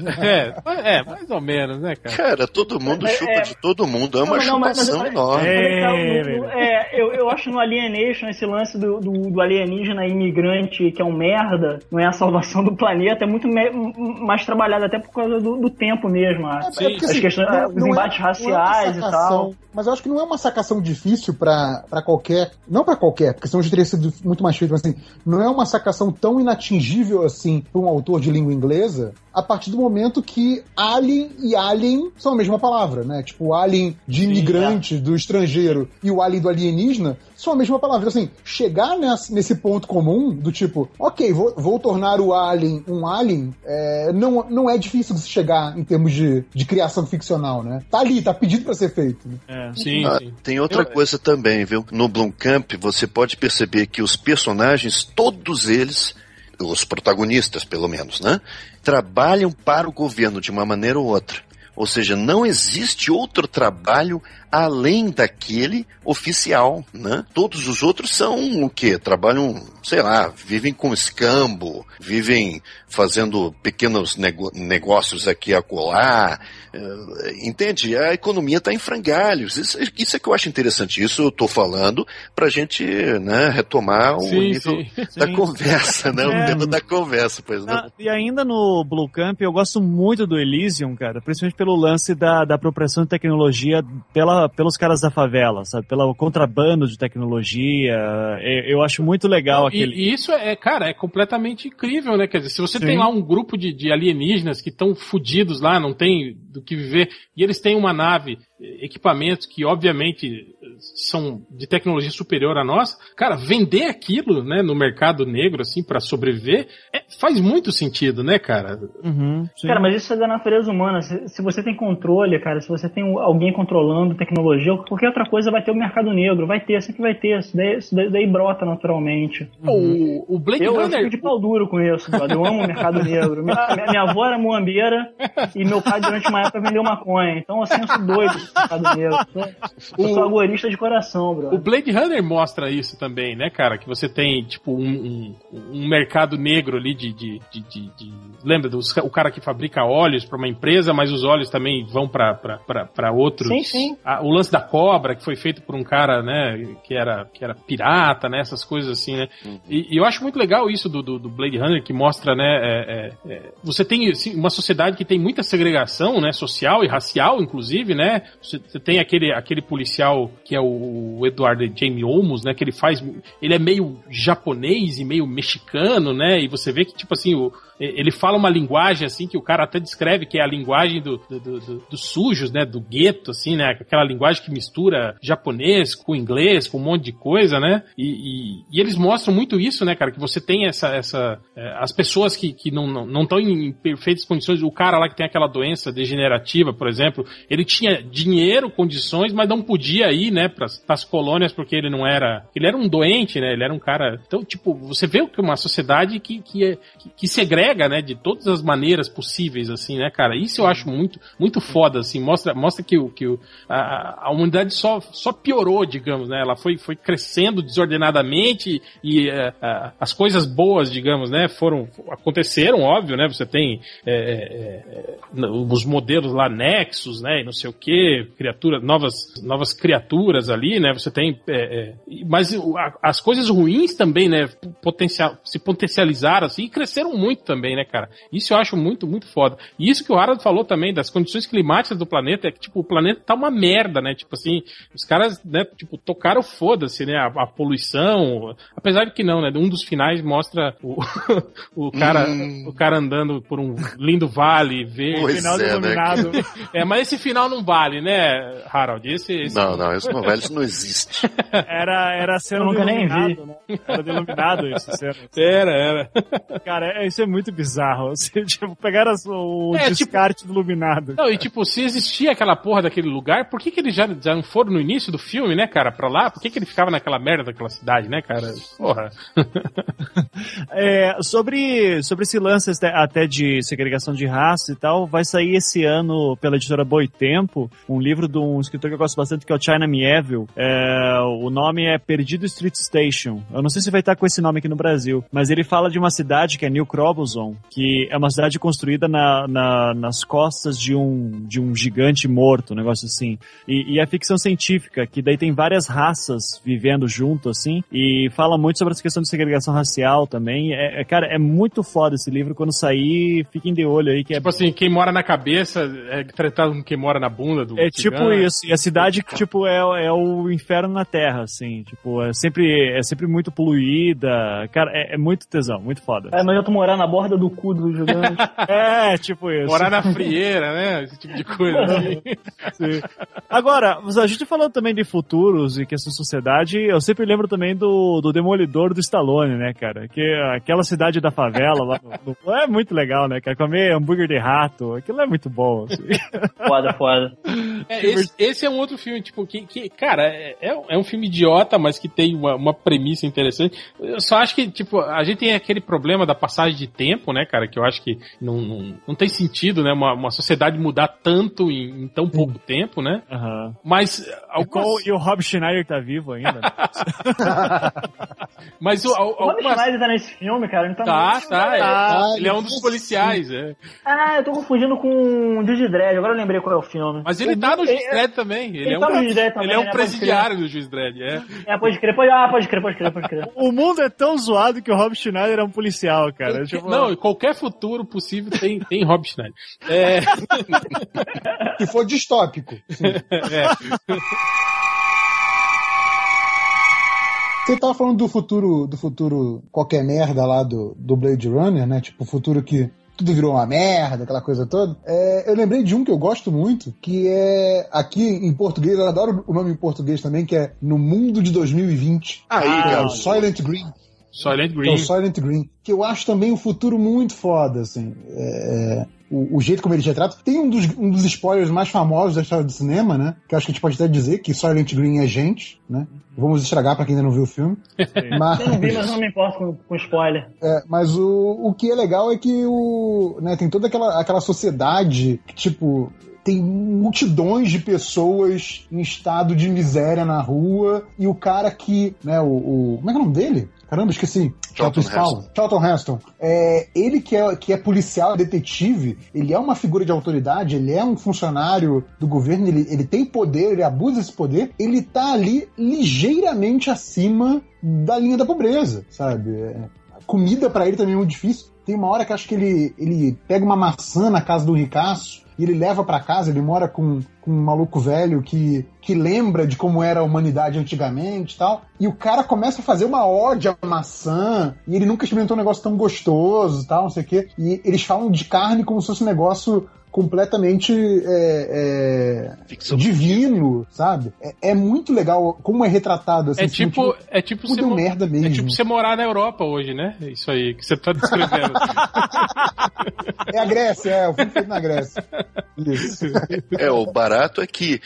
ou menos, né, cara? Cara, todo mundo chupa de todo mundo, é uma chupação enorme. Eu acho no Alienation esse lance do alienígena imigrante que é um merda, não é a salvação do planeta, é muito mais trabalhado até por causa do tempo mesmo. As questões, os embates raciais e tal. Mas eu acho que não é uma sacação difícil pra qualquer... Não pra qualquer, porque senão já teria sido muito mais feito, mas assim, não é uma sacação tão inatingível assim pra um autor de língua inglesa, a partir do momento que alien e alien são a mesma palavra, né? O alien de imigrante, do estrangeiro, e o alien do alienígena são a mesma palavra. Então, assim, chegar nesse ponto comum do ok, vou tornar o alien um alien, não é difícil de se chegar em termos de criação ficcional, né? Tá ali, tá pedido pra ser feito. Né? Sim. Tem outra coisa também, viu? No Blomkamp, você pode perceber que os personagens, todos eles, os protagonistas pelo menos, né? Trabalham para o governo de uma maneira ou outra. Ou seja, não existe outro trabalho além daquele oficial, né? Todos os outros são o quê? Trabalham, sei lá, vivem com escambo, vivem fazendo pequenos negócios aqui e acolá, entende? A economia está em frangalhos. Isso é que eu acho interessante. Isso eu estou falando para a gente, né, retomar o nível da conversa, né? O tema da conversa, pois não. E ainda no Blue Camp, eu gosto muito do Elysium, cara, principalmente pelo lance da apropriação de tecnologia pelos caras da favela, sabe? Pelo contrabando de tecnologia. Eu acho muito legal aquele... E isso cara, é completamente incrível, né? Quer dizer, se você tem lá um grupo de alienígenas que estão fodidos lá, não tem do que viver, e eles têm uma nave, equipamentos que obviamente são de tecnologia superior à nossa, cara, vender aquilo, né, no mercado negro, assim, pra sobreviver, faz muito sentido, né, cara? Cara, mas isso é da natureza humana. Se você tem controle, cara, se você tem alguém controlando tecnologia, ou qualquer outra coisa, vai ter o mercado negro, vai ter, sempre vai ter, isso daí brota naturalmente. O Blade Runner... Eu fico de pau duro com isso, brother. Eu amo o mercado negro. Minha avó era muambeira e meu pai durante uma época vendeu maconha, então assim, eu sou doido do mercado negro. Eu sou agorista de coração, brother. O Blade Runner mostra isso também, né, cara? Que você tem, tipo, um mercado negro ali lembra o cara que fabrica óleos para uma empresa, mas os óleos também vão para outros. Sim. O lance da cobra, que foi feito por um cara, né, que era pirata, né, essas coisas assim, né. E eu acho muito legal isso do Blade Runner, que mostra, né, você tem assim, uma sociedade que tem muita segregação, né, social e racial, inclusive, né. Você tem aquele policial que é o Edward James Olmos, né, que ele é meio japonês e meio mexicano, né, e você vê que, tipo assim, ele fala uma linguagem, assim, que o cara até descreve que é a linguagem dos sujos, né, do gueto, assim, né, aquela linguagem que mistura japonês com inglês, com um monte de coisa, né, e eles mostram muito isso, né, cara, que você tem as pessoas que não estão em perfeitas condições. O cara lá que tem aquela doença degenerativa, por exemplo, ele tinha dinheiro, condições, mas não podia ir, né, pras colônias, porque ele era um doente, né, ele era um cara... Então, tipo, você vê que uma sociedade que segrega, né, de todas as maneiras possíveis, assim, né, cara, isso eu acho muito, muito foda, assim, mostra que a humanidade só piorou, digamos, né, ela foi crescendo desordenadamente e as coisas boas, digamos, né, aconteceram, óbvio, né, você tem os modelos lá, Nexus, né, e não sei o que, novas criaturas ali, né, você tem, mas as coisas ruins também, né, se potencializaram, assim, e cresceram muito também, né, cara? Isso eu acho muito, muito foda. E isso que o Harold falou também, das condições climáticas do planeta, é que, tipo, o planeta tá uma merda, né? Tipo assim, os caras, né, tipo, tocaram foda-se, né? A poluição, apesar de que não, né? Um dos finais mostra o cara andando por um lindo vale verde. Final iluminado. Né? Mas esse final não vale, né, Harold? Não, isso não vale, isso não existe. Era cena do iluminado, né? Era do iluminado isso, cena. Era. Cara, isso é muito bizarro. Você, tipo, pegaram o descarte do iluminado. Não, e tipo, se existia aquela porra daquele lugar, por que eles já não foram no início do filme, né, cara, pra lá? Por que ele ficava naquela merda daquela cidade, né, cara? Porra. Sobre esse lance até de segregação de raça e tal, vai sair esse ano pela editora Boitempo um livro de um escritor que eu gosto bastante, que é o China Miéville. O nome é Perdido Street Station. Eu não sei se vai estar com esse nome aqui no Brasil, mas ele fala de uma cidade que é New Crobuzon, que é uma cidade construída nas costas de um gigante morto, um negócio assim. E é ficção científica, que daí tem várias raças vivendo junto, assim, e fala muito sobre essa questão de segregação racial também. Cara, é muito foda esse livro. Quando sair, fiquem de olho aí. Tipo assim, quem mora na cabeça é tratado como quem mora na bunda do cigano. Tipo isso. E a cidade, tipo, é o inferno na terra, assim. Tipo, é sempre muito poluída. Cara, é muito tesão, muito foda. Mas eu tô morando na borda do cu do gigante. Tipo isso. Morar na frieira, né? Esse tipo de coisa. Assim. Sim. Agora, a gente falando também de futuros e questão de sociedade, eu sempre lembro também do Demolidor do Stallone, né, cara? Que aquela cidade da favela lá é muito legal, né, cara? Comer hambúrguer de rato, aquilo é muito bom, assim. Foda. Esse é um outro filme, tipo, que cara, é um filme idiota, mas que tem uma premissa interessante. Eu só acho que, tipo, a gente tem aquele problema da passagem de tempo tempo, né, cara, que eu acho que não tem sentido, né, uma sociedade mudar tanto em tão pouco tempo, né? Uhum. Mas e o Rob Schneider tá vivo ainda. Mas o Rob Schneider tá nesse filme, cara. Então ele é um dos policiais, eu tô confundindo com o Juiz Dredd, agora eu lembrei qual é o filme. Mas ele tá no Juiz Dredd também. Ele é um presidiário do Juiz Dredd, pode crer. O mundo é tão zoado que o Rob Schneider é um policial, cara. Não, em qualquer futuro possível tem Rob Schneider. Se for distópico. Você tava falando do futuro qualquer merda lá do Blade Runner, né? Tipo, o futuro que tudo virou uma merda, aquela coisa toda. Eu lembrei de um que eu gosto muito, que é aqui em português, eu adoro o nome em português também, que é No Mundo de 2020. Que é o Soylent Green. Que é o Soylent Green. Que eu acho também um futuro muito foda, assim. O jeito como ele retrata. Tem um dos spoilers mais famosos da história do cinema, né? Que eu acho que a gente pode até dizer que Soylent Green é gente, né? Vamos estragar pra quem ainda não viu o filme. Mas... Eu não vi, mas não me importo com spoiler. Mas o que é legal é que tem toda aquela sociedade que, tipo... Tem multidões de pessoas em estado de miséria na rua, e o cara que, né, como é que é o nome dele? Caramba, esqueci. Charlton Heston. Ele que é policial, detetive, ele é uma figura de autoridade, ele é um funcionário do governo, ele tem poder, ele abusa desse poder, ele tá ali ligeiramente acima da linha da pobreza, sabe? Comida pra ele também é muito difícil. Tem uma hora que acho que ele pega uma maçã na casa do ricaço, e ele leva pra casa, ele mora com um maluco velho que lembra de como era a humanidade antigamente e tal, e o cara começa a fazer uma ode à maçã, e ele nunca experimentou um negócio tão gostoso e tal, não sei o quê, e eles falam de carne como se fosse um negócio completamente divino, sabe? É muito legal como é retratado. Assim, é tipo você merda mesmo. É tipo você morar na Europa hoje, né? Isso aí que você tá descrevendo. É a Grécia, o filme feito na Grécia. Isso. O barato é que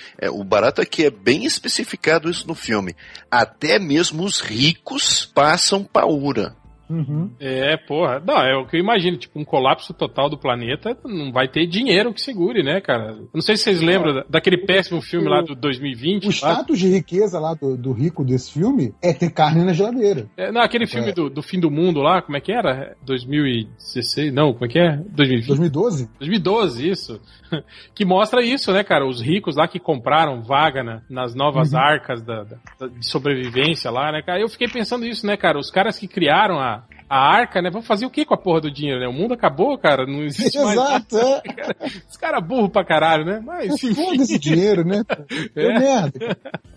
é bem especificado isso no filme. Até mesmo os ricos passam paura. Uhum. Não, é o que eu imagino, tipo, um colapso total do planeta, não vai ter dinheiro que segure, né, cara? Eu não sei se vocês lembram daquele péssimo filme lá do 2020. O status de riqueza lá do rico desse filme é ter carne na geladeira. Aquele filme do fim do mundo lá, como é que era? 2016, não, como é que é? 2020? 2012? 2012, isso. Que mostra isso, né, cara? Os ricos lá que compraram vaga nas novas arcas de sobrevivência lá, né, cara? Eu fiquei pensando isso, né, cara? Os caras que criaram a arca, né? Vão fazer o que com a porra do dinheiro, né? O mundo acabou, cara. Não existe mais. Exato, Os caras burros pra caralho, né? Mas enfim. Esse dinheiro, né? Merda.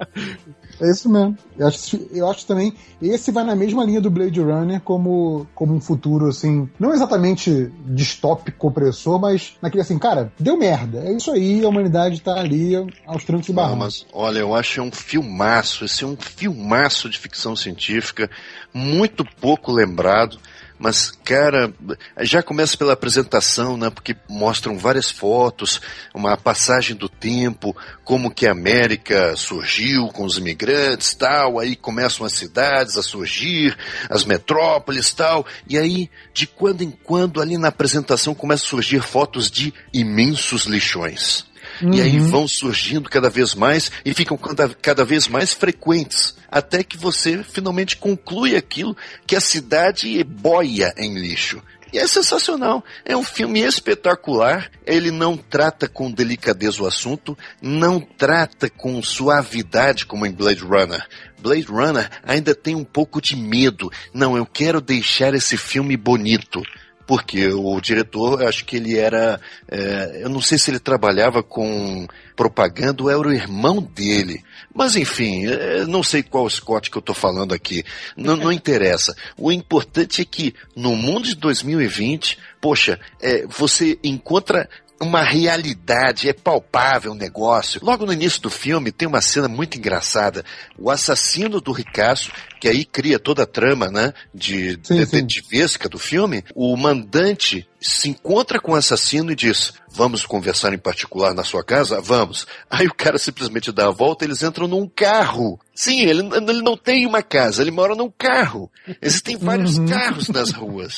É isso mesmo. Eu acho também, esse vai na mesma linha do Blade Runner como um futuro, assim, não exatamente distópico, opressor, mas naquele assim, cara, deu merda. É isso aí, a humanidade tá ali aos trancos e barrancos. Mas, olha, eu acho um filmaço, esse é um filmaço de ficção científica, muito pouco lembrado. Mas, cara, já começa pela apresentação, né? Porque mostram várias fotos, uma passagem do tempo, como que a América surgiu com os imigrantes, tal, aí começam as cidades a surgir, as metrópoles, tal, e aí, de quando em quando, ali na apresentação, começam a surgir fotos de imensos lixões. E aí vão surgindo cada vez mais e ficam cada vez mais frequentes, até que você finalmente conclui aquilo que a cidade boia em lixo. E é sensacional, é um filme espetacular, ele não trata com delicadeza o assunto, não trata com suavidade como em Blade Runner. Blade Runner ainda tem um pouco de medo, não, eu quero deixar esse filme bonito. Porque o diretor, acho que ele era... eu não sei se ele trabalhava com propaganda ou era o irmão dele. Mas enfim, não sei qual Scott que eu tô falando aqui. Não interessa. O importante é que no mundo de 2020, poxa, você encontra... uma realidade, é palpável o negócio. Logo no início do filme tem uma cena muito engraçada. O assassino do ricaço, que aí cria toda a trama, né, de detetivesca do filme, o mandante se encontra com o assassino e diz: vamos conversar em particular na sua casa? Vamos. Aí o cara simplesmente dá a volta e eles entram num carro. Sim, ele não tem uma casa, ele mora num carro. Existem vários carros nas ruas.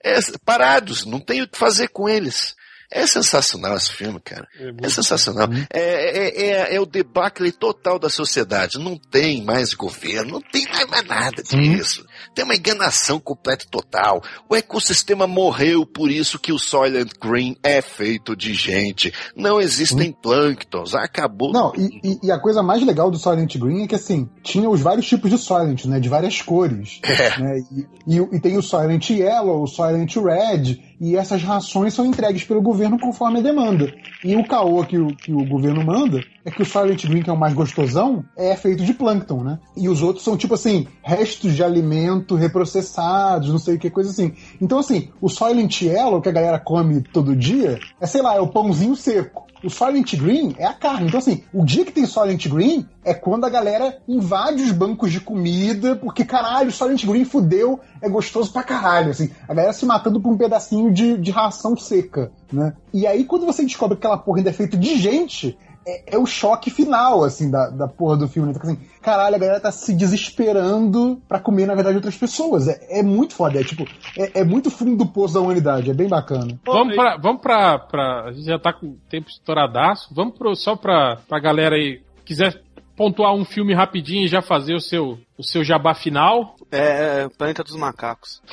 parados, não tem o que fazer com eles. É sensacional esse filme, cara. É sensacional. É o debacle total da sociedade. Não tem mais governo, não tem mais nada disso. Tem uma enganação completa e total. O ecossistema morreu, por isso que o Soylent Green é feito de gente. Não existem plânctons, acabou. Não, e a coisa mais legal do Soylent Green é que, assim, tinha os vários tipos de Soylent, né? De várias cores. Né, e tem o Soylent Yellow, o Soylent Red, e essas rações são entregues pelo governo conforme a demanda. E o caô que o governo manda é que o Soylent Green, que é o mais gostosão, é feito de plâncton, né? E os outros são, tipo assim, restos de alimento reprocessados, não sei o que, coisa assim. Então, assim, o Soylent Yellow, que a galera come todo dia, é, sei lá, é o pãozinho seco. O Soylent Green é a carne. Então, assim, o dia que tem Soylent Green é quando a galera invade os bancos de comida, porque, caralho, o Soylent Green fudeu, é gostoso pra caralho, assim. A galera se matando por um pedacinho de ração seca, né? E aí, quando você descobre que aquela porra ainda é feita de gente, é o choque final, assim, da porra do filme. Então, assim, caralho, a galera tá se desesperando pra comer, na verdade, outras pessoas. É muito foda, é muito fundo do poço da humanidade, é bem bacana. Vamos pra a gente já tá com o tempo estouradaço, vamos só pra galera aí, quiser pontuar um filme rapidinho e já fazer o seu jabá final. Planeta dos Macacos.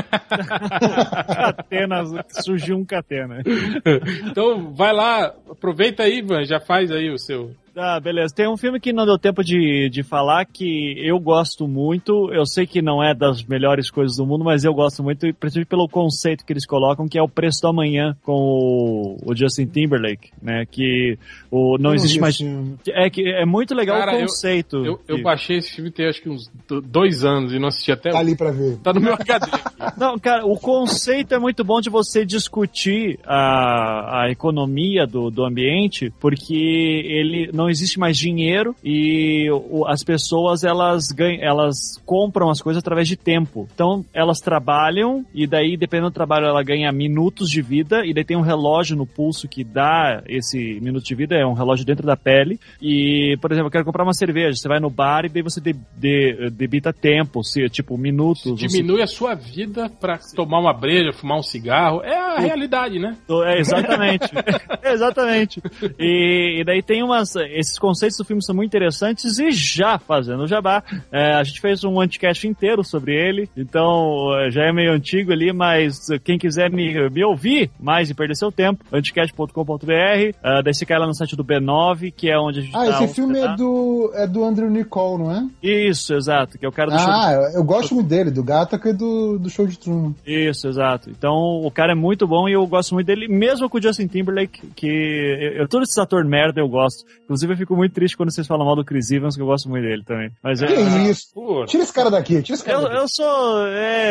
Catena, surgiu um Catena. Então, vai lá, aproveita aí, Ivan, já faz aí o seu... Ah, beleza. Tem um filme que não deu tempo de falar que eu gosto muito. Eu sei que não é das melhores coisas do mundo, mas eu gosto muito, principalmente pelo conceito que eles colocam, que é O Preço do Amanhã, com o Justin Timberlake, né? Que não existe mais... Que é muito legal. Cara, o conceito. Eu baixei esse filme tem acho que uns 2 anos e não assisti até hoje. Tá ali pra ver. Tá no meu HD aqui. Não, cara, o conceito é muito bom de você discutir a economia do ambiente, porque ele não existe mais dinheiro e as pessoas elas compram as coisas através de tempo. Então elas trabalham e daí, dependendo do trabalho, ela ganha minutos de vida e daí tem um relógio no pulso que dá esse minuto de vida, é um relógio dentro da pele. E, por exemplo, eu quero comprar uma cerveja, você vai no bar e daí você debita tempo, tipo minutos. Diminui a sua vida pra tomar uma breja, fumar um cigarro. É a realidade, né? Exatamente. Exatamente. E daí tem esses conceitos do filme são muito interessantes e já fazendo o jabá, a gente fez um anticast inteiro sobre ele, então já é meio antigo ali, mas quem quiser me ouvir mais e perder seu tempo, anticast.com.br, daí você cai lá no site do B9, que é onde a gente tá. Esse filme é do Andrew Nicole, não é? Isso, exato, que é o cara do show de... eu gosto muito dele, do Gattaca e do Show de Truman. Isso, exato. Então, o cara é muito bom e eu gosto muito dele, mesmo com o Justin Timberlake, que todos esses atores merda eu gosto. Inclusive, eu fico muito triste quando vocês falam mal do Chris Evans, que eu gosto muito dele também. Mas que isso? Tira esse cara daqui, Eu sou...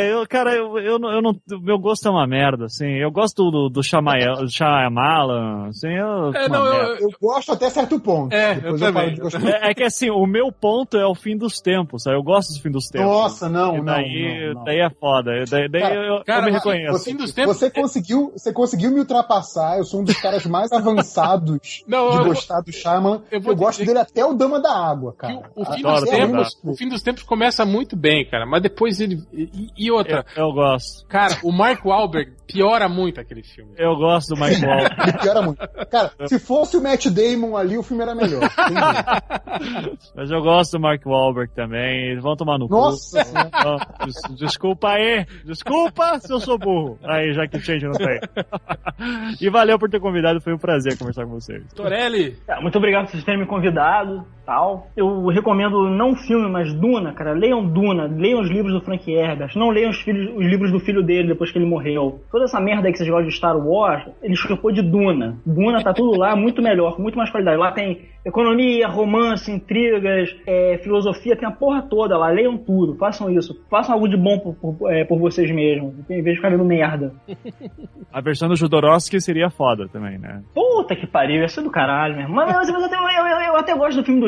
meu gosto é uma merda, assim. Eu gosto do Shyamalan, assim, eu gosto até certo ponto. Depois eu paro de gostar. É que, assim, o meu ponto é o fim dos tempos, sabe? Eu gosto do fim dos tempos. Nossa, não. Daí é foda. Eu me reconheço. O fim dos tempos... Você conseguiu me ultrapassar, eu sou um dos caras mais avançados de gostar do Shyamalan. Eu gosto dele até o Dama da Água, cara. O fim dos tempos começa muito bem, cara, mas depois ele... E outra... Eu gosto. Cara, o Mark Wahlberg piora muito aquele filme. Eu gosto do Mark Wahlberg. Ele piora muito. Cara, se fosse o Matt Damon ali, o filme era melhor. Mas eu gosto do Mark Wahlberg também. Eles vão tomar no cu. Nossa! Desculpa aí. Desculpa se eu sou burro. Aí, já que o Change não tem. E valeu por ter convidado. Foi um prazer conversar com vocês. Torelli! Muito obrigado por vocês terem me convidado. Tal. Eu recomendo não filme, mas Duna, cara. Leiam Duna. Leiam os livros do Frank Herbert. Não leiam os livros do filho dele depois que ele morreu. Toda essa merda aí que vocês gostam de Star Wars, ele escapou de Duna. Duna tá tudo lá muito melhor, com muito mais qualidade. Lá tem economia, romance, intrigas, filosofia, tem a porra toda lá. Leiam tudo, façam isso. Façam algo de bom por vocês mesmos, em vez de ficar vendo merda. A versão do Jodorowsky seria foda também, né? Puta que pariu, ia ser do caralho mesmo. Mas eu até gosto do filme do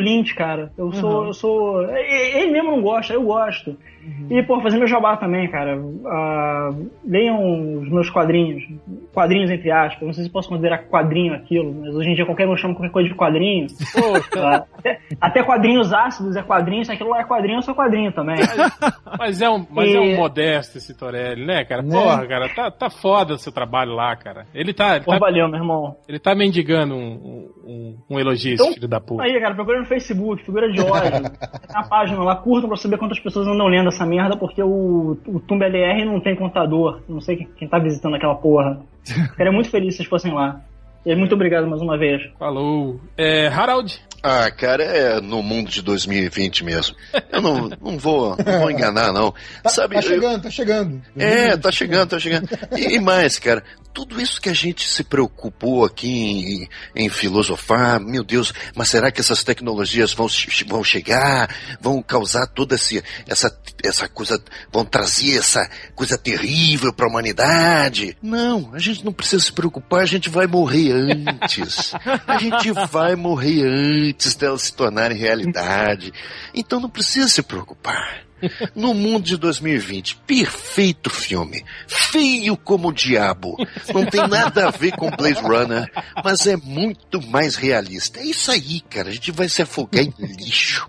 Lynch, cara. Eu sou... Ele mesmo não gosta, eu gosto. E, pô, fazer meu jabá também, cara. Leiam os meus quadrinhos. Quadrinhos, entre aspas. Não sei se posso considerar quadrinho aquilo, mas hoje em dia qualquer um chama qualquer coisa de quadrinho. Até quadrinhos ácidos é quadrinho. Se aquilo lá é quadrinho, eu sou quadrinho também. Mas é um modesto esse Torelli, né, cara? Porra, cara, tá foda o seu trabalho lá, cara. Ele tá valeu, meu irmão. Ele tá mendigando um elogio, então, esse filho da puta. Aí, cara, procura no Facebook, figura de ódio. Tem uma página lá, curtam pra saber quantas pessoas andam lendo essa merda, porque o Tumblr LR não tem contador. Não sei quem tá visitando aquela porra. Ficaria muito feliz se vocês fossem lá. E muito obrigado mais uma vez. Falou. Harald? Ah, cara, é no mundo de 2020 mesmo. Eu não vou enganar, não. Sabe, tá chegando. Tá chegando. E mais, cara, tudo isso que a gente se preocupou aqui em filosofar, meu Deus, mas será que essas tecnologias vão chegar, vão causar toda essa coisa, vão trazer essa coisa terrível para a humanidade? Não, a gente não precisa se preocupar, a gente vai morrer antes. A gente vai morrer antes delas se tornarem realidade. Então não precisa se preocupar. No mundo de 2020, perfeito filme, feio como o diabo, não tem nada a ver com Blade Runner, mas é muito mais realista. É isso aí, cara, a gente vai se afogar em lixo.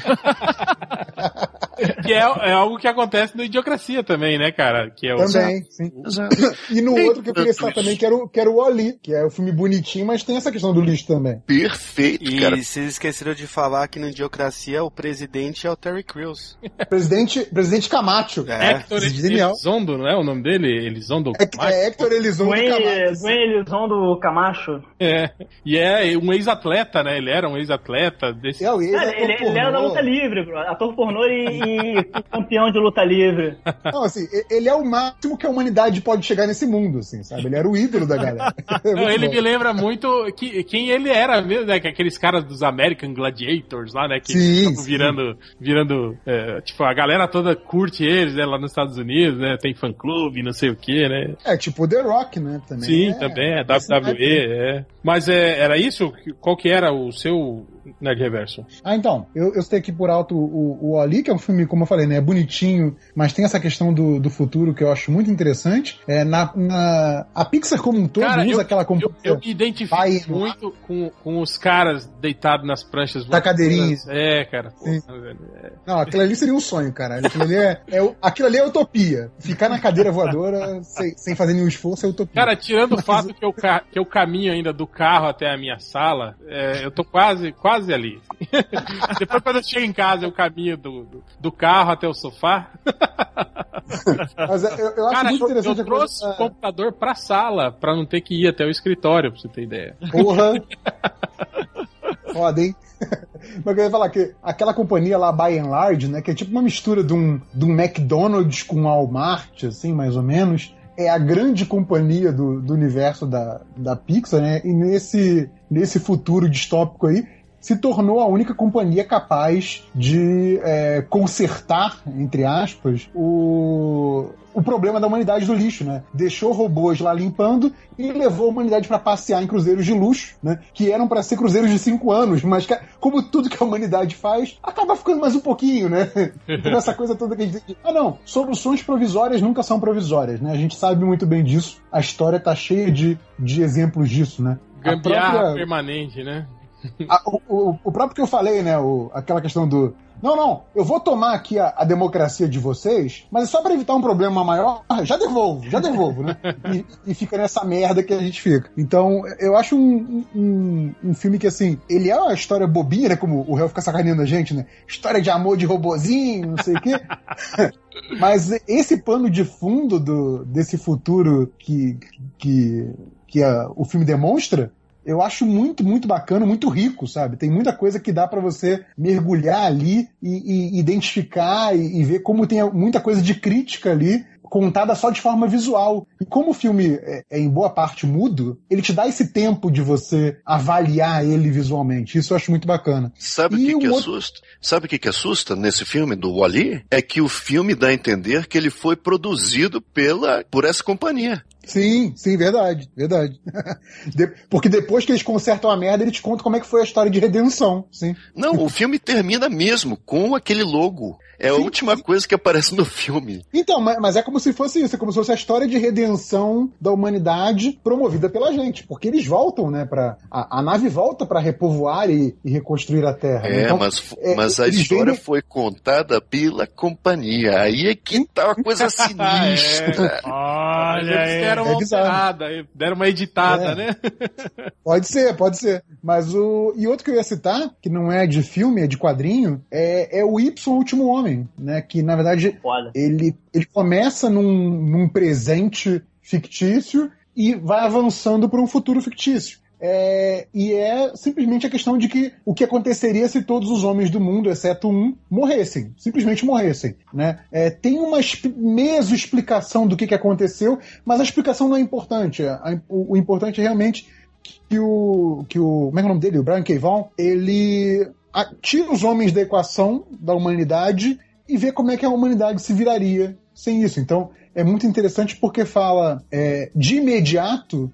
Que é algo que acontece no Idiocracia também, né, cara? Que é também, sim. E no outro que eu queria citar também, que era o Wall-E, que é o filme bonitinho, mas tem essa questão do lixo também. Perfeito, cara. E vocês esqueceram de falar que no Idiocracia o presidente é o Terry Crews. Presidente Camacho. Héctor Elizondo, não é o nome dele? Elizondo Camacho? É Héctor Elizondo Camacho. Dwayne Elizondo Camacho. E é um ex-atleta, né? Ele era um ex-atleta desse... Ele era da luta livre, bro. Ator pornô e campeão de luta livre. Não, assim, ele é o máximo que a humanidade pode chegar nesse mundo, assim, sabe? Ele era o ídolo da galera. Não, ele me lembra muito quem ele era mesmo, né? Que aqueles caras dos American Gladiators lá, né? Que estavam virando tipo, a galera toda curte eles, né? Lá nos Estados Unidos, né? Tem fã-clube, não sei o que, né? É, tipo o The Rock, né? Também sim, também, é WWE, Mas era isso? Qual que era o seu Nerd Reverso? Então, eu citei aqui por alto o Wall-E, que é um filme, como eu falei, né? É bonitinho, mas tem essa questão do futuro que eu acho muito interessante. A Pixar como um todo, cara, usa aquela companhia. Eu me identifico muito com os caras deitados nas pranchas. Da cadeirinha. Cara. Não, aquilo ali seria um sonho, cara. Aquilo ali é utopia. Ficar na cadeira voadora sem fazer nenhum esforço é utopia. Cara, tirando o fato que eu caminho ainda do carro até a minha sala, eu tô quase ali. Depois, quando eu chego em casa, eu caminho do carro até o sofá. Mas eu acho muito interessante. Eu trouxe o computador pra sala, pra não ter que ir até o escritório, pra você ter ideia. Porra! Foda, hein? Mas eu queria falar que aquela companhia lá, By and Large, né, que é tipo uma mistura de um McDonald's com um Walmart, assim, mais ou menos, é a grande companhia do universo da Pixar, né? E nesse futuro distópico aí, se tornou a única companhia capaz de consertar, entre aspas, o problema da humanidade do lixo, né? Deixou robôs lá limpando e levou a humanidade para passear em cruzeiros de luxo, né? Que eram para ser cruzeiros de 5 anos, mas como tudo que a humanidade faz, acaba ficando mais um pouquinho, né? Então, essa coisa toda que a gente diz, soluções provisórias nunca são provisórias, né? A gente sabe muito bem disso, a história tá cheia de exemplos disso, né? Gambiarra permanente, né? O próprio que eu falei, né? Aquela questão do... Não, eu vou tomar aqui a democracia de vocês, mas é só pra evitar um problema maior, já devolvo, né? E fica nessa merda que a gente fica. Então, eu acho um filme que, assim, ele é uma história bobinha, né? Como o réu fica sacaneando a gente, né? História de amor de robozinho, não sei o quê. Mas esse pano de fundo desse futuro que o filme demonstra, eu acho muito, muito bacana, muito rico, sabe? Tem muita coisa que dá pra você mergulhar ali e identificar e ver como tem muita coisa de crítica ali contada só de forma visual. E como o filme é em boa parte mudo, ele te dá esse tempo de você avaliar ele visualmente. Isso eu acho muito bacana. Sabe o que assusta? Sabe o que assusta nesse filme do Wall-E? É que o filme dá a entender que ele foi produzido por essa companhia. Sim, verdade. Porque depois que eles consertam a merda, eles te contam como é que foi a história de redenção. Sim. Não, o filme termina mesmo com aquele logo. É a última coisa que aparece no filme. Então, mas é como se fosse isso, é como se fosse a história de redenção da humanidade promovida pela gente, porque eles voltam, né, a nave volta pra repovoar e reconstruir a Terra. Então, mas a história foi contada pela companhia, aí é que tá uma coisa sinistra. Olha, eles deram uma alterada, deram uma editada, né? Pode ser. Mas e outro que eu ia citar, que não é de filme, é de quadrinho, é o Y, o Último Homem. Né, que na verdade ele começa num presente fictício e vai avançando para um futuro fictício. E é simplesmente a questão de que o que aconteceria se todos os homens do mundo, exceto um, simplesmente morressem. Né? Tem uma meso-explicação do que aconteceu, mas a explicação não é importante. O importante é realmente que o como é o nome dele? O Brian K. Vaughan, ele tira os homens da equação da humanidade e vê como é que a humanidade se viraria sem isso. Então, é muito interessante porque fala, de imediato,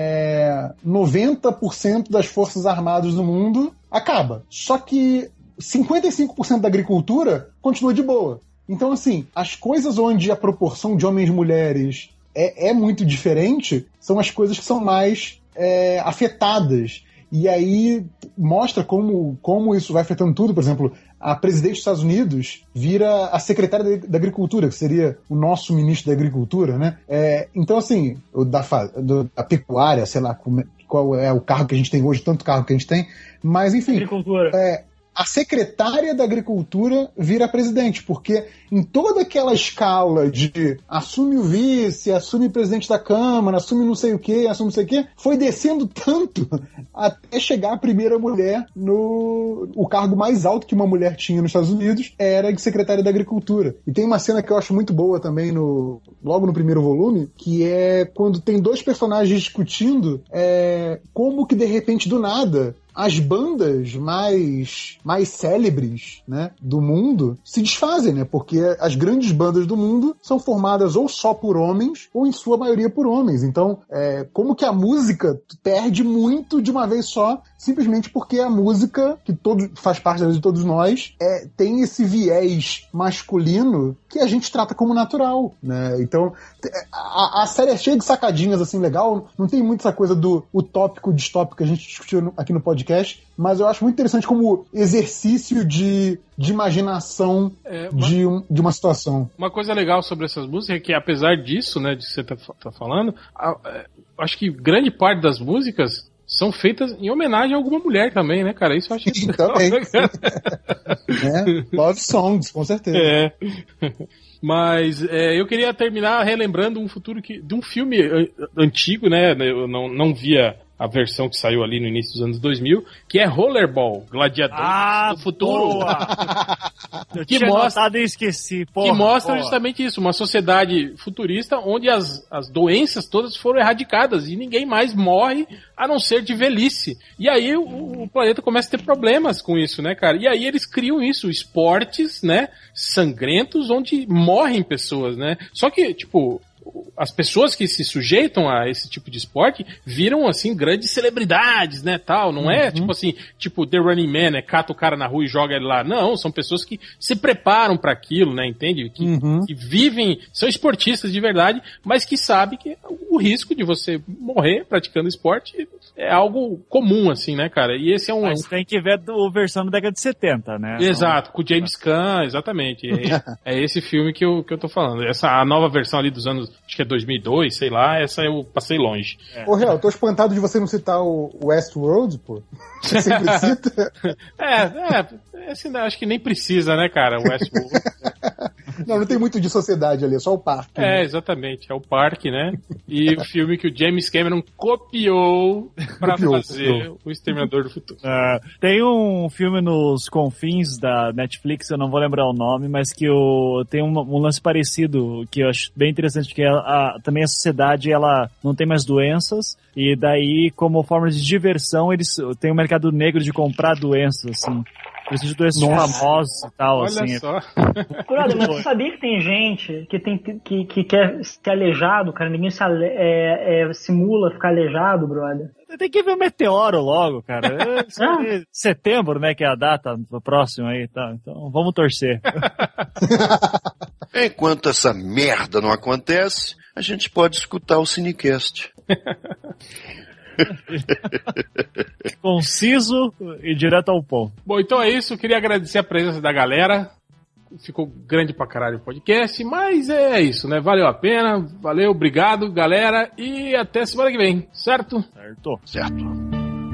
90% das forças armadas do mundo acaba. Só que 55% da agricultura continua de boa. Então, assim, as coisas onde a proporção de homens e mulheres é muito diferente são as coisas que são mais afetadas. E aí mostra como isso vai afetando tudo. Por exemplo, a presidente dos Estados Unidos vira a secretária da Agricultura, que seria o nosso ministro da Agricultura, né? Então, assim, da pecuária, sei lá qual é o cargo que a gente tem hoje, tanto cargo que a gente tem, mas enfim... Agricultura. A secretária da Agricultura vira presidente, porque em toda aquela escala de assume o vice, assume o presidente da Câmara, assume não sei o quê, foi descendo tanto até chegar a primeira mulher o cargo mais alto que uma mulher tinha nos Estados Unidos era de secretária da Agricultura. E tem uma cena que eu acho muito boa também logo no primeiro volume, que é quando tem dois personagens discutindo como que de repente do nada as bandas mais célebres, né, do mundo se desfazem, né? Porque as grandes bandas do mundo são formadas ou só por homens ou em sua maioria por homens. Então, como que a música perde muito de uma vez só, simplesmente porque a música, que faz parte da vida de todos nós, tem esse viés masculino que a gente trata como natural, né? Então, a série é cheia de sacadinhas, assim, legal. Não tem muito essa coisa do utópico, distópico que a gente discutiu aqui no podcast, mas eu acho muito interessante como exercício de imaginação de uma situação. Uma coisa legal sobre essas músicas é que, apesar disso, né, de que você tá falando, acho que grande parte das músicas são feitas em homenagem a alguma mulher também, né, cara? Isso eu acho que também. Love songs, com certeza. Mas eu queria terminar relembrando de um filme antigo, né? Eu não via a versão que saiu ali no início dos anos 2000, que é Rollerball, Gladiadores do Futuro. Que mostra, esqueci. Que mostra justamente isso, uma sociedade futurista onde as doenças todas foram erradicadas e ninguém mais morre a não ser de velhice. E aí o planeta começa a ter problemas com isso, né, cara? E aí eles criam isso, esportes, né, sangrentos, onde morrem pessoas, né? Só que, tipo, as pessoas que se sujeitam a esse tipo de esporte viram, assim, grandes celebridades, né, tal. Não é, tipo assim, tipo The Running Man, né, cata o cara na rua e joga ele lá. Não, são pessoas que se preparam para aquilo, né, entende? Que vivem, são esportistas de verdade, mas que sabem que o risco de você morrer praticando esporte é algo comum, assim, né, cara? E esse é Mas tem que ver a versão da década de 70, né? Exato, com o James Caan, exatamente. É esse filme que eu tô falando. A nova versão ali dos anos, acho que é 2002, sei lá, essa eu passei longe. Ô, Real, eu tô espantado de você não citar o Westworld, pô. Você sempre cita. Assim, acho que nem precisa, né, cara, o Westworld. Não tem muito de sociedade ali, é só o parque. É, exatamente, é o parque, né? E o filme que o James Cameron copiou pra fazer o Exterminador do Futuro. Tem um filme nos confins da Netflix, eu não vou lembrar o nome, mas que tem um lance parecido, que eu acho bem interessante, que também a sociedade ela não tem mais doenças, e daí, como forma de diversão, eles têm um mercado negro de comprar doenças, assim. Precisa de doenças famosos e tal, Olha assim. só. Brother, mas você sabia que tem gente que quer ser aleijado, cara? Ninguém simula ficar aleijado, brother. Tem que ver o meteoro logo, cara. Setembro, né, que é a data próxima aí, tá? Então vamos torcer. Enquanto essa merda não acontece, a gente pode escutar o Cinecast. Conciso e direto ao ponto. Bom, então é isso. Eu queria agradecer a presença da galera. Ficou grande pra caralho o podcast, mas é isso, né? Valeu a pena. Valeu, obrigado, galera. E até semana que vem, certo? Certo.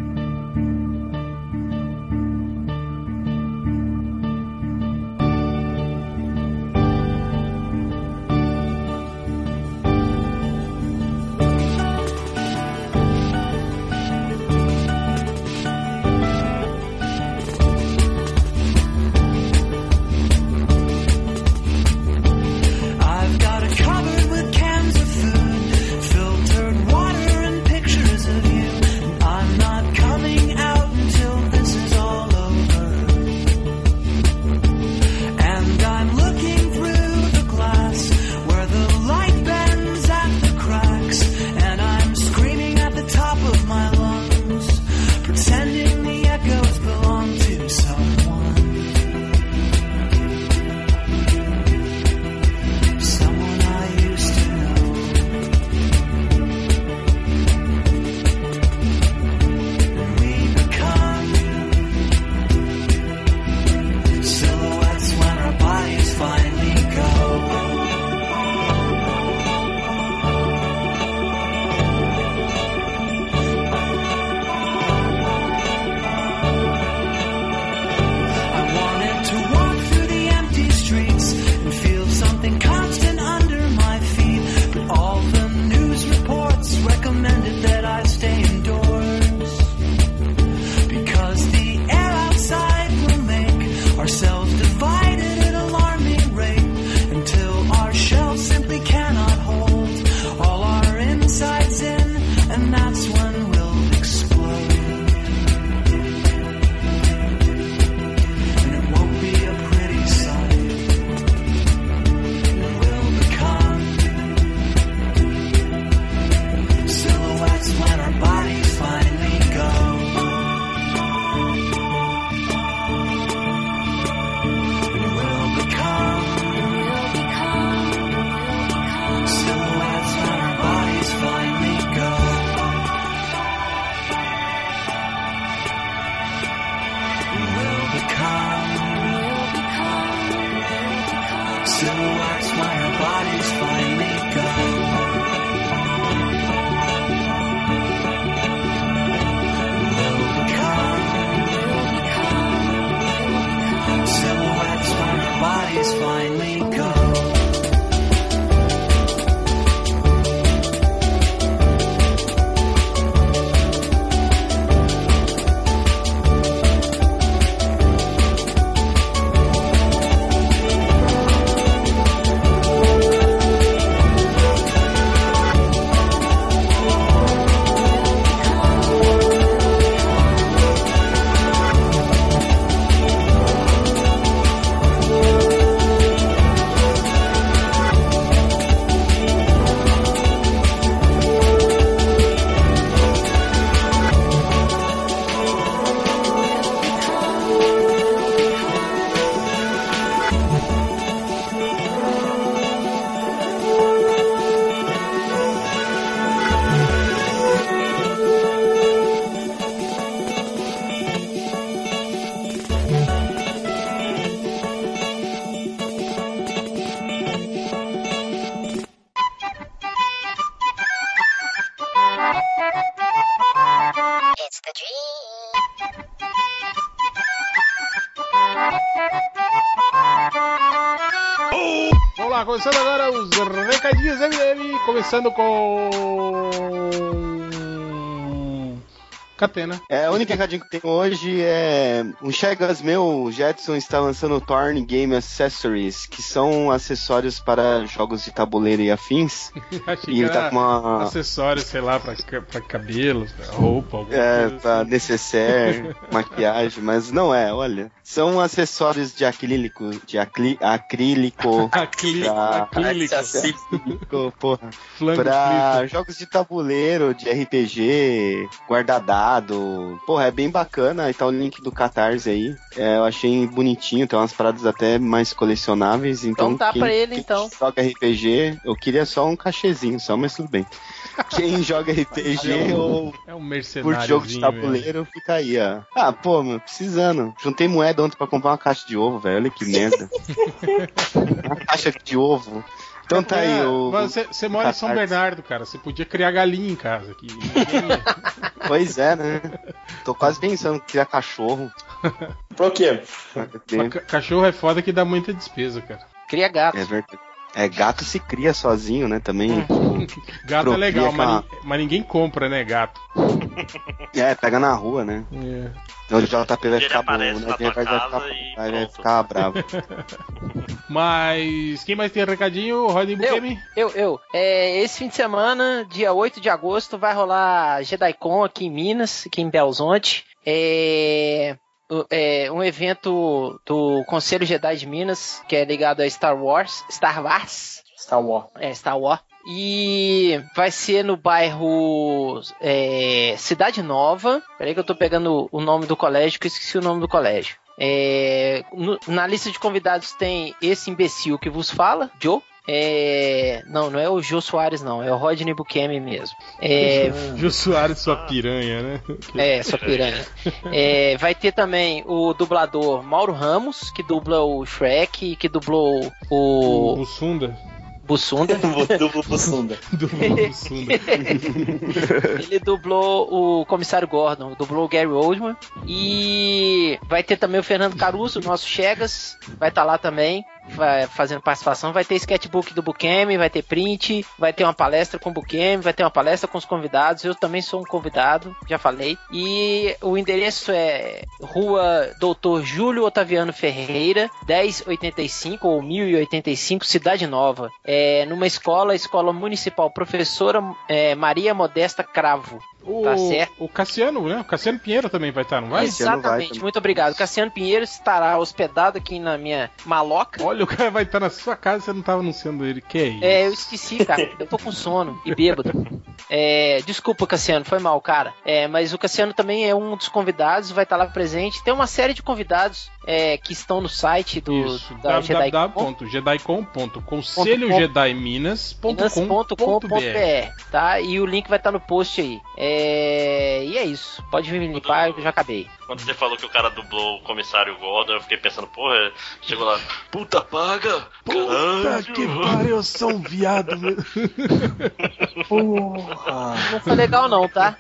It's the dream. Vamos lá, começando agora os recadinhos MDM, começando com... Catena. O único recadinho que eu tenho hoje é um chegas meu, o Jetson está lançando o Torn Game Accessories, que são acessórios para jogos de tabuleiro e afins. Achei e que ele tá com uma... acessórios, sei lá, pra cabelo, roupa, alguma coisa pra assim. necessaire, maquiagem, mas não é, olha. São acessórios de acrílico, acrílico, porra, pra jogos de tabuleiro, de RPG, guardadado. Porra, é bem bacana. E tá o link do Catarse aí. Eu achei bonitinho, tem umas paradas até mais colecionáveis. Então dá pra ele, quem então. joga RPG, eu queria só um cachezinho, só, mas tudo bem. Quem joga RPG ou por jogo de tabuleiro, fica aí, ó. Ah, pô, meu, precisando. Juntei moeda ontem pra comprar uma caixa de ovo, velho. Olha que merda. Uma caixa de ovo. Então tá aí o... Você mora em São Bernardo, cara. Você podia criar galinha em casa aqui. Pois é, né? Tô quase pensando em criar cachorro. Por quê? Cachorro é foda que dá muita despesa, cara. Cria gato. É verdade. Gato se cria sozinho, né? Também. Gato é legal, mas ninguém compra, né, gato? Pega na rua, né? Então o JP vai ficar bom, né? Vai ficar bravo. Mas quem mais tem recadinho? Rodney Bukemi? Eu. Esse fim de semana, dia 8 de agosto, vai rolar JediCon aqui em Minas, aqui em Belo Horizonte. Um evento do Conselho Jedi de Minas, que é ligado a Star Wars. E vai ser no bairro Cidade Nova. Peraí que eu tô pegando o nome do colégio, que eu esqueci o nome do colégio. Na lista de convidados tem esse imbecil que vos fala, Joe. Não é o Jô Soares, não. É o Rodney Bukemi mesmo. Jô Soares, sua piranha, né? Sua piranha. Vai ter também o dublador Mauro Ramos, que dubla o Shrek, que dublou o Bussunda. Dublo Bussunda. Ele dublou o Comissário Gordon, dublou o Gary Oldman. E vai ter também o Fernando Caruso, nosso Chegas, vai estar lá também, fazendo participação. Vai ter sketchbook do Bukemi, vai ter print, vai ter uma palestra com o Bukemi, vai ter uma palestra com os convidados. Eu também sou um convidado, já falei. E o endereço é Rua Doutor Júlio Otaviano Ferreira, 1085 ou 1085, Cidade Nova. Numa escola municipal, professora Maria Modesta Cravo. Tá certo? O Cassiano, né? O Cassiano Pinheiro também vai estar, não vai? Exatamente, muito obrigado. O Cassiano Pinheiro estará hospedado aqui na minha maloca. Olha, o cara vai estar na sua casa e você não estava anunciando ele. Que é isso? Eu esqueci, cara. Eu tô com sono e bêbado. Desculpa, Cassiano, foi mal, cara. Mas o Cassiano também é um dos convidados, vai estar lá presente. Tem uma série de convidados que estão no site da www.jedicon.conselhojediminas.com.br, tá? E o link vai estar no post aí. E é isso. Pode vir me limpar, eu já acabei. Quando você falou que o cara dublou o Comissário Gordon, eu fiquei pensando, porra, chegou lá, puta paga! Puta que pariu, eu sou um viado, meu. Não foi legal não, tá?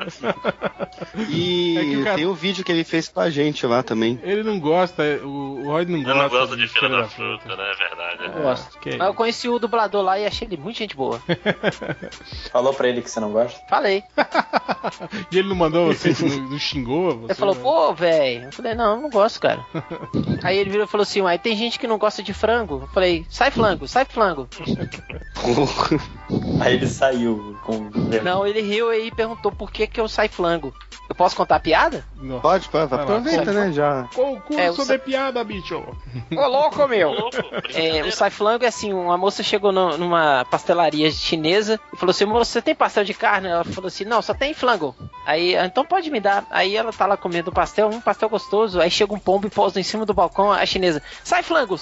E tem o vídeo que ele fez com a gente lá também. Ele não gosta, o Rod não gosta. Eu não gosto de Feira da Fruta, né? É verdade. Eu gosto. Mas eu conheci o dublador lá e achei ele muito gente boa. Falou pra ele que você não gosta? Falei. E ele não mandou você, não xingou você? Ele falou, pô, velho. Eu falei, não gosto, cara. Aí ele virou e falou assim, tem gente que não gosta de frango. Eu falei, sai flango. Aí ele saiu com... Não, ele riu e perguntou por que eu saio flango. Eu posso contar a piada? Não. Pode, aproveita, né, já. Concurso de piada, bicho. Ô, louco, meu. O sai flango é assim, uma moça chegou numa pastelaria chinesa e falou assim, moça, você tem pastel de carne? Ela falou assim, não, só tem flango. Aí, então pode me dar. Aí ela tá lá comendo o pastel, um pastel gostoso, aí chega um pombo e pousa em cima do balcão, a chinesa, sai flango.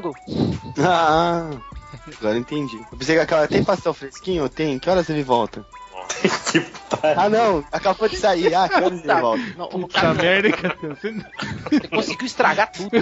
Agora entendi. Eu pensei que aquela tem pastel fresquinho? Tem? Que horas ele volta? Não, acabou de sair. Que horas ele volta? Puta merda, ele conseguiu estragar tudo.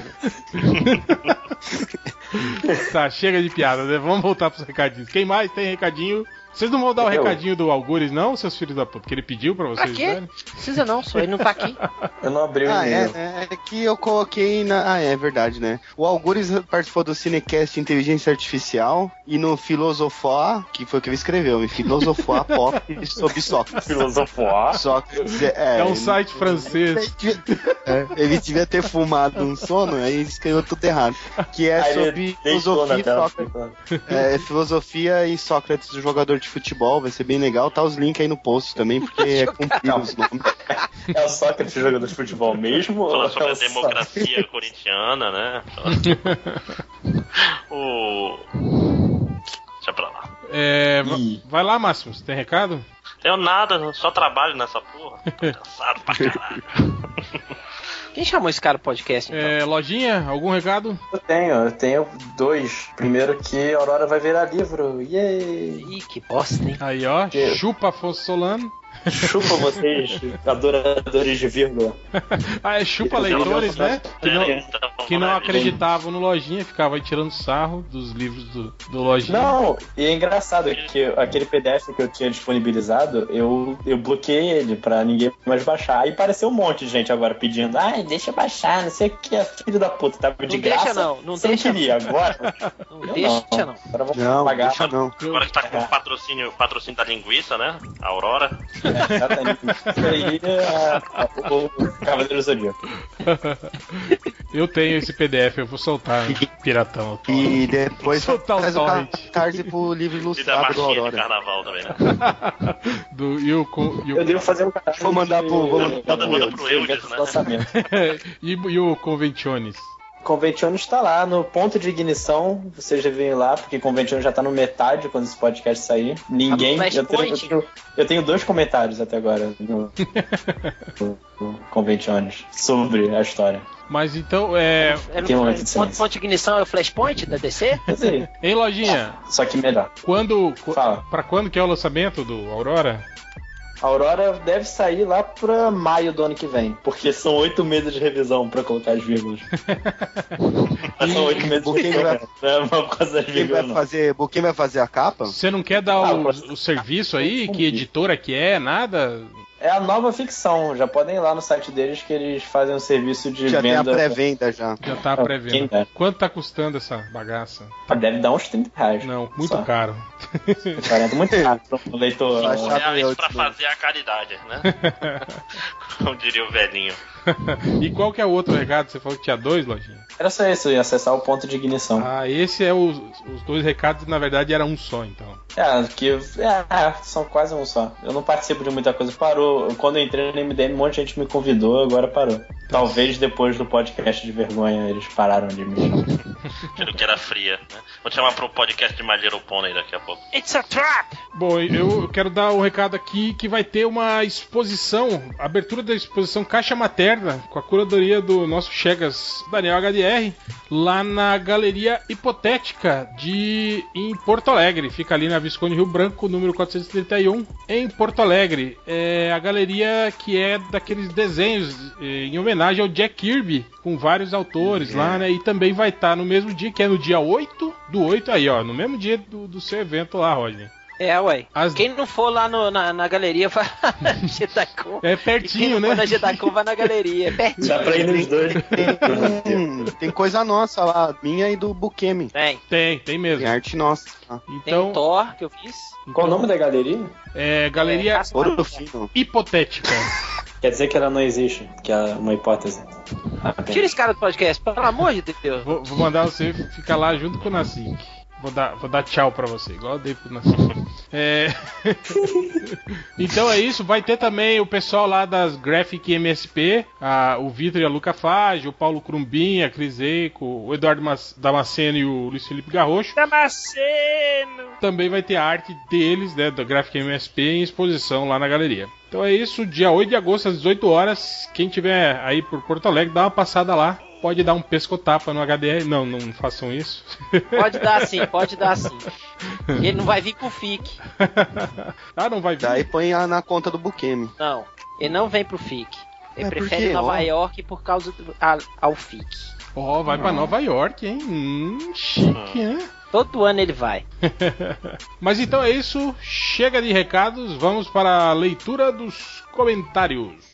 Tá, chega de piada, né? Vamos voltar pros recadinhos. Quem mais tem recadinho? Vocês não vão dar o recadinho do Algures, não, seus filhos da puta? Porque ele pediu pra vocês. Pra quê? Darem? Precisa não, só ele não tá aqui. Eu não abri o e-mail. É que eu coloquei na... é verdade, né? O Algures participou do Cinecast Inteligência Artificial e no Filosofar, que foi o que ele escreveu, em Filosofar Pop sobre Sócrates. Filosofar? Sócrates é um site francês. Ele devia ter fumado um sono, aí ele escreveu tudo errado. Que é sobre filosofia e Sócrates. Filosofia e Sócrates, o jogador de futebol, vai ser bem legal. Tá os links aí no post também, porque é comprido os nomes. É o Sócrates, o jogador de futebol mesmo? Fala sobre a democracia corintiana, né? Deixa pra lá. Vai lá, Máximo, você tem recado? Tenho nada, só trabalho nessa porra. Cansado pra caralho. Quem chamou esse cara pro podcast, então? Lojinha, algum recado? Eu tenho 2. Primeiro que a Aurora vai virar livro. Yay! Ih, que bosta, hein? Aí, ó, chupa Afonso Solano. Chupa vocês, adoradores de vírgula. Chupa leitores, né? Que não acreditavam no Lojinha, ficava aí tirando sarro dos livros do Lojinha. Não, e é engraçado que aquele PDF que eu tinha disponibilizado, eu bloqueei ele pra ninguém mais baixar. Aí apareceu um monte de gente agora pedindo, deixa eu baixar, não sei o que, filho da puta, tava de graça. Não deixa queria, agora. Não deixa não. Agora vou pagar. Deixa não. Agora que tá com o patrocínio da linguiça, né? A Aurora. Exatamente. Isso aí é o Cavaleiro do Zodíaco. Eu tenho esse PDF, eu vou soltar, piratão. E depois soltar faz o cartaz pro livro ilustrado do Aurora. De carnaval também, né? Eu devo fazer um cartaz. Vou mandar pro Eudes, né? E o Conventiones? Conventiones está lá no ponto de ignição. Vocês devem ir lá, porque Conventiones já tá no metade quando esse podcast sair. Ninguém. Eu tenho 2 comentários até agora no Conventiones sobre a história. Mas então ponto de ignição é o Flashpoint da DC? Sim. Hein, Lojinha? Só que melhor. Pra quando que é o lançamento do Aurora? A Aurora deve sair lá pra maio do ano que vem, porque são 8 meses de revisão pra colocar as vírgulas. São 8 meses de revisão. Não é uma coisa de vírgula. Quem vai fazer a capa? Você não quer dar o serviço aí? Que editora que é? Nada? É a nova ficção. Já podem ir lá no site deles que eles fazem um serviço de venda. Já tem a pré-venda já. Já tá a pré-venda. Quanto tá custando essa bagaça? Deve dar uns R$30. Não, muito caro. 40, muito caro para o leitor. R$100 pra fazer a caridade, né? Como diria o velhinho. E qual que é o outro recado? Você falou que tinha 2, Lojinha? Era só isso, ia acessar o ponto de ignição. Esse é os 2 recados, na verdade era um só, então. São quase um só. Eu não participo de muita coisa. Parou. Quando eu entrei no MDM, um monte de gente me convidou, agora parou. Talvez depois do podcast de vergonha eles pararam de me chamar. Que era fria, né? Vou te chamar pro podcast de My Little Pony daqui a pouco. It's a trap! Bom, eu quero dar um recado aqui que vai ter uma exposição, abertura da exposição Caixa Materna, com a curadoria do nosso Chegas Daniel HDR, lá na Galeria Hipotética em Porto Alegre. Fica ali na Visconde Rio Branco, número 431, em Porto Alegre. É a galeria que é daqueles desenhos em homenagem ao Jack Kirby, com vários autores lá, né? E também vai estar no mesmo dia, que é no dia 8/8, aí, ó, no mesmo dia do seu evento lá, Rodney. Ué. Quem não for lá na galeria vai na Getacom. É pertinho, né? Quem não for na Getacom vai na galeria. É pertinho. Dá pra ir nos 2. Tem coisa nossa lá, minha e do Bukemi. Tem mesmo. Tem arte nossa. Então, tem Thor que eu fiz. Qual o nome da galeria? É Galeria Hipotética. Quer dizer que ela não existe, que é uma hipótese. Tira esse cara do podcast, pelo amor de Deus. Vou mandar você ficar lá junto com o Nassik. Vou dar tchau pra você, igual eu dei pro Nassik. Então é isso, vai ter também o pessoal lá das Graphic MSP, o Vitor e a Luca Fage, o Paulo Crumbin, a Cris Eico, o Eduardo Damasceno e o Luiz Felipe Garrocho. Damasceno! Também vai ter a arte deles, né, da Graphic MSP, em exposição lá na galeria. Então é isso, dia 8 de agosto às 18 horas, quem tiver aí por Porto Alegre, dá uma passada lá. Pode dar um pescotapa no HDR. Não façam isso. Pode dar sim. Ele não vai vir pro FIC. Não vai vir. Daí põe na conta do Bukemi. Não, ele não vem pro FIC. Ele prefere Nova York por causa ao FIC. Vai pra Nova York, hein? Chique, hein? Todo ano ele vai. Mas então é isso. Chega de recados. Vamos para a leitura dos comentários.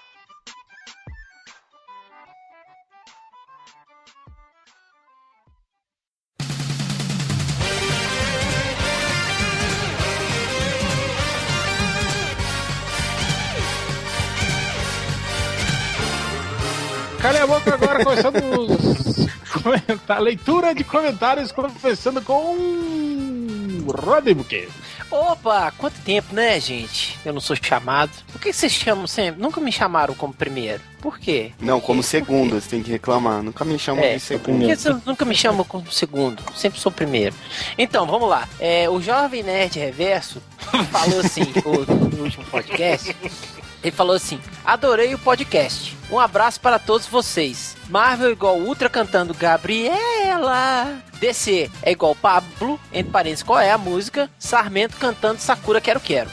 Calha a boca agora, começando a leitura de comentários, começando com Rodney Buquet. Opa, quanto tempo, né, gente? Eu não sou chamado. Por que vocês chamam sempre? Nunca me chamaram como primeiro. Por quê? Não, como segundo, você tem que reclamar. Nunca me chamam de segundo. Por que você nunca me chamam como segundo? Sempre sou primeiro. Então, vamos lá. O Jovem Nerd Reverso falou assim, no último podcast... Ele falou assim: adorei o podcast. Um abraço para todos vocês. Marvel igual Ultra cantando Gabriela. DC é igual Pablo, entre parênteses, qual é a música? Sarmento cantando Sakura Quero Quero.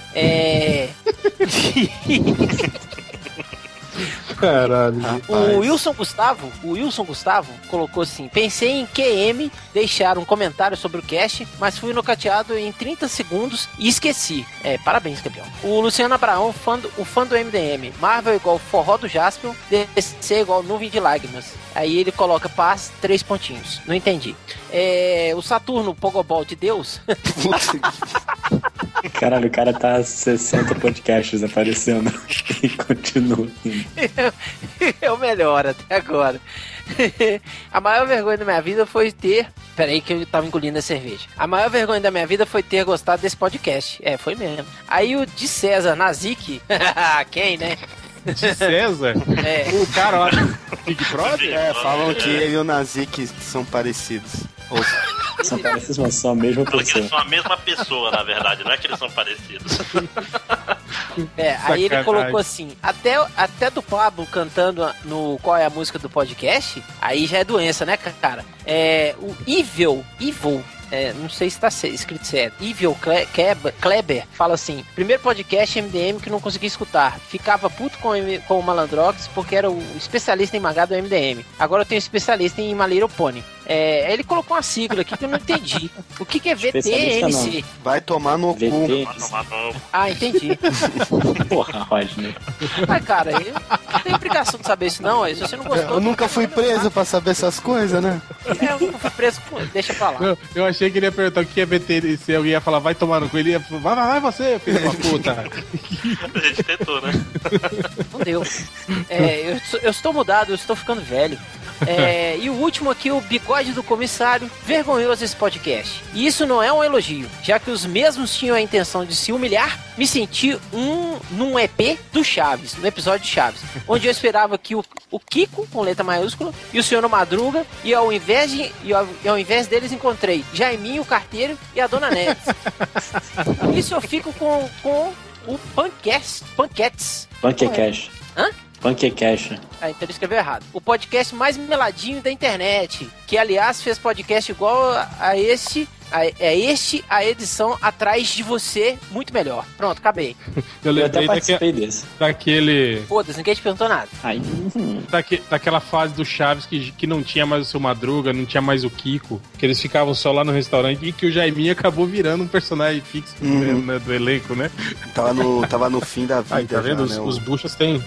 Caralho. O Wilson Gustavo colocou assim: pensei em QM deixar um comentário sobre o cast, mas fui nocateado em 30 segundos e esqueci. Parabéns, campeão. O Luciano Abraão, o fã do MDM. Marvel igual Forró do Jaspion, DC igual Nuvem de Lágrimas. Aí ele coloca paz, 3 pontinhos. Não entendi. O Saturno, Pogobol de Deus. Caralho, o cara tá 60 podcasts aparecendo e continua. É o melhor até agora. A maior vergonha da minha vida foi ter... Peraí que eu tava engolindo a cerveja. A maior vergonha da minha vida foi ter gostado desse podcast. Foi mesmo. Aí o de César Nazik... Quem, né? De César? O cara lá do Big Brother? Falam que ele e o Nazik são parecidos. São parecidos, mas são a mesma pessoa. Eles são a mesma pessoa, na verdade. Não é que eles são parecidos. Aí ele colocou assim: até do Pablo cantando no Qual é a Música do Podcast, aí já é doença, né, cara? O Evil, não sei se tá escrito certo. Evil Kleber fala assim: primeiro podcast MDM que não consegui escutar. Ficava puto com o Malandrox porque era o especialista em mangá do MDM. Agora eu tenho especialista em My Little Pony. Ele colocou uma sigla aqui que eu não entendi. O que é VTNC? Vai tomar no cu. Ah, entendi. Porra, Rodney. Mas, cara, eu não tenho obrigação de saber isso, não. Se você não gostou. Eu nunca fui preso pra saber essas coisas, né? Eu nunca fui preso. Deixa pra lá. Eu achei que ele ia perguntar o que é VTNC. Alguém ia falar, vai tomar no cu. Ele ia falar, vai você, filho de uma puta. A gente tentou, né? Não deu. Eu estou mudado, eu estou ficando velho. E o último aqui, o Bigode do Comissário. Vergonhoso esse podcast. E isso não é um elogio, já que os mesmos tinham a intenção de se humilhar. Me senti num EP do Chaves, no episódio de Chaves, onde eu esperava que o Kiko, com letra maiúscula, e o Senhor Madruga, e ao invés deles encontrei Jaiminho, o carteiro, e a Dona Neves. Por isso eu fico com o Panquetes. Panquecash. Hã? Panquecash. Então ele escreveu errado. O podcast mais meladinho da internet, que aliás fez podcast igual a este, a edição atrás de você, muito melhor. Pronto, acabei. Eu até participei desse. Daquele... Foda-se, ninguém te perguntou nada. Daquela fase do Chaves que não tinha mais o Seu Madruga, não tinha mais o Kiko, que eles ficavam só lá no restaurante e que o Jaiminho acabou virando um personagem fixo né, do elenco, né? Tava no fim da vida. Aí, tá vendo? Já, os buchas tem.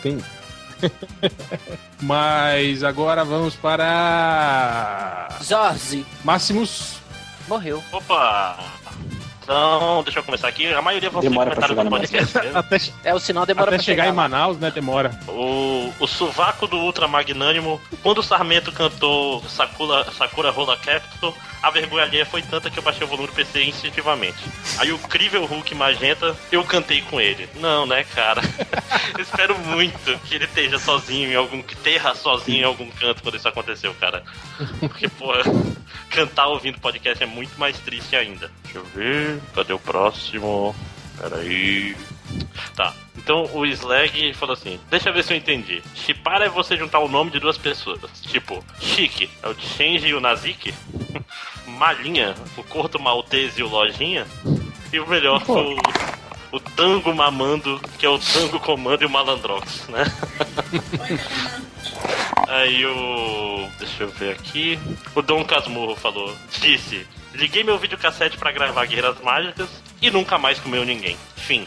Mas agora vamos para... Jorge Máximos. Morreu. Opa! Então, deixa eu começar aqui. A maioria vão ser comentários do podcast. O sinal demora até pra chegar em Manaus, né? Demora. O sovaco do Ultra Magnânimo. Quando o Sarmento cantou Sakura Roller Capital, a vergonha alheia foi tanta que eu baixei o volume do PC instintivamente. Aí o Crível Hulk Magenta, eu cantei com ele. Não, né, cara? Eu espero muito que ele esteja sozinho em algum canto quando isso aconteceu, cara. Porque, porra, cantar ouvindo podcast é muito mais triste ainda. Deixa eu ver. Cadê o próximo? Peraí. Tá. Então o Slag falou assim: deixa eu ver se eu entendi. Shippar é você juntar o nome de duas pessoas. Tipo, Chique é o de Shenji e o Nazik. Malinha, o Corto Maltese e o Lojinha. E o melhor, o Tango Mamando, que é o Tango Comando e o Malandrox, né? Aí deixa eu ver aqui. O Dom Casmurro falou: disse, Liguei meu videocassete pra gravar Guerreiras Mágicas e nunca mais comeu ninguém. Fim.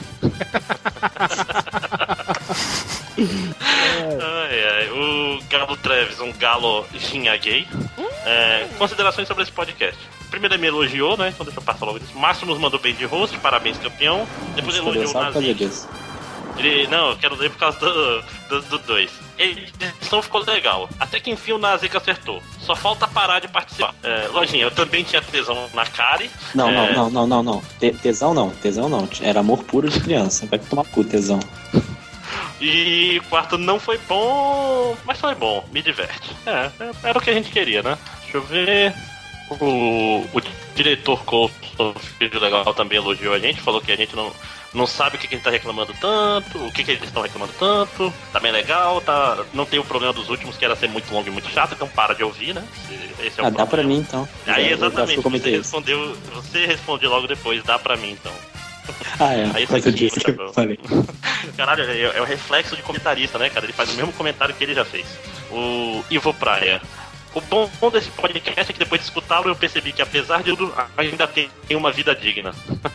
O Galo Treves, um galo ginha gay. Considerações sobre esse podcast. Primeiro ele me elogiou, né? Então deixa eu passar logo disso. Máximos mandou bem de host, parabéns campeão. Depois ele elogiou o Nazik. Não, eu quero ler por causa do 2. A edição ficou legal. Até que enfim o Nazik acertou. Só falta parar de participar. Lojinha, eu também tinha tesão na Kari. Não. Tesão não. Era amor puro de criança. Vai tomar cu, tesão. E o quarto não foi bom, mas foi bom, me diverte. Era o que a gente queria, né? Deixa eu ver. O diretor Couto, Filho Legal, também elogiou a gente, falou que a gente não sabe o que a gente tá reclamando tanto, o que eles estão reclamando tanto, tá bem legal, não tem o problema dos últimos que era ser muito longo e muito chato, então para de ouvir, né? Esse é o problema. Dá pra mim então. Aí exatamente, você respondeu logo depois, dá pra mim então. Aí mas eu disse que eu falei. Caralho, é o reflexo de comentarista, né, cara? Ele faz o mesmo comentário que ele já fez. O Ivo Praia. O bom desse podcast é que depois de escutá-lo eu percebi que apesar de tudo ainda tem uma vida digna.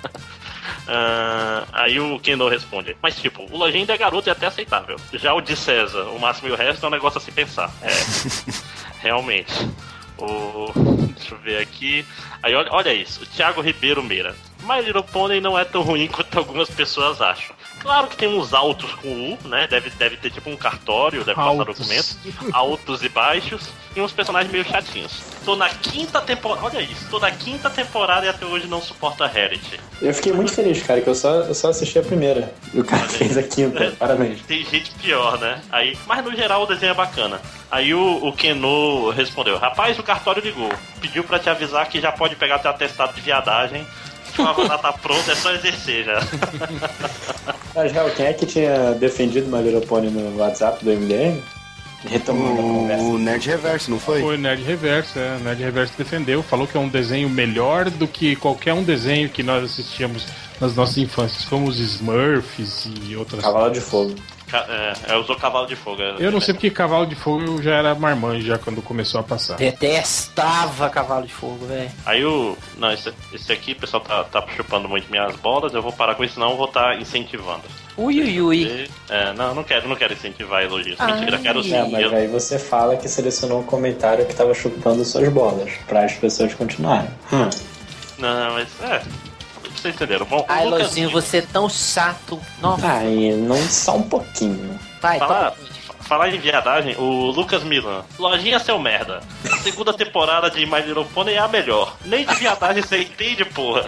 Aí o Kendall responde. Mas tipo, o Lojinha ainda é garoto e até aceitável. Já o de César, o Máximo e o resto é um negócio a se pensar. Realmente. Deixa eu ver aqui. Aí olha isso, o Thiago Ribeiro Meira. My Little Pony não é tão ruim quanto algumas pessoas acham. Claro que tem uns altos com U, né? Deve ter tipo um cartório, deve passar documentos. Altos e baixos. E uns personagens meio chatinhos. Tô na 5ª temporada. Olha isso, tô na 5ª temporada e até hoje não suporto a Harriet. Eu fiquei muito feliz, cara, que eu só assisti a primeira. E o cara fez a 5ª, parabéns. Tem gente pior, né? Mas no geral o desenho é bacana. Aí o Keno respondeu: rapaz, o cartório ligou. Pediu pra te avisar que já pode pegar teu atestado de viadagem. Que o avatar tá pronto, é só exercer já. Mas, Real, quem é que tinha defendido My Little Pony no WhatsApp do MDM? O Nerd Reverso, não foi? Foi o Nerd Reverso, O Nerd Reverso defendeu, falou que é um desenho melhor do que qualquer um desenho que nós assistíamos nas nossas infâncias, como os Smurfs e outras. Cavalo de Fogo. Usou Cavalo de Fogo. Eu não sei porque Cavalo de Fogo já era marmanjo já quando começou a passar. Detestava Cavalo de Fogo, velho. Aí Não, esse aqui, o pessoal tá chupando muito minhas bolas, eu vou parar com isso, senão eu vou estar incentivando. Ui. Não quero incentivar elogios. Mentira, quero sim. Mas aí você fala que selecionou um comentário que tava chupando suas bolas, para as pessoas continuarem. Não, mas vocês entenderam. Bom, ai, Lozinho, você é tão chato. Nossa. Ai, não só um pouquinho. Vai, falar em viadagem, o Lucas Milan. Lojinha, seu merda. A 2ª temporada de My Little Pony é a melhor. Nem de viadagem você entende, porra.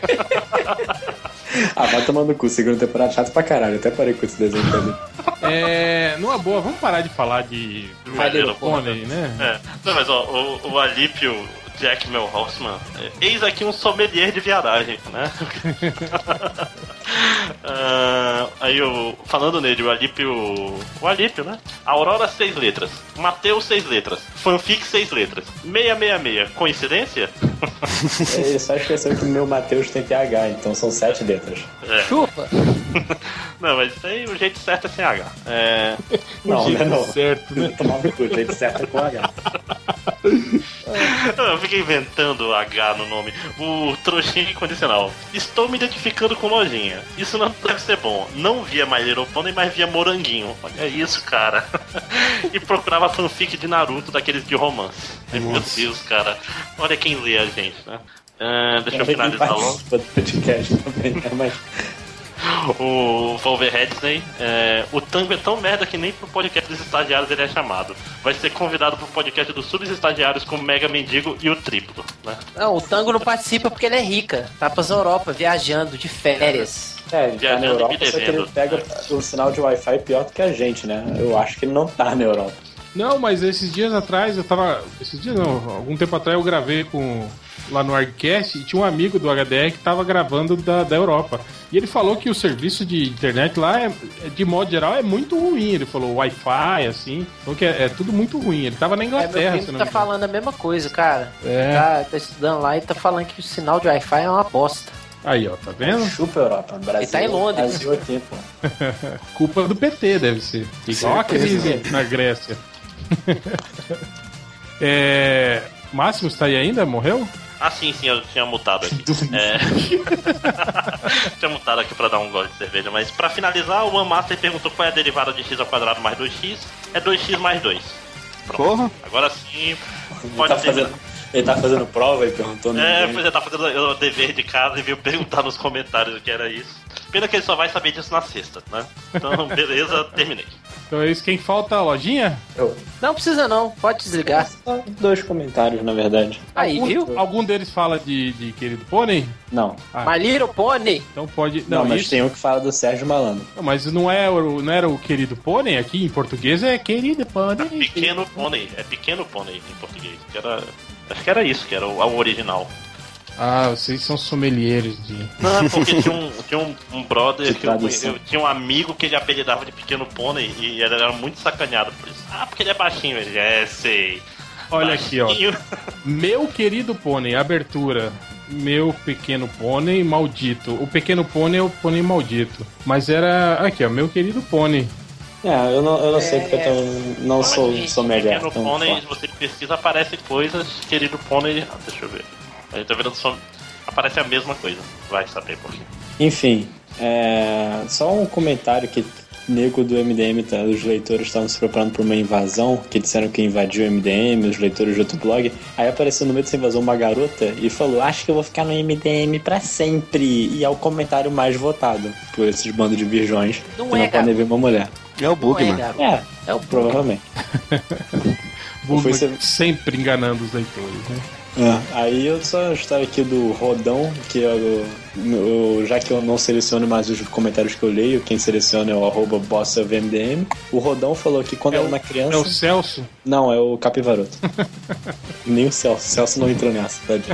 Vai tomando cu, 2ª temporada chato pra caralho. Até parei com esse desenho também. Numa boa, vamos parar de falar de My Little Pony, né? Não, mas o Alípio Jack Melhorseman, eis aqui um sommelier de viadagem, né? Aí falando nele, o Alípio, né? Aurora 6 letras, Mateus 6 letras, Fanfic 6 letras, 666, coincidência? Ele só esqueceu que o meu Mateus tem TH, então são 7 letras. Chupa! Não, mas isso aí o jeito certo é sem H. Não. Certo, né? O jeito certo é com H. Eu fiquei inventando H no nome. O trouxinha incondicional. Estou me identificando com Lojinha. Isso não deve ser bom. Não via My Little Pony, mas via Moranguinho. Olha isso, cara. E procurava fanfic de Naruto, daqueles de romance. Meu Deus, cara. Olha quem lê a gente, né? Deixa eu finalizar logo. O Wolverhampton, o Tango é tão merda que nem pro podcast dos estagiários ele é chamado. Vai ser convidado pro podcast dos subestagiários como Mega Mendigo e o Triplo, né? Não, o Tango não participa porque ele é rica. Tá pras Europa, viajando, de férias. Ele tá na Europa, só que ele pega o sinal de Wi-Fi pior do que a gente, né? Eu acho que ele não tá na Europa. Não, mas esses dias atrás algum tempo atrás eu gravei lá no Argcast e tinha um amigo do HDR que tava gravando da Europa. E ele falou que o serviço de internet lá, de modo geral, é muito ruim. Ele falou Wi-Fi, assim, então que é tudo muito ruim. Ele tava na Inglaterra. Meu primo tá falando a mesma coisa, cara. Tá estudando lá e tá falando que o sinal de Wi-Fi é uma bosta. Aí, ó, tá vendo? Chupa Europa, Brasil. Ele tá em Londres. Brasil aqui, pô. Culpa do PT, deve ser. Igual a crise na Grécia. Máximos tá aí ainda? Morreu? Ah, sim, eu tinha mutado aqui. Tinha mutado aqui pra dar um gole de cerveja. Mas pra finalizar, o One Master perguntou qual é a derivada de x² mais 2x. É 2x mais 2. Pronto. Porra. Agora sim, pode ter... Ele tá fazendo prova e perguntou. Pois é, tá fazendo o dever de casa e veio perguntar nos comentários o que era isso. Pena que ele só vai saber disso na sexta, né? Então, beleza, terminei. Então é isso, quem falta? A lojinha? Não precisa não, pode desligar. Só 2 comentários, na verdade. Aí, viu? Algum deles fala de Querido Pônei? Não. My Little Pony? Então pode... Não, mas tem um que fala do Sérgio Malandro. Não, mas não era o Querido Pônei? Aqui em português é Querido Pônei. Pequeno Pônei, é Pequeno Pônei em português. Acho que era isso, que era o original. Ah, vocês são sommeliers de... Não, porque tinha um brother que eu tinha um amigo que ele apelidava de Pequeno Pônei e ele era muito sacaneado por isso. Ah, porque ele é baixinho, ele sei. Olha baixinho. Aqui, ó. Meu Querido Pônei, abertura. Meu Pequeno Pônei maldito. O Pequeno Pônei é o Pônei maldito. Mas era... Aqui, ó. Meu Querido Pônei. Eu não sei porque eu não sou melhor. Pequeno Pônei, se você pesquisa, aparece coisas. Querido Pônei... deixa eu ver. A gente tá vendo só... Aparece a mesma coisa. Vai saber por quê. Enfim, só um comentário que nego do MDM, os leitores estavam se preparando para uma invasão, que disseram que invadiu o MDM, os leitores de outro blog. Aí apareceu no meio dessa invasão uma garota e falou: acho que eu vou ficar no MDM pra sempre. E é o comentário mais votado por esses bandos de virgões que não podem ver uma mulher. É o Bugman. É o provavelmente. Bugman sempre enganando os leitores, né? Aí eu só estava aqui do Rodão, que já que eu não seleciono mais os comentários que eu leio, quem seleciona é o @bossofmdm. O Rodão falou que quando era uma criança... É o Celso? Não, é o Capivaroto. Nem o Celso não entrou nessa, tadinho.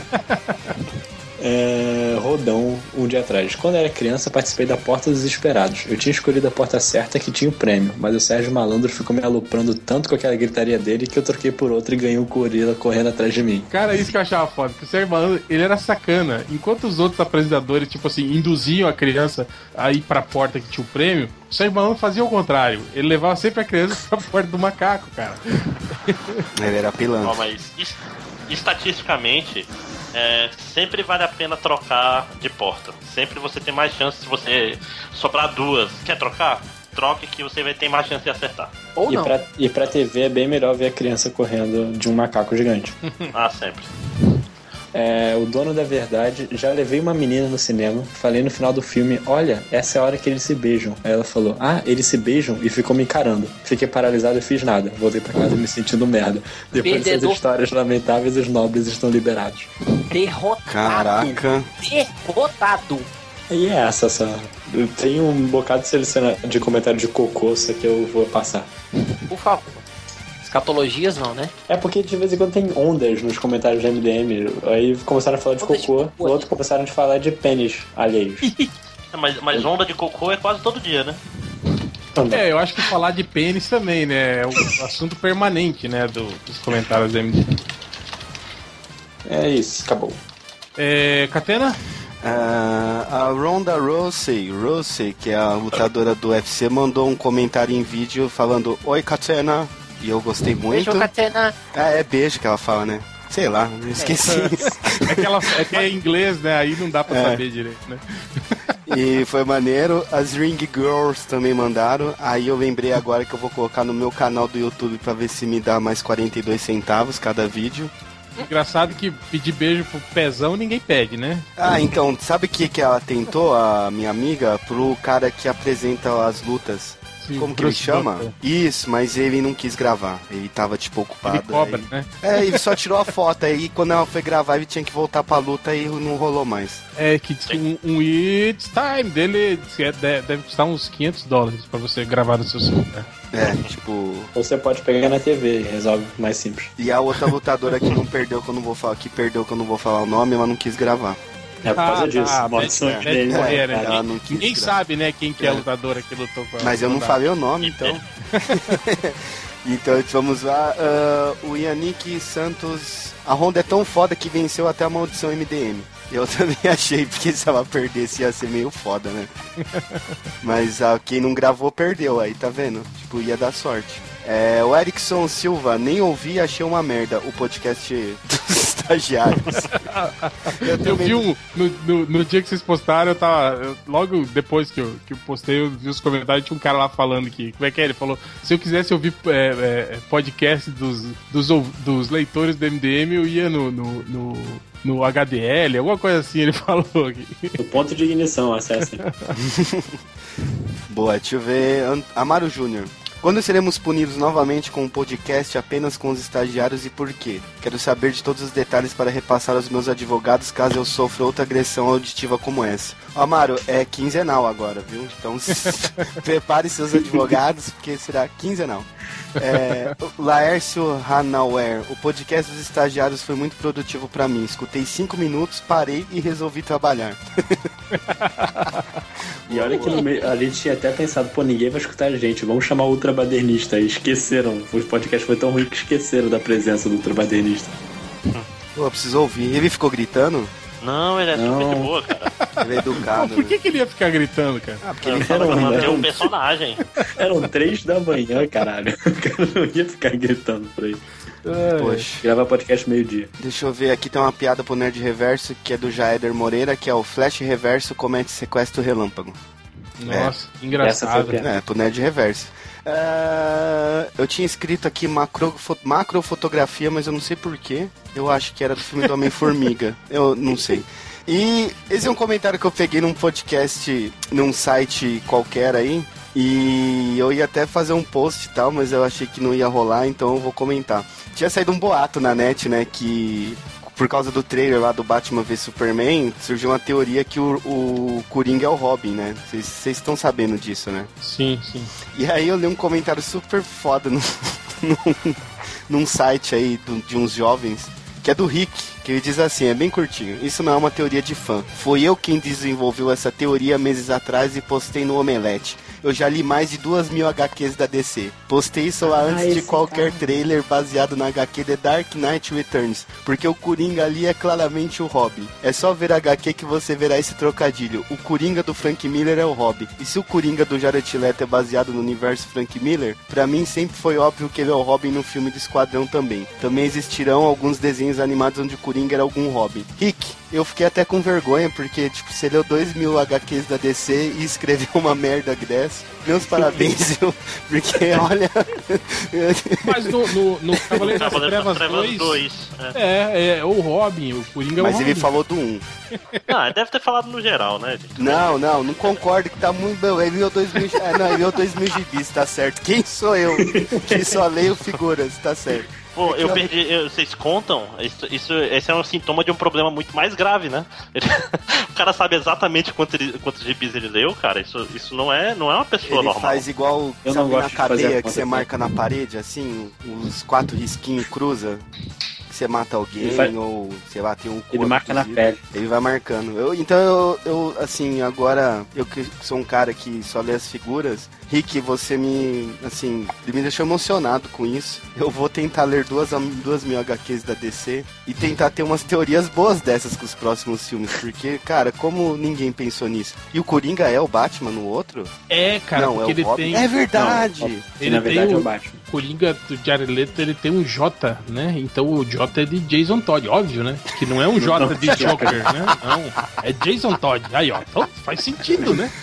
Rodão, um dia atrás. Quando eu era criança, participei da Porta dos Desesperados. Eu tinha escolhido a porta certa que tinha o prêmio, mas o Sérgio Malandro ficou me aloprando tanto com aquela gritaria dele que eu troquei por outra e ganhei um gorila correndo atrás de mim. Cara, isso que eu achava foda, que o Sérgio Malandro, ele era sacana. Enquanto os outros apresentadores, tipo assim, induziam a criança a ir pra porta que tinha o prêmio, o Sérgio Malandro fazia o contrário. Ele levava sempre a criança pra porta do macaco, cara. Ele era pilantra. Mas estatisticamente... sempre vale a pena trocar de porta. Sempre você tem mais chance se você sobrar 2. Quer trocar? Troque que você vai ter mais chance de acertar. Ou não. E pra TV é bem melhor ver a criança correndo de um macaco gigante. Sempre. O dono da verdade, já levei uma menina no cinema, falei no final do filme: olha, essa é a hora que eles se beijam. Aí ela falou: eles se beijam? E ficou me encarando. Fiquei paralisado e fiz nada. Voltei pra casa me sentindo merda. Depois dessas histórias lamentáveis, os nobres estão liberados. Derrotado. Caraca. Derrotado. E essa. Eu tenho um bocado de comentário de cocô, só que eu vou passar. Por favor. Escatologias não, né? É porque de vez em quando tem ondas nos comentários do MDM. Aí começaram a falar de cocô, outros começaram a falar de pênis alheios. Mas onda de cocô é quase todo dia, né? Eu acho que falar de pênis também, né? É um assunto permanente, né? Dos comentários do MDM. É isso, acabou. Catena? A Ronda Rousey, que é a lutadora do UFC, mandou um comentário em vídeo falando: oi, Catena. E eu gostei muito. Beijo, Catena. É beijo que ela fala, né? Sei lá, esqueci. É que é inglês, né? Aí não dá pra saber direito, né? E foi maneiro. As Ring Girls também mandaram. Aí eu lembrei agora que eu vou colocar no meu canal do YouTube pra ver se me dá mais 42 centavos cada vídeo. Engraçado que pedir beijo pro pezão ninguém pede, né? Então, sabe o que ela tentou, a minha amiga? Pro cara que apresenta as lutas. Sim, como que ele chama? Isso, mas ele não quis gravar. Ele tava, ocupado. Ele cobra, né? Ele só tirou a foto. Aí quando ela foi gravar, ele tinha que voltar pra luta e não rolou mais. Que diz que um It's Time dele deve custar uns $500 pra você gravar no seu celular. Você pode pegar na TV e resolve mais simples. E a outra lutadora que não perdeu, que eu não vou falar, que não vou falar o nome, ela não quis gravar. É por causa disso. Ninguém sabe, né, quem que é a lutadora que lutou com ela. Mas eu não falei o nome, então. Então vamos lá. O Yannick Santos. A Honda é tão foda que venceu até a maldição MDM. Eu também achei, porque se ela perdesse ia ser meio foda, né? Mas quem não gravou perdeu, aí tá vendo? Ia dar sorte. O Erickson Silva, nem ouvi, achei uma merda o podcast dos estagiários. Eu vi no dia que vocês postaram, logo depois que eu postei, eu vi os comentários, tinha um cara lá falando que, como é que é? Ele falou, se eu quisesse ouvir podcast dos leitores do MDM, eu ia no HDL, alguma coisa assim, ele falou aqui. Do ponto de ignição, acessem. Boa, deixa eu ver. Amaro Júnior. Quando seremos punidos novamente com um podcast apenas com os estagiários e por quê? Quero saber de todos os detalhes para repassar aos meus advogados caso eu sofra outra agressão auditiva como essa. Amaro, é quinzenal agora, viu? Então prepare seus advogados, porque será quinzenal. Laércio Hanauer, o podcast dos estagiários foi muito produtivo para mim. Escutei 5 minutos, parei e resolvi trabalhar. E olha que a gente tinha até pensado, ninguém vai escutar a gente, vamos chamar o ultrabadernista. E esqueceram, o podcast foi tão ruim que esqueceram da presença do ultrabadernista. Pô, preciso ouvir. Ele ficou gritando? Não, ele é super de boa, cara. Ele é educado. Por que ele ia ficar gritando, cara? Porque ele fala pra manter um personagem. Eram 3 da manhã, caralho. O cara não ia ficar gritando por aí. Poxa. Grava podcast meio-dia. Deixa eu ver, aqui tem uma piada pro Nerd Reverso, que é do Jaeder Moreira, que é o Flash Reverso comete sequestro relâmpago. Nossa, engraçado. Pro Nerd Reverso. Eu tinha escrito aqui macrofotografia, mas eu não sei porquê. Eu acho que era do filme do Homem-Formiga. Eu não sei. E esse é um comentário que eu peguei num podcast, num site qualquer aí. E eu ia até fazer um post e tal, mas eu achei que não ia rolar, então eu vou comentar. Tinha saído um boato na net, né, que por causa do trailer lá do Batman v Superman, surgiu uma teoria que o Coringa é o Robin, né? Vocês estão sabendo disso, né? Sim. E aí eu li um comentário super foda num site aí de uns jovens, que é do Rick, que ele diz assim, é bem curtinho, isso não é uma teoria de fã. Foi eu quem desenvolveu essa teoria meses atrás e postei no Omelete. Eu já li mais de 2.000 HQs da DC. Postei isso lá antes de qualquer trailer baseado na HQ The Dark Knight Returns, porque o Coringa ali é claramente o Robin. É só ver a HQ que você verá esse trocadilho. O Coringa do Frank Miller é o Robin. E se o Coringa do Jared Leto é baseado no universo Frank Miller, pra mim sempre foi óbvio que ele é o Robin no filme do Esquadrão também. Também existirão alguns desenhos animados onde o Coringa era algum Robin. Rick, eu fiquei até com vergonha, porque, você leu 2.000 HQs da DC e escreveu uma merda dessa. Meus parabéns, porque, olha... Mas no Cavaleiro das Trevas 2... É o Robin, o Coringa é o Mas Robin. ele falou do 1. Deve ter falado no geral, né? Gente? Não concordo que tá muito... Ele viu 2.000... ele viu 2.000 gibis, tá certo. Quem sou eu? Que só leio figuras, tá certo. Pô, eu perdi. Vocês contam? Esse é um sintoma de um problema muito mais grave, né? O cara sabe exatamente quantos gibis ele leu, cara. Isso não é uma pessoa ele normal. Faz igual na cadeia que você marca na parede, assim, os 4 risquinhos cruza. Você mata alguém ou, sei lá, tem um corpo. Ele marca na pele. Ele vai marcando. Então, assim, agora, eu que sou um cara que só lê as figuras, Rick, você me deixou emocionado com isso. Eu vou tentar ler 2.000 HQs da DC e tentar ter umas teorias boas dessas com os próximos filmes, porque, cara, como ninguém pensou nisso? E o Coringa é o Batman no outro? É, cara, não, porque é o ele Robin. tem... É verdade! Ele tem o Batman. Coringa do Jared Leto, ele tem um J, né? Então o J é de Jason Todd, óbvio, né? Que não é um J de Joker, né? Não, é Jason Todd. Aí, ó, então faz sentido, né?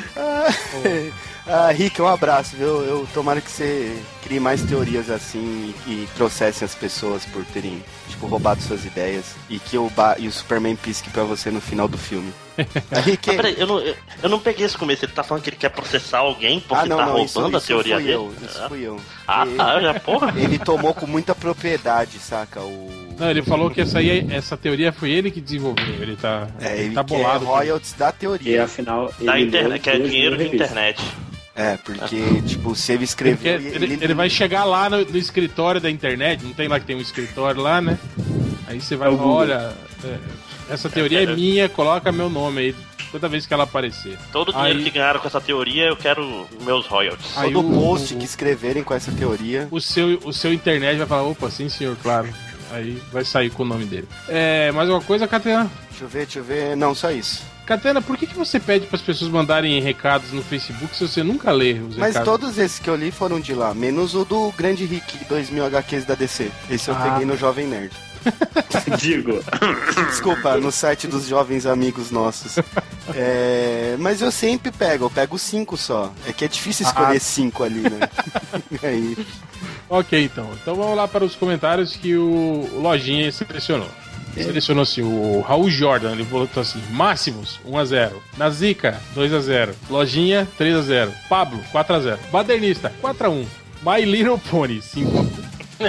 Rick, um abraço, viu? Eu tomara que você crie mais teorias assim e processe as pessoas por terem, roubado suas ideias e que o Superman pisque pra você no final do filme. Rick... peraí, eu não peguei esse começo. Ele tá falando que ele quer processar alguém porque tá roubando a teoria dele? Isso fui eu. Porra. Ele tomou com muita propriedade, saca? Não, ele falou que essa teoria foi ele que desenvolveu. Ele tá, ele tá bolado. Quer royalties da teoria. E afinal, que é dinheiro de internet. Porque, se ele escreveu... Ele vai chegar lá no escritório da internet, não tem lá que tem um escritório lá, né? Aí você vai falar, olha, essa teoria é minha, coloca meu nome aí, toda vez que ela aparecer. Todo o dinheiro que ganharam com essa teoria, eu quero meus royalties. Todo o post que escreverem com essa teoria... O seu internet vai falar, opa, sim senhor, claro. Aí vai sair com o nome dele. Mais uma coisa, Catena? Deixa eu ver. Não, só isso. Catena, por que você pede para as pessoas mandarem recados no Facebook se você nunca lê os Mas recados? todos esses que eu li foram de lá, menos o do Grande Rick 2000 HQs da DC. Esse eu peguei no Jovem Nerd. Digo. Desculpa, no site dos jovens amigos nossos. Mas eu sempre pego 5 só. É que é difícil escolher 5 ali, né? Aí. Ok, então. Então vamos lá para os comentários que o Lojinha selecionou. Selecionou assim, o Raul Jordan, ele botou assim, Máximos, 1-0. Nazica, 2-0. Lojinha, 3-0. Pablo, 4-0. Badernista, 4-1. My Little Pony, 5-1.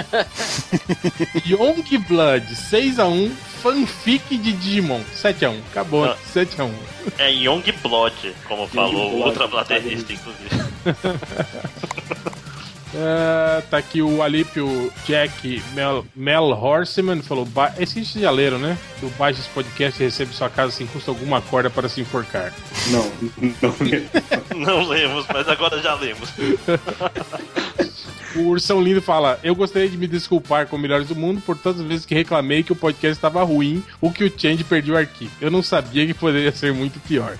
Youngblood 6-1, fanfic de Digimon 7-1, acabou. Não. 7-1. É Youngblood, como falou o outro baterista, inclusive. Tá aqui o Alípio Jack Mel Horseman falou: esse que vocês já leram, né? Que o Baixo Podcast recebe sua casa sem custo alguma corda para se enforcar. Não não lemos, mas agora já lemos. O Ursão Lindo fala: eu gostaria de me desculpar com Melhores do Mundo por todas as vezes que reclamei que o podcast estava ruim ou que o Change perdeu o arquivo. Eu não sabia que poderia ser muito pior.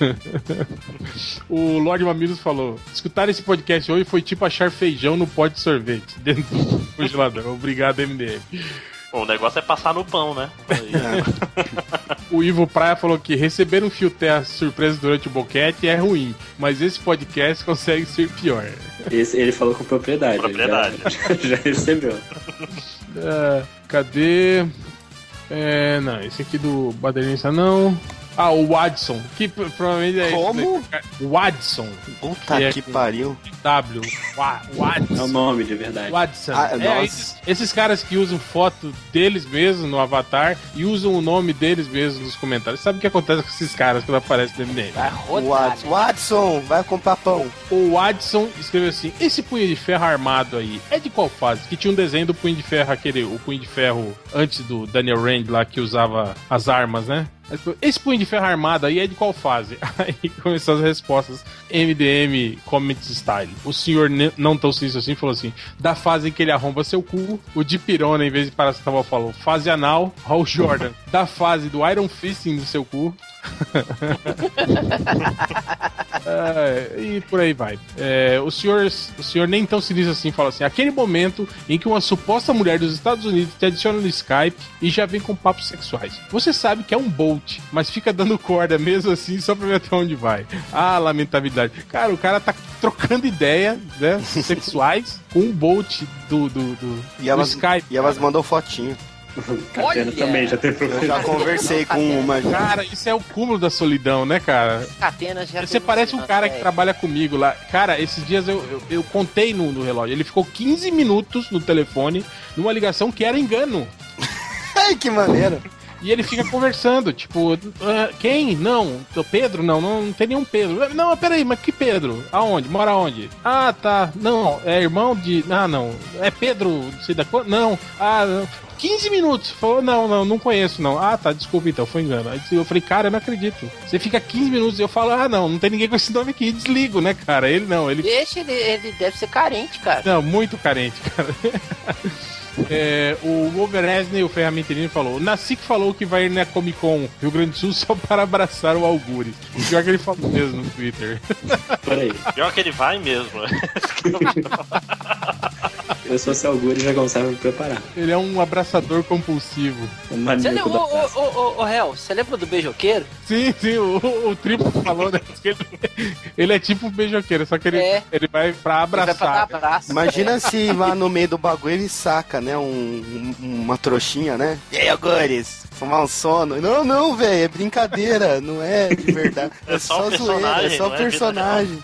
O Lorde Mamilos falou: escutar esse podcast hoje foi tipo achar feijão no pote de sorvete dentro do congelador. Obrigado, MDM. Bom, o negócio é passar no pão, né? O Ivo Praia falou que receber um fio terra surpresa durante o boquete é ruim, mas esse podcast consegue ser pior. Ele falou com propriedade. Já recebeu. Cadê? Não, esse aqui do Badernista não. O Wadson, que provavelmente é como? O Wadson. Puta que pariu. W. Wadson. É o nome de verdade. Wadson. Esses caras que usam foto deles mesmos no avatar e usam o nome deles mesmos nos comentários. Sabe o que acontece com esses caras quando aparecem no MDM? Watson, vai comprar pão. O Wadson escreveu assim: esse punho de ferro armado aí é de qual fase? Que tinha um desenho do punho de ferro, o punho de ferro antes do Daniel Rand lá, que usava as armas, né? Esse punho de ferro armado aí é de qual fase? Aí começou as respostas MDM Comments Style. O senhor não tão sinistro assim falou assim: da fase em que ele arromba seu cu. O de pirona, em vez de paracetamol, falou fase anal. Raul Jordan: da fase do Iron Fisting do seu cu. E por aí vai. O senhor nem tão sinistro assim fala assim: aquele momento em que uma suposta mulher dos Estados Unidos te adiciona no Skype e já vem com papos sexuais. Você sabe que é um Bolt, mas fica dando corda mesmo assim só pra ver até onde vai. Lamentabilidade. Cara, o cara tá trocando ideia, né, sexuais com um Bolt do Skype. E elas mandam fotinho. Catena também já teve problema. Eu já conversei com uma. Cara, isso é o cúmulo da solidão, né, cara? Catena já. Você parece um cara que trabalha comigo lá. Cara, esses dias eu contei no relógio. Ele ficou 15 minutos no telefone numa ligação que era engano. Ai, que maneiro. E ele fica conversando, tipo, quem? Não. Pedro? Não tem nenhum Pedro. Não, peraí, mas que Pedro? Aonde? Mora aonde? Tá. Não, é irmão de... não. É Pedro, não sei da qual? Não. Não. 15 minutos. Falou, não conheço, não. Tá, desculpa então, foi engano. Aí eu falei, cara, eu não acredito. Você fica 15 minutos e eu falo, não tem ninguém com esse nome aqui. Desligo, né, cara? Ele não, ele... Deixa, ele deve ser carente, cara. Não, muito carente, cara. O Wolveresne, o Ferramenteiro, falou: o Nacique falou que vai ir na Comic Con Rio Grande do Sul só para abraçar o Algures. O pior que ele falou mesmo no Twitter. Peraí. Pior que ele vai mesmo. Eu sou seu Algures e já consegue me preparar. Ele é um abraçador compulsivo. Você lembra do beijoqueiro? Sim, o Triplo falou, né? Ele é tipo um beijoqueiro, só que ele vai pra abraçar. Ele vai pra dar abraço. Imagina se lá no meio do bagulho ele saca, né? Uma trouxinha, né? E aí, Algures? Fumar um sono? Não, velho, é brincadeira, não é de verdade. É só zoeira, é só personagem.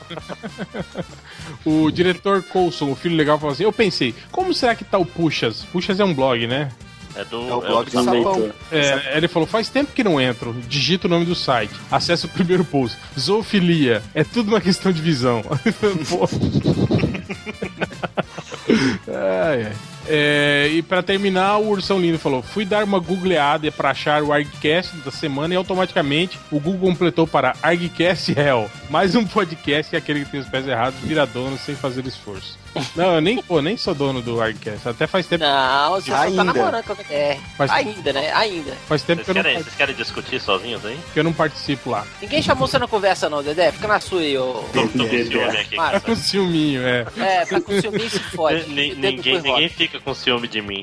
O diretor Coulson, o filho legal, falou assim: eu pensei, como será que tá o Puxas? Puxas é um blog, né? É o blog do Sapão. Ele falou, faz tempo que não entro. Digita o nome do site. Acessa o primeiro post. Zoofilia. É tudo uma questão de visão. E pra terminar, o Ursão Lindo falou: fui dar uma googleada pra achar o ArgCast da semana e automaticamente o Google completou para ArgCast Hell. Mais um podcast que aquele que tem os pés errados vira dono sem fazer esforço. Não, eu nem sou dono do ArgCast. Até faz tempo. Não, você só tá namorando com a Ainda, né? Ainda. Faz tempo que eu não. Vocês querem discutir sozinhos aí? Que eu não participo lá. Ninguém chamou você na conversa, não, Dedé. Fica na sua aí, ô. Tô com ciúme aqui. Tá com ciúminho, tá com ciúminho e se fode. Ninguém fica com ciúme de mim.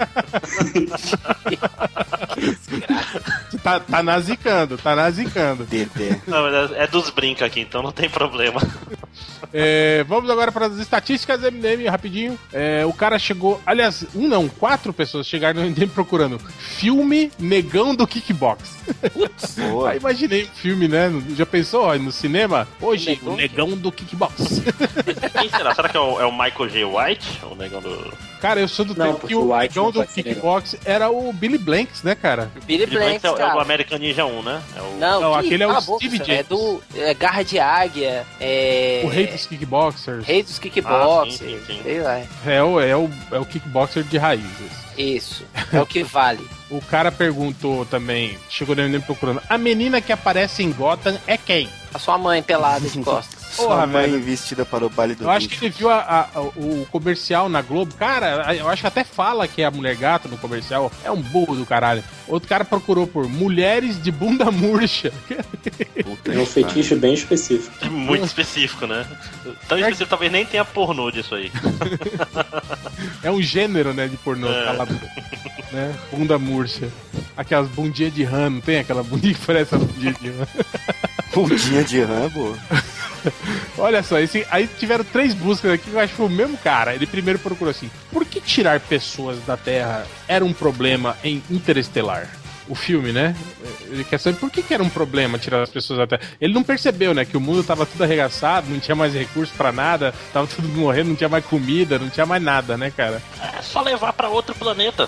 tá nazicando. Não, mas é dos brincos aqui, então não tem problema. Vamos agora para as estatísticas do MDM, rapidinho. O cara chegou... Aliás, 4 pessoas chegaram no MDM procurando filme Negão do Kickbox. Putz, aí imaginei um filme, né? Já pensou, no cinema? Hoje, o Negão do Kickbox. Quem será? Será que é o Michael J. White? O Negão do... Cara, eu sou do tempo que o Negão do Kickbox era o Billy Blanks, né, cara? Billy Blanks, é o American Ninja 1, né? Não, aquele é o Steve James. É do Garra de Águia. O Rei dos Kickboxers. Rei dos Kickboxers. Sim. Sei lá. É o Kickboxer de raízes. Isso, é o que vale. O cara perguntou também, chegou no MDM procurando, a menina que aparece em Gotham é quem? A sua mãe pelada de costas. Sua mãe vestida para o baile do Eu acho que ele viu o comercial na Globo. Cara, eu acho que até fala que é a mulher gata no comercial. É um burro do caralho. Outro cara procurou por mulheres de bunda murcha. É um fetiche bem específico. Muito específico, né? Tão específico, talvez nem tenha pornô disso aí. É um gênero, né, de pornô. Né? Bunda murcha. Aquelas bundinhas de rã, não tem aquela bundinha que parece a bundinha de rã? Bundinha de rã, boa. Olha só, aí tiveram 3 buscas aqui que eu acho que foi o mesmo cara. Ele primeiro procurou assim: por que tirar pessoas da Terra era um problema em Interestelar? O filme, né? Ele quer saber por que era um problema tirar as pessoas da Terra. Ele não percebeu, né? Que o mundo tava tudo arregaçado, não tinha mais recurso pra nada, tava tudo morrendo, não tinha mais comida, não tinha mais nada, né, cara? É só levar pra outro planeta.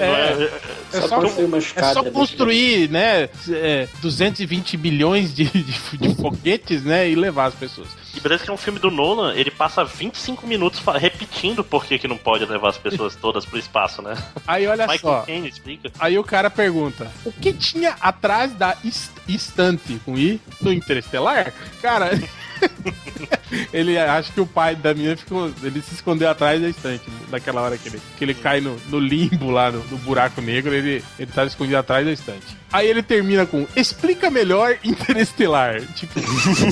É só construir, né? 220 bilhões de foguetes, né? E levar as pessoas. E parece que é um filme do Nolan, ele passa 25 minutos repetindo por que não pode levar as pessoas todas pro espaço, né? Aí olha só. Caine explica. Aí o cara pergunta: o que tinha atrás da estante com I do Interestelar? Cara, ele acha que o pai da menina ele se escondeu atrás da estante naquela hora que ele cai no limbo lá, no buraco negro, ele tava escondido atrás da estante. Aí ele termina com: explica melhor Interestelar. Tipo,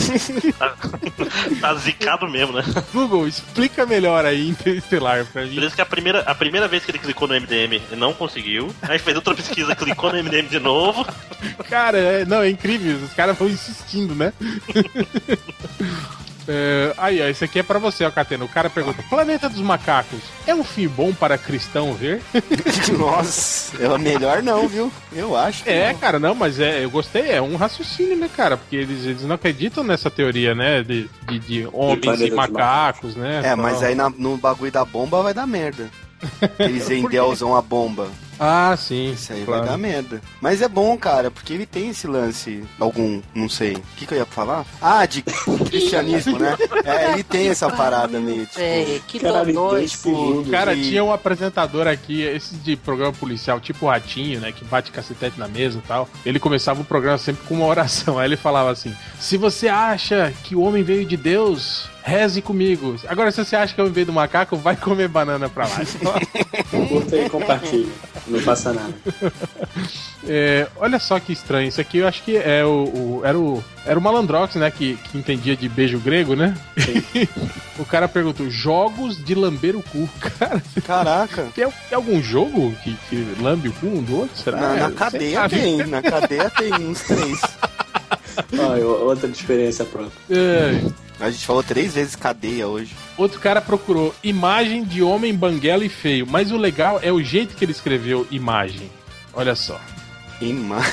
tá zicado mesmo, né? Google, explica melhor aí Interestelar pra gente. Por isso que a primeira vez que ele clicou no MDM, ele não conseguiu. Aí fez outra pesquisa, clicou no MDM de novo. Cara, é incrível. Os caras vão insistindo, né? Aí, ó, esse aqui é pra você, ó, Catena. O cara pergunta: Planeta dos Macacos é um filme bom para cristão ver? Nossa, melhor não, viu? Eu acho que não. Cara, não, mas eu gostei. É um raciocínio, né, cara? Porque eles não acreditam nessa teoria, né? De homens e macacos, né? Mas aí no bagulho da bomba vai dar merda. Eles endeusam a bomba. Ah, sim. Isso aí vai dar merda. Mas é bom, cara, porque ele tem esse lance, não sei. O que eu ia falar? Ah, de cristianismo, né? Ele tem essa parada meio, tipo... que dodói, tipo... Cara, tinha um apresentador aqui, esse de programa policial, tipo o Ratinho, né, que bate cacetete na mesa e tal. Ele começava o programa sempre com uma oração. Aí ele falava assim: se você acha que o homem veio de Deus, reze comigo. Agora, se você acha que o homem veio do macaco, vai comer banana pra lá. Curta e compartilha. Não passa nada. Olha só que estranho. Isso aqui eu acho que era o Malandrox, né? Que entendia de beijo grego, né? O cara perguntou: jogos de lamber o cu. Caraca. Tem algum jogo que lambe o cu um do outro? Será? Na cadeia tem. Na cadeia tem uns 3. Outra de experiência própria. A gente falou 3 vezes cadeia hoje. Outro cara procurou imagem de homem banguela e feio. Mas o legal é o jeito que ele escreveu imagem. Olha só. Imagem.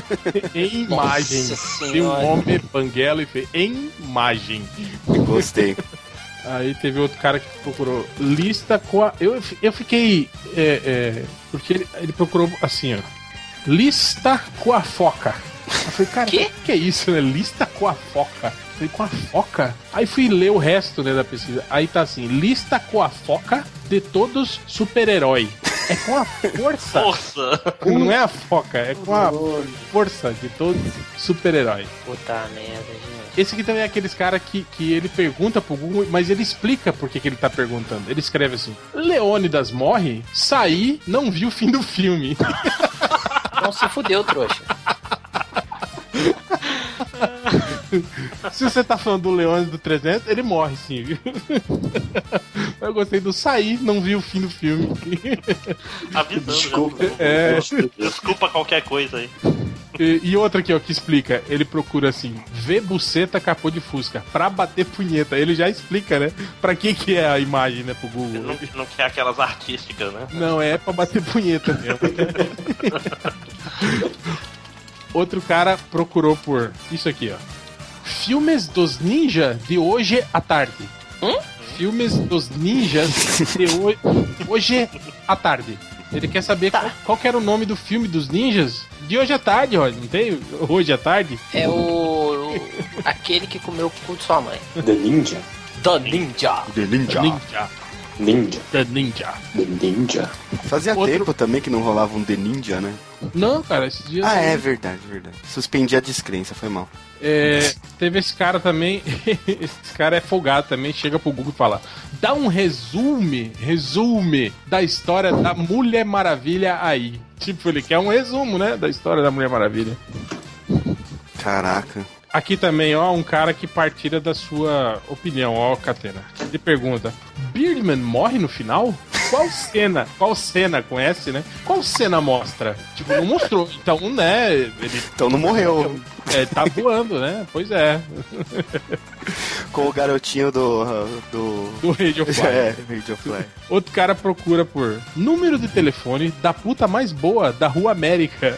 De um homem banguela e feio. Imagem. Gostei. Aí teve outro cara que procurou lista com a... Eu fiquei... porque ele procurou assim, ó. Lista com a foca. Eu falei, cara, o que é isso, né? Lista com a foca. Eu falei, com a foca? Aí fui ler o resto, né, da pesquisa. Aí tá assim: lista com a foca de todos super-herói. É com a força. Não é a foca, é com a força de todo super-herói. Puta merda, gente. Esse aqui também é aqueles caras que ele pergunta pro Google, mas ele explica por que ele tá perguntando. Ele escreve assim: Leônidas morre, saí, não vi o fim do filme. Não se fudeu, trouxa. Se você tá falando do Leônidas do 300, ele morre sim, viu? Eu gostei do sair, não vi o fim do filme. Avisando. Desculpa. Desculpa qualquer coisa aí. E outra aqui, ó, que explica. Ele procura assim: vê buceta capô de Fusca pra bater punheta. Ele já explica, né? Pra que é a imagem, né, pro Google. Ele não quer aquelas artísticas, né? Não, é pra bater punheta mesmo. Outro cara procurou por isso aqui, ó: filmes dos ninjas de hoje à tarde. Filmes dos ninjas de hoje à tarde. Ele quer saber qual que era o nome do filme dos ninjas de hoje à tarde, olha. Não tem hoje à tarde? É aquele que comeu o cu de sua mãe. The Ninja. The Ninja. The Ninja. Ninja. The Ninja. The Ninja. Fazia tempo também que não rolava um The Ninja, né? Não, cara, esses dias... Ah, é verdade. Suspendi a descrença, foi mal. Teve esse cara também. Esse cara é folgado também. Chega pro Google e fala: dá um resume da história da Mulher Maravilha aí. Tipo, ele quer um resumo, né, da história da Mulher Maravilha. Caraca. Aqui também, ó, um cara que partilha da sua opinião, ó, Catena. Ele pergunta: Birdman morre no final? Qual cena? Qual cena? Conhece, né? Qual cena mostra? Tipo, não mostrou. Então, né? Então não morreu. Tá voando, né? Pois é. Com o garotinho do Radio Fly. Radio Fly. Outro cara procura por número de telefone da puta mais boa da Rua América.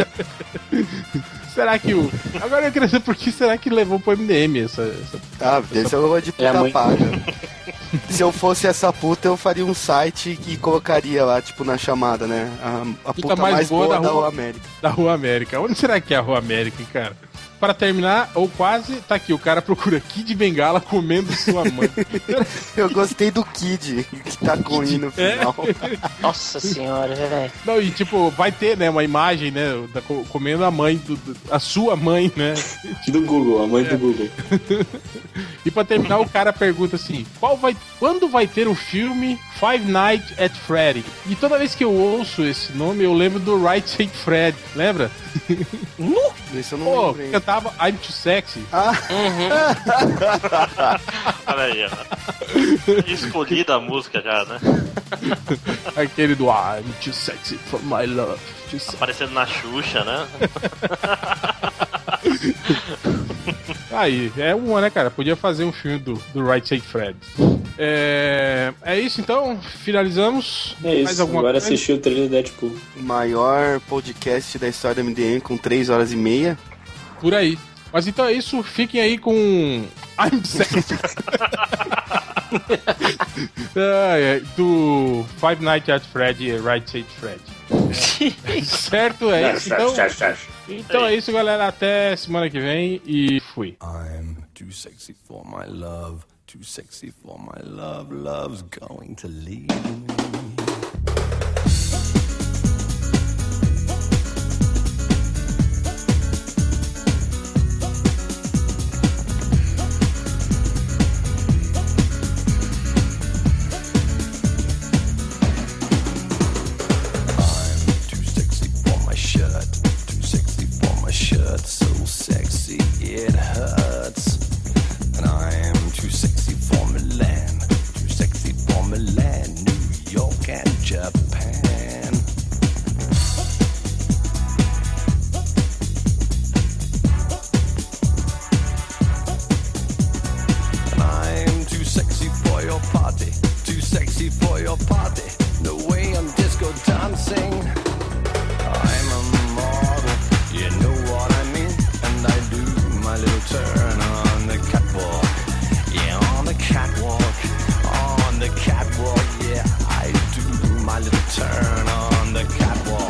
Será que Agora eu queria saber por que será que levou pro MDM essa... Ah, esse é o de puta paga. Se eu fosse essa puta, eu faria um site que colocaria lá, tipo, na chamada, né? A puta mais boa da Rua América. Da Rua América. Onde será que é a Rua América, cara? Para terminar, ou quase, tá aqui, o cara procura Kid Bengala comendo sua mãe. Eu gostei do Kid, que tá com I no final. Nossa senhora, velho. Não, e tipo, vai ter, né, uma imagem, né, comendo a mãe, a sua mãe, né? Do Google, a mãe do Google. E pra terminar, o cara pergunta assim: quando vai ter o filme Five Nights at Freddy? E toda vez que eu ouço esse nome, eu lembro do Right Said Fred, lembra? Isso eu não lembro. Cantava I'm Too Sexy. Olha aí, ó. Escolhida a música já, né? Aquele do I'm Too Sexy for My Love. Aparecendo na Xuxa, né? Aí, é uma, né, cara? Podia fazer um filme do Right Said Fred. É isso então, finalizamos. É isso, agora assistiu o trailer do Deadpool. O maior podcast da história do MDM com 3 horas e meia. Por aí. Mas então é isso, fiquem aí com I'm Sexy. Do Five Nights at Freddy e Right Said Fred. Certo? É isso. Então é isso, galera. Até semana que vem e fui. I'm too sexy for my love. Too sexy for my love. Love's going to leave me. So sexy it hurts, and I am too sexy for Milan, too sexy for Milan, New York and Japan. And I am too sexy for your party, too sexy for your party. No way I'm disco dancing. I'm a model, you know what I mean. And I do my little turn on the catwalk. Yeah, on the catwalk. On the catwalk, yeah, I do my little turn on the catwalk.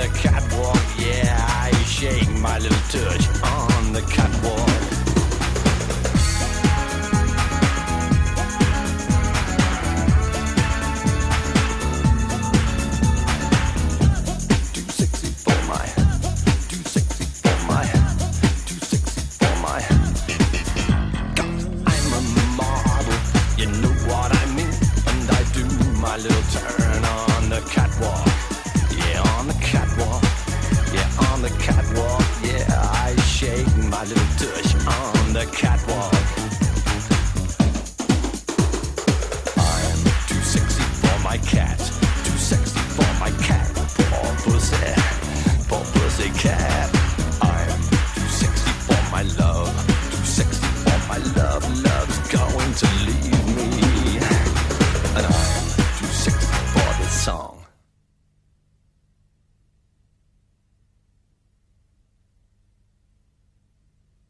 the catwalk. Yeah, I shake my little tush on the catwalk. My little turn on the catwalk. Yeah, on the catwalk. Yeah, on the catwalk. Yeah, I shake my little tush on the catwalk. I'm too sexy for my cat. Too sexy for my cat. Poor pussy cat. I'm too sexy for my love. Too sexy for my love. Love's going to leave.